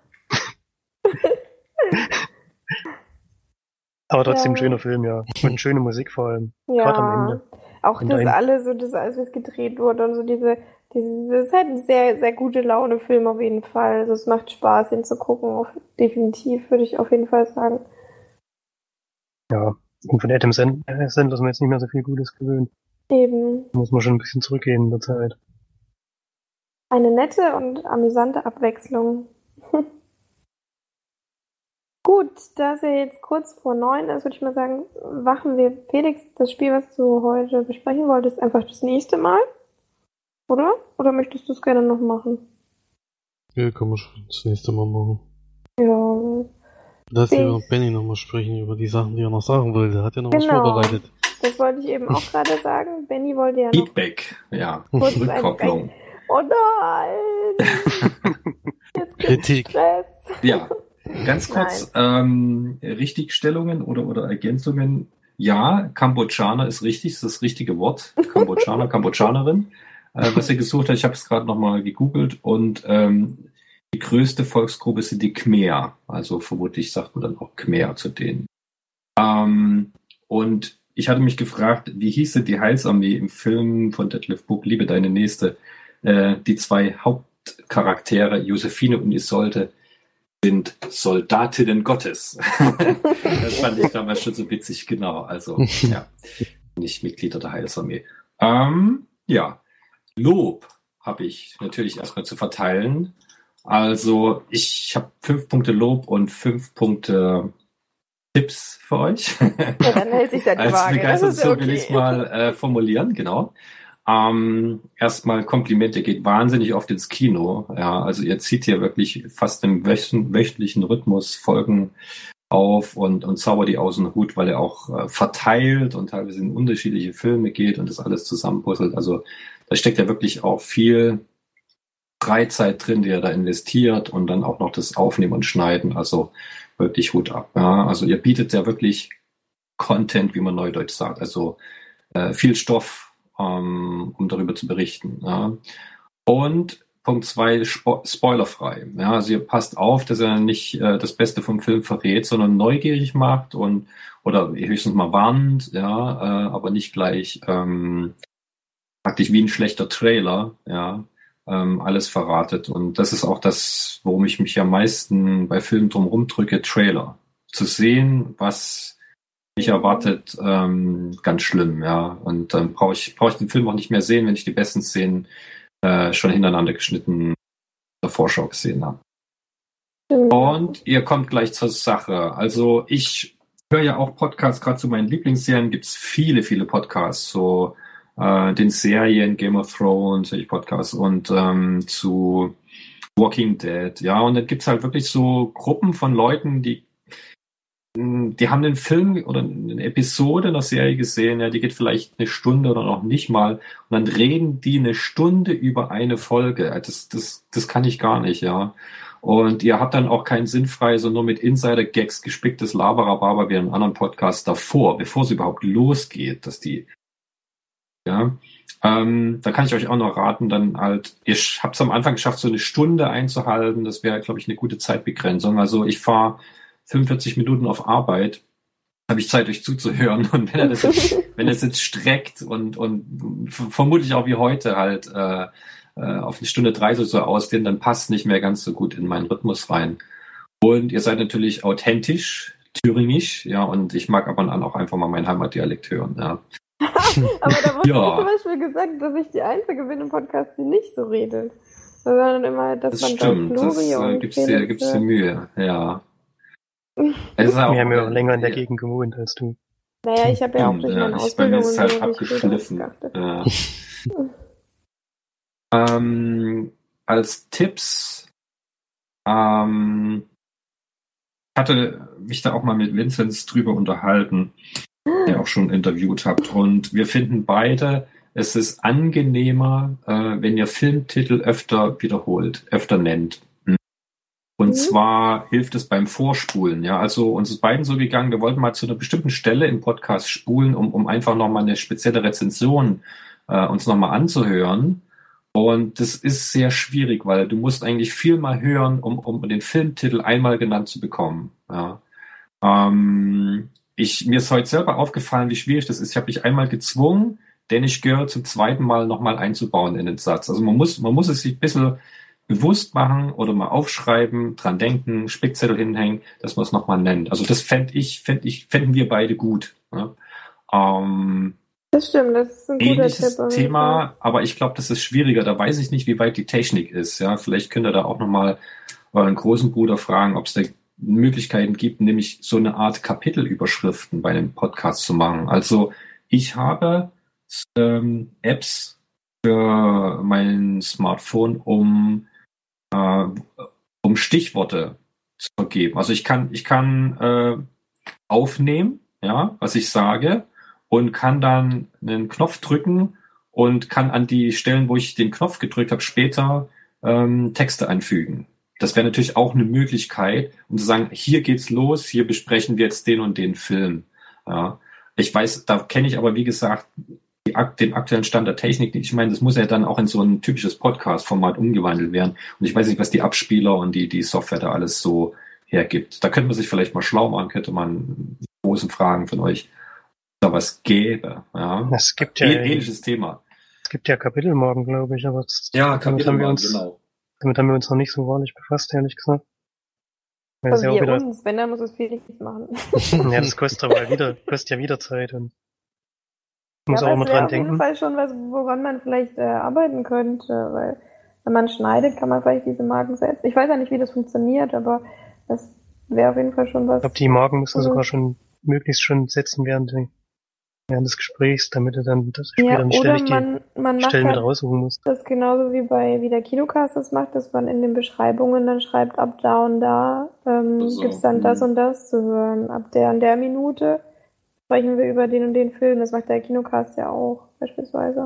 Aber trotzdem Ja. ein schöner Film, ja. Und schöne Musik vor allem. Gerade am Ja, Ende. auch Und das ein- alles, so das alles, was gedreht wurde und so diese, diese, das ist halt ein sehr, sehr gute Laune-Film auf jeden Fall. Also es macht Spaß, ihn zu gucken, auf, definitiv, würde ich auf jeden Fall sagen. Ja, Und von Adam Sand- äh, Sandler sind wir jetzt nicht mehr so viel Gutes gewöhnt. Eben. Da muss man schon ein bisschen zurückgehen in der Zeit. Eine nette und amüsante Abwechslung. Gut, da es ja jetzt kurz vor neun ist, würde ich mal sagen, machen wir, Felix, das Spiel, was du heute besprechen wolltest, einfach das nächste Mal? Oder? Oder möchtest du es gerne noch machen? Ja, kann man schon das nächste Mal machen. Ja. Lass Ich- lieber Benny nochmal sprechen über die Sachen, die er noch sagen wollte. Er hat ja noch was Genau. vorbereitet. Das wollte ich eben auch gerade sagen. Benny wollte ja noch Feedback, ja. kurz ein... Rückkopplung. Oh nein! Jetzt gibt's Kritik. Stress. Ja, ganz kurz, ähm, Richtigstellungen oder, oder Ergänzungen. Ja, Kambodschaner ist richtig, ist das richtige Wort. Kambodschaner, Kambodschanerin. Äh, was ihr gesucht habt, ich habe es gerade nochmal gegoogelt und ähm, die größte Volksgruppe sind die Khmer. Also vermutlich sagt man dann auch Khmer zu denen. Ähm, und ich hatte mich gefragt, wie hieße die Heilsarmee im Film von Detlef Buck, Liebe deine Nächste? Äh, die zwei Hauptcharaktere, Josephine und Isolde, sind Soldatinnen Gottes. Das fand ich damals schon so witzig, genau. Also, ja, nicht Mitglieder der Heilsarmee. Ähm, ja, Lob habe ich natürlich erstmal zu verteilen. Also, ich habe fünf Punkte Lob und fünf Punkte Tipps für euch. Ja, dann hält sich ja die Als Waage. Das begeistert ist so okay. will ich es mal äh, formulieren, genau. Ähm, erstmal Komplimente, geht wahnsinnig oft ins Kino. Ja, also ihr zieht hier wirklich fast im wöch- wöchentlichen Rhythmus Folgen auf und, und zaubert die aus dem Hut, weil er auch äh, verteilt und teilweise in unterschiedliche Filme geht und das alles zusammenpuzzelt. Also da steckt ja wirklich auch viel Freizeit drin, die er da investiert und dann auch noch das Aufnehmen und Schneiden. Also wirklich Hut ab. Ja, also ihr bietet ja wirklich Content, wie man neudeutsch sagt. Also äh, viel Stoff, um, um darüber zu berichten. Ja. Und Punkt zwei, spo- spoilerfrei. Ja, also ihr passt auf, dass er nicht äh, das Beste vom Film verrät, sondern neugierig macht und oder höchstens mal warnt, ja, äh, aber nicht gleich ähm, praktisch wie ein schlechter Trailer, ja, ähm, alles verratet. Und das ist auch das, worum ich mich am meisten bei Filmen drum rumdrücke, Trailer. Zu sehen, was mich erwartet, ähm, ganz schlimm, ja. Und dann brauche ich, brauche ich den Film auch nicht mehr sehen, wenn ich die besten Szenen äh, schon hintereinander geschnitten in der Vorschau gesehen habe. Und ihr kommt gleich zur Sache. Also ich höre ja auch Podcasts, gerade zu meinen Lieblingsserien gibt es viele, viele Podcasts, so äh, den Serien Game of Thrones, ich Podcasts und ähm, zu Walking Dead, ja. Und dann gibt es halt wirklich so Gruppen von Leuten, die die haben den Film oder eine Episode einer Serie gesehen, ja, die geht vielleicht eine Stunde oder noch nicht mal. Und dann reden die eine Stunde über eine Folge. Das, das, das kann ich gar nicht, ja. Und ihr habt dann auch keinen sinnfrei, so nur mit Insider-Gags gespicktes Laberababer wie in einem anderen Podcast davor, bevor es überhaupt losgeht, dass die, ja. Ähm, da kann ich euch auch noch raten, dann halt, ihr habt es am Anfang geschafft, so eine Stunde einzuhalten. Das wäre, glaube ich, eine gute Zeitbegrenzung. Also ich fahre fünfundvierzig Minuten auf Arbeit, habe ich Zeit, euch zuzuhören. Und wenn er das jetzt, wenn er es jetzt streckt und, und vermutlich auch wie heute halt äh, äh, auf eine Stunde dreißig so ausdehnt, dann passt nicht mehr ganz so gut in meinen Rhythmus rein. Und ihr seid natürlich authentisch, thüringisch, ja, und ich mag ab und an auch einfach mal meinen Heimatdialekt hören, ja. Aber da wurde Ja. zum Beispiel gesagt, dass ich die Einzige bin im Podcast, die nicht so redet. Sondern immer, dass Das man stimmt, bei das Flori äh, und gibt's dir, Felix gibt's dir hört. Mühe, ja. Es ist auch, Wir haben ja auch äh, länger in der ja, Gegend gewohnt als du. Naja, ich habe ja auch stimmt, durch ja, meine ich, bei mir Ausbildung ist es und halt so nicht viel abgeschliffen. drauf geachtet. Ja. ähm, als Tipps, ähm, ich hatte mich da auch mal mit Vinzenz drüber unterhalten, der auch schon interviewt habt. Und wir finden beide, es ist angenehmer, äh, wenn ihr Filmtitel öfter wiederholt, öfter nennt. Und Mhm. zwar hilft es beim Vorspulen. Ja, also uns ist beiden so gegangen, wir wollten mal zu einer bestimmten Stelle im Podcast spulen, um, um einfach nochmal eine spezielle Rezension äh, uns nochmal anzuhören. Und das ist sehr schwierig, weil du musst eigentlich viel mal hören, um, um den Filmtitel einmal genannt zu bekommen. Ja. Ähm, ich, mir ist heute selber aufgefallen, wie schwierig das ist. Ich habe mich einmal gezwungen, Danish Girl zum zweiten Mal nochmal einzubauen in den Satz. Also man muss, man muss es sich ein bisschen bewusst machen oder mal aufschreiben, dran denken, Spickzettel hinhängen, dass man es nochmal nennt. Also das fände ich, fänd ich, fänden wir beide gut. Ne? Ähm, Das stimmt, das ist ein guter ähnliches Tipp. Thema, aber ich glaube, das ist schwieriger. Da weiß ich nicht, wie weit die Technik ist. Ja, vielleicht könnt ihr da auch nochmal euren großen Bruder fragen, ob es da Möglichkeiten gibt, nämlich so eine Art Kapitelüberschriften bei einem Podcast zu machen. Also ich habe ähm, Apps für mein Smartphone, um äh, um Stichworte zu vergeben. Also ich kann ich kann äh, aufnehmen, ja, was ich sage, und kann dann einen Knopf drücken und kann an die Stellen, wo ich den Knopf gedrückt habe, später ähm, Texte anfügen. Das wäre natürlich auch eine Möglichkeit, um zu sagen, hier geht's los, hier besprechen wir jetzt den und den Film. Ja. Ich weiß, da kenne ich aber, wie gesagt, die, den aktuellen Stand der Technik nicht. Ich meine, das muss ja dann auch in so ein typisches Podcast-Format umgewandelt werden. Und ich weiß nicht, was die Abspieler und die, die Software da alles so hergibt. Da könnte man sich vielleicht mal schlau machen, könnte man großen Fragen von euch, ob da was gäbe. Ja. Es gibt ja ähnliches Thema. Es gibt ja Kapitelmarken, glaube ich, aber das, ja, damit haben wir uns, genau. damit haben wir uns noch nicht so wahrlich befasst, ehrlich gesagt. Weil Also ja wir wieder, uns, wenn, dann muss es Felix machen. ja, das kostet aber wieder, kostet ja wieder Zeit und muss ja, auch aber immer es wäre dran auf jeden denken. Fall schon was, woran man vielleicht äh, arbeiten könnte, weil wenn man schneidet, kann man vielleicht diese Marken setzen. Ich weiß ja nicht, wie das funktioniert, aber das wäre auf jeden Fall schon was. Ich glaube, die Marken müssen also, sogar schon möglichst schon setzen während, während des Gesprächs, damit er dann das später ja, nicht oder ständig man, man die macht Stellen halt mit raussuchen muss. das genauso wie bei wie der Kinocast das macht, dass man in den Beschreibungen dann schreibt, ab da und da ähm, Also, gibt's dann das mh. und das zu hören. Ab der und der Minute sprechen wir über den und den Film. Das macht der Kinocast ja auch beispielsweise.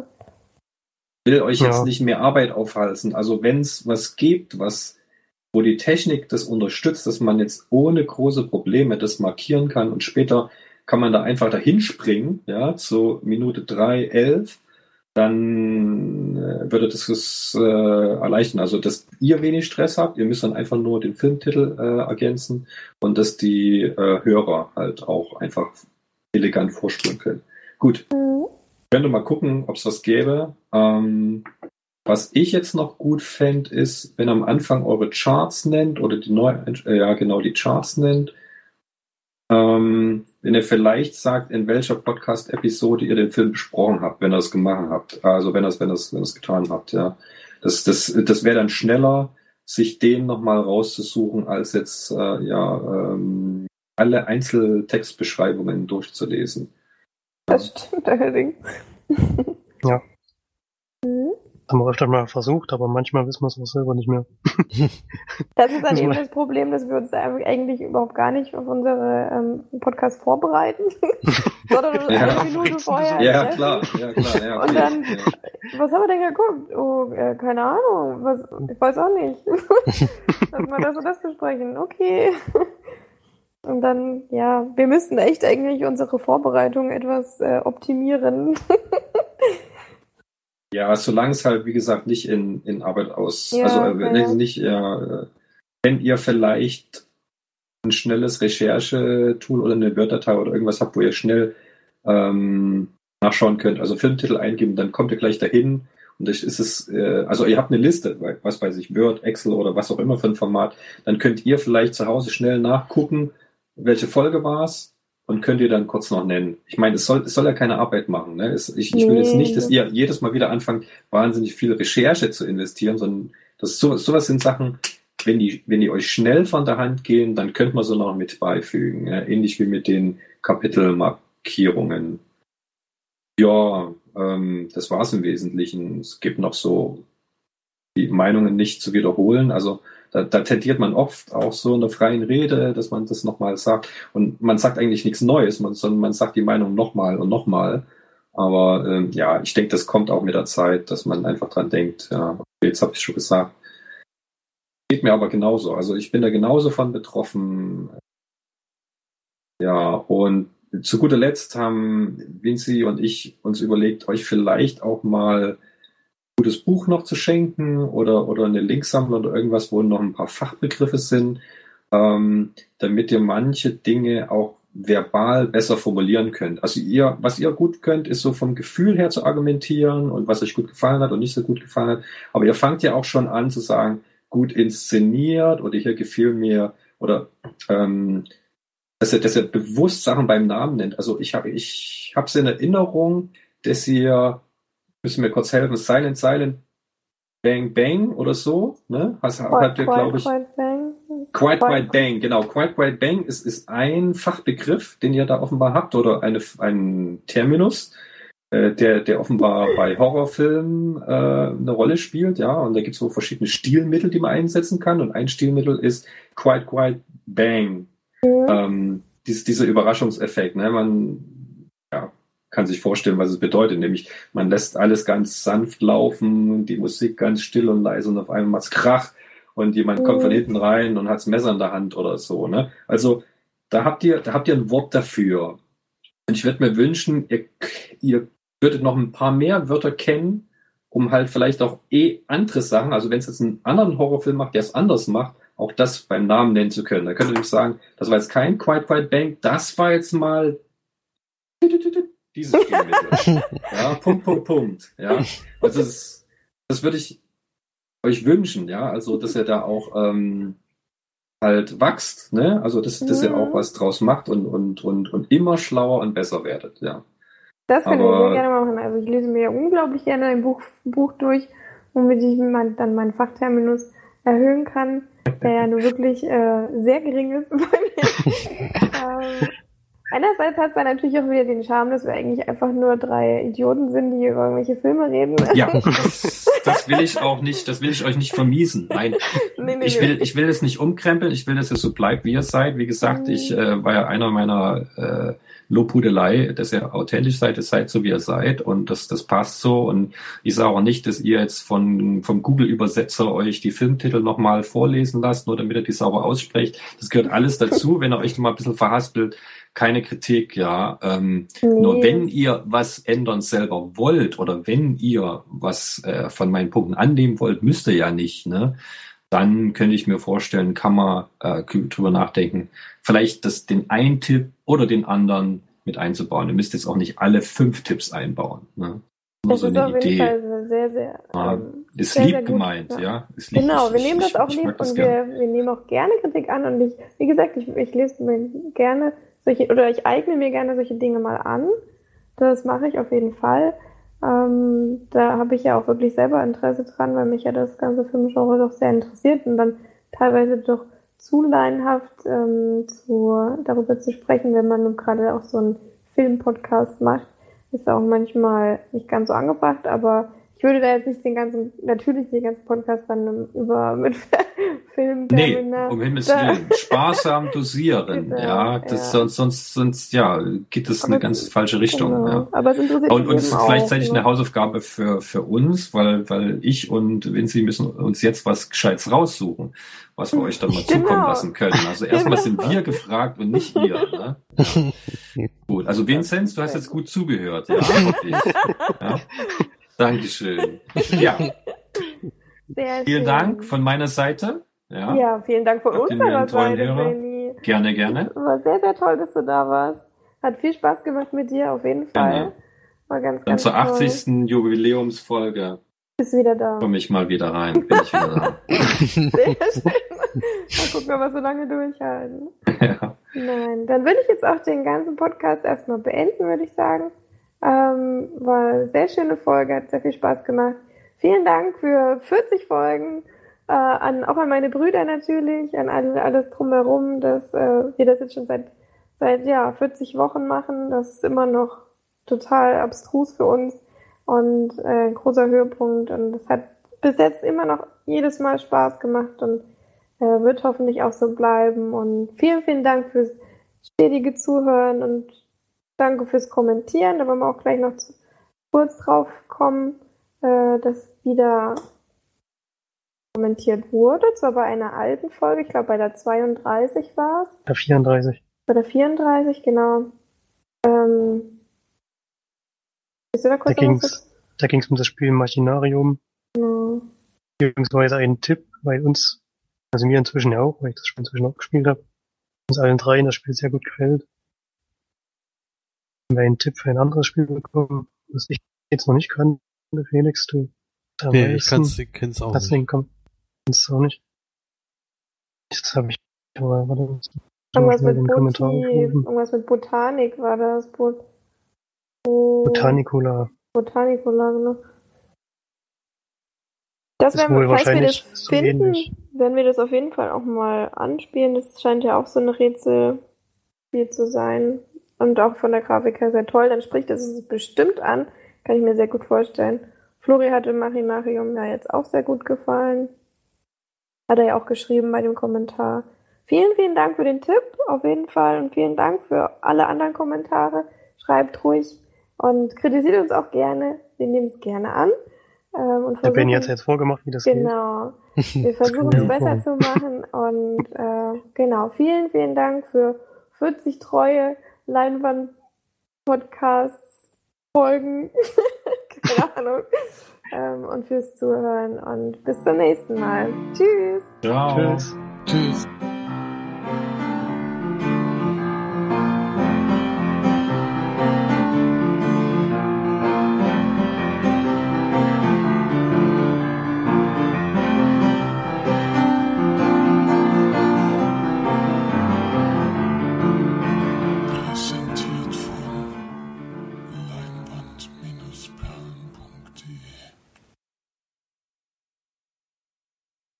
Ich will euch Ja. jetzt nicht mehr Arbeit aufhalsen. Also wenn es was gibt, was wo die Technik das unterstützt, dass man jetzt ohne große Probleme das markieren kann und später kann man da einfach dahin springen, ja, zu Minute drei elf, dann äh, würde das es äh, erleichtern. Also, dass ihr wenig Stress habt, ihr müsst dann einfach nur den Filmtitel äh, ergänzen und dass die äh, Hörer halt auch einfach elegant vorspulen können. Gut, Mhm. könnt ihr mal gucken, ob es was gäbe. Ähm, was ich jetzt noch gut fände, ist, wenn ihr am Anfang eure Charts nennt oder die neu, äh, ja genau, die Charts nennt. Ähm, wenn ihr vielleicht sagt, in welcher Podcast-Episode ihr den Film besprochen habt, wenn ihr es gemacht habt. Also wenn ihr es, wenn ihr es, wenn ihr es getan habt, ja. Das, das, das wäre dann schneller, sich den nochmal rauszusuchen, als jetzt äh, ja ähm, alle Einzeltextbeschreibungen durchzulesen. Das stimmt allerdings. Ja. Mhm. Haben wir öfter mal versucht, aber manchmal wissen wir es auch selber nicht mehr. Das ist dann Muss eben man- das Problem, dass wir uns da eigentlich überhaupt gar nicht auf unsere ähm, Podcast vorbereiten, sondern uns Ja. eine Minute vorher Ja, treffen. klar, ja, klar. Ja, Und okay. dann- ja. Was haben wir denn geguckt? Oh, äh, keine Ahnung. Was, ich weiß auch nicht. Lass mal das und das besprechen. Okay. Und dann, ja, wir müssten echt eigentlich unsere Vorbereitung etwas äh, optimieren. Ja, solange es halt, wie gesagt, nicht in, in Arbeit aus. Ja, also, äh, wenn ja. ihr nicht, ja, äh, wenn ihr vielleicht ein schnelles Recherchetool oder eine Word-Datei oder irgendwas habt, wo ihr schnell ähm, nachschauen könnt, also Filmtitel eingeben, dann kommt ihr gleich dahin und das ist es, äh, also ihr habt eine Liste, was weiß ich, Word, Excel oder was auch immer für ein Format, dann könnt ihr vielleicht zu Hause schnell nachgucken, welche Folge war es und könnt ihr dann kurz noch nennen. Ich meine, es soll, es soll ja keine Arbeit machen. Ne? Es, ich, ich will jetzt Nee. nicht, dass ihr jedes Mal wieder anfangt, wahnsinnig viel Recherche zu investieren, sondern das so, sowas sind Sachen, wenn die, wenn die euch schnell von der Hand gehen, dann könnt man so noch mit beifügen. Ja? Ähnlich wie mit den Kapitelmarkierungen. Ja, ähm, das war es im Wesentlichen. Es gibt noch so die Meinungen nicht zu wiederholen. Also da, da tendiert man oft auch so in der freien Rede, dass man das nochmal sagt. Und man sagt eigentlich nichts Neues, man, sondern man sagt die Meinung nochmal und nochmal. Aber ähm, ja, ich denke, das kommt auch mit der Zeit, dass man einfach dran denkt, ja, jetzt habe ich schon gesagt. Geht mir aber genauso. Also ich bin da genauso von betroffen. Ja, und zu guter Letzt haben Vinci und ich uns überlegt, euch vielleicht auch mal ein gutes Buch noch zu schenken oder, oder eine Linksammlung oder irgendwas, wo noch ein paar Fachbegriffe sind, ähm, damit ihr manche Dinge auch verbal besser formulieren könnt. Also ihr, was ihr gut könnt, ist so vom Gefühl her zu argumentieren und was euch gut gefallen hat und nicht so gut gefallen hat. Aber ihr fangt ja auch schon an zu sagen, gut inszeniert oder hier gefiel mir oder ähm, dass er, dass er bewusst Sachen beim Namen nennt. Also ich habe ich hab's in Erinnerung, dass ihr, müssen mir kurz helfen, Silent Silent Bang Bang oder so, ne? Hast, Quite, habt ihr, quite, glaube ich. quite bang. Quite Quite. Quite Bang, genau. Quite Quite Bang ist, ist ein Fachbegriff, den ihr da offenbar habt, oder eine, ein Terminus, äh, der, der offenbar bei Horrorfilmen äh, eine Rolle spielt, ja. Und da gibt es so verschiedene Stilmittel, die man einsetzen kann. Und ein Stilmittel ist Quite Quite Bang. Mhm. Ähm, dies, dieser Überraschungseffekt, ne? Man ja, kann sich vorstellen, was es bedeutet, nämlich man lässt alles ganz sanft laufen, die Musik ganz still und leise und auf einmal macht's Krach und jemand Mhm. kommt von hinten rein und hat das Messer in der Hand oder so, ne? Also da habt ihr, da habt ihr ein Wort dafür. Und ich würde mir wünschen, ihr, ihr würdet noch ein paar mehr Wörter kennen, um halt vielleicht auch eh andere Sachen, also wenn es jetzt einen anderen Horrorfilm macht, der es anders macht, auch das beim Namen nennen zu können. Da könnt ihr nämlich sagen, das war jetzt kein Quite Quite Bang, das war jetzt mal dieses Stilmittel. Ja, Punkt, Punkt, Punkt. Ja, also das, das würde ich euch wünschen, ja, also dass ihr da auch ähm, halt wächst, ne, also dass, dass ihr auch was draus macht und, und, und, und immer schlauer und besser werdet, ja. Das kann Aber- ich sehr gerne machen. Also ich lese mir unglaublich gerne ein Buch, Buch durch, womit ich mein, dann meinen Fachterminus erhöhen kann, der ja nur wirklich äh, sehr gering ist bei mir. ähm, einerseits hat es dann natürlich auch wieder den Charme, dass wir eigentlich einfach nur drei Idioten sind, die über irgendwelche Filme reden. Ja, das, das will ich auch nicht, das will ich euch nicht vermiesen. Nein, Nee, nee, ich nee. will, ich will es nicht umkrempeln, ich will, dass es so bleibt, wie ihr seid. Wie gesagt, Mhm. ich äh, war ja einer meiner äh, Lobhudelei, dass ihr authentisch seid, ihr seid so, wie ihr seid und das, das passt so. Und ich sage auch nicht, dass ihr jetzt von, vom Google-Übersetzer euch die Filmtitel nochmal vorlesen lasst, nur damit ihr die sauber aussprecht. Das gehört alles dazu, wenn ihr euch mal ein bisschen verhaspelt. Keine Kritik, ja. Ähm, Nee. Nur wenn ihr was ändern selber wollt oder wenn ihr was äh, von meinen Punkten annehmen wollt, müsst ihr ja nicht, ne? Dann könnte ich mir vorstellen, kann man äh, drüber nachdenken, vielleicht das, den einen Tipp oder den anderen mit einzubauen. Ihr müsst jetzt auch nicht alle fünf Tipps einbauen, ne? Nur Das so ist eine auf jeden Idee. Fall sehr, sehr, Ja, ähm, ist sehr, lieb sehr gut, gemeint, ja. ja. Ist lieb. Genau, Ich- wir nehmen ich- das auch ich lieb mag das und gern. wir, wir nehmen auch gerne Kritik an und ich, wie gesagt, ich, ich lese mir gerne solche, oder ich eigne mir gerne solche Dinge mal an. Das mache ich auf jeden Fall. Ähm, da habe ich ja auch wirklich selber Interesse dran, weil mich ja das ganze Filmgenre doch sehr interessiert und dann teilweise doch zu laienhaft ähm, zu, darüber zu sprechen, wenn man nun gerade auch so einen Filmpodcast macht, ist auch manchmal nicht ganz so angebracht, aber ich würde da jetzt nicht den ganzen, natürlich den ganzen Podcast dann über mit Film Nee, Terminal- um Himmels da- Willen. Sparsam dosieren, Genau, ja. Das, ja. Sonst, sonst, sonst, ja, geht es in Aber eine es- ganz falsche Richtung, Genau. ja. Aber es interessiert Und, mich und es eben ist auch, gleichzeitig ne? eine Hausaufgabe für, für uns, weil, weil ich und Vinci müssen uns jetzt was Gescheites raussuchen, was wir euch dann mal Genau. zukommen lassen können. Also erstmal Genau. sind wir gefragt und nicht ihr. Ne? Ja. Gut, also Vinzenz, du hast jetzt gut zugehört. Ja, wirklich. Ja. Dankeschön. Ja, Sehr vielen schön. Dank von meiner Seite. Ja, Ja, vielen Dank von Habt ihr unserer einen tollen Seite, Hörer? Benny. gerne, gerne. War sehr, sehr toll, dass du da warst. Hat viel Spaß gemacht mit dir, auf jeden Fall. Gerne. War ganz, Dann ganz zur toll. achtzigsten Jubiläumsfolge Bist wieder da. komme ich mal wieder rein. Bin ich wieder da. Sehr schön. Mal gucken, ob wir so lange durchhalten. Ja. Nein, dann würde ich jetzt auch den ganzen Podcast erstmal beenden, würde ich sagen. Ähm, war eine sehr schöne Folge, hat sehr viel Spaß gemacht. Vielen Dank für vierzig Folgen, äh, an, auch an meine Brüder natürlich, an alle, alles drumherum, dass äh, wir das jetzt schon seit, seit ja, vierzig Wochen machen. Das ist immer noch total abstrus für uns und äh, ein großer Höhepunkt. Und es hat bis jetzt immer noch jedes Mal Spaß gemacht und äh, wird hoffentlich auch so bleiben. Und vielen, vielen Dank fürs stetige Zuhören und danke fürs Kommentieren. Da wollen wir auch gleich noch zu, kurz drauf kommen, äh, dass wieder kommentiert wurde. Zwar bei einer alten Folge, ich glaube bei der zweiunddreißig war es. Der vierunddreißig. Bei der vierunddreißig, genau. Ähm, willst du da Da kurz noch was ging's, da ging's um das Spiel Machinarium, dazu? beziehungsweise einen Tipp, weil uns, also mir inzwischen ja auch, weil ich das Spiel inzwischen auch gespielt habe, uns allen dreien das Spiel sehr gut gefällt. Haben wir einen Tipp für ein anderes Spiel bekommen, das ich jetzt noch nicht kann, Felix, du am Nee, ich meisten kann's, ich kenn's auch hast nicht. den kommen. Kannst du auch nicht. Das habe ich, aber warte, Irgendwas mal mit den Kommentar Boti, aufrufen. irgendwas mit Botanik war das. Bot Bo Botanicula. Botanicula, genau. Das Ist werden wohl wir, falls wir wahrscheinlich das so finden, ähnlich. werden wir das auf jeden Fall auch mal anspielen. Das scheint ja auch so ein Rätselspiel zu sein. Und auch von der Grafik her sehr toll. Dann spricht das es bestimmt an. Kann ich mir sehr gut vorstellen. Flori hatte Machinarium ja jetzt auch sehr gut gefallen. Hat er ja auch geschrieben bei dem Kommentar. Vielen, vielen Dank für den Tipp, auf jeden Fall. Und vielen Dank für alle anderen Kommentare. Schreibt ruhig und kritisiert uns auch gerne. Wir nehmen es gerne an. Ähm, und Der Benny hat versuchen- jetzt vorgemacht, wie das Genau. Wir versuchen können es wir auch besser machen. zu machen. Und äh, genau, vielen, vielen Dank für vierzig treue Leinwand-Podcasts-Folgen. Keine Ahnung. Ähm, und fürs Zuhören. Und bis zum nächsten Mal. Tschüss. Ciao. Tschüss. Tschüss.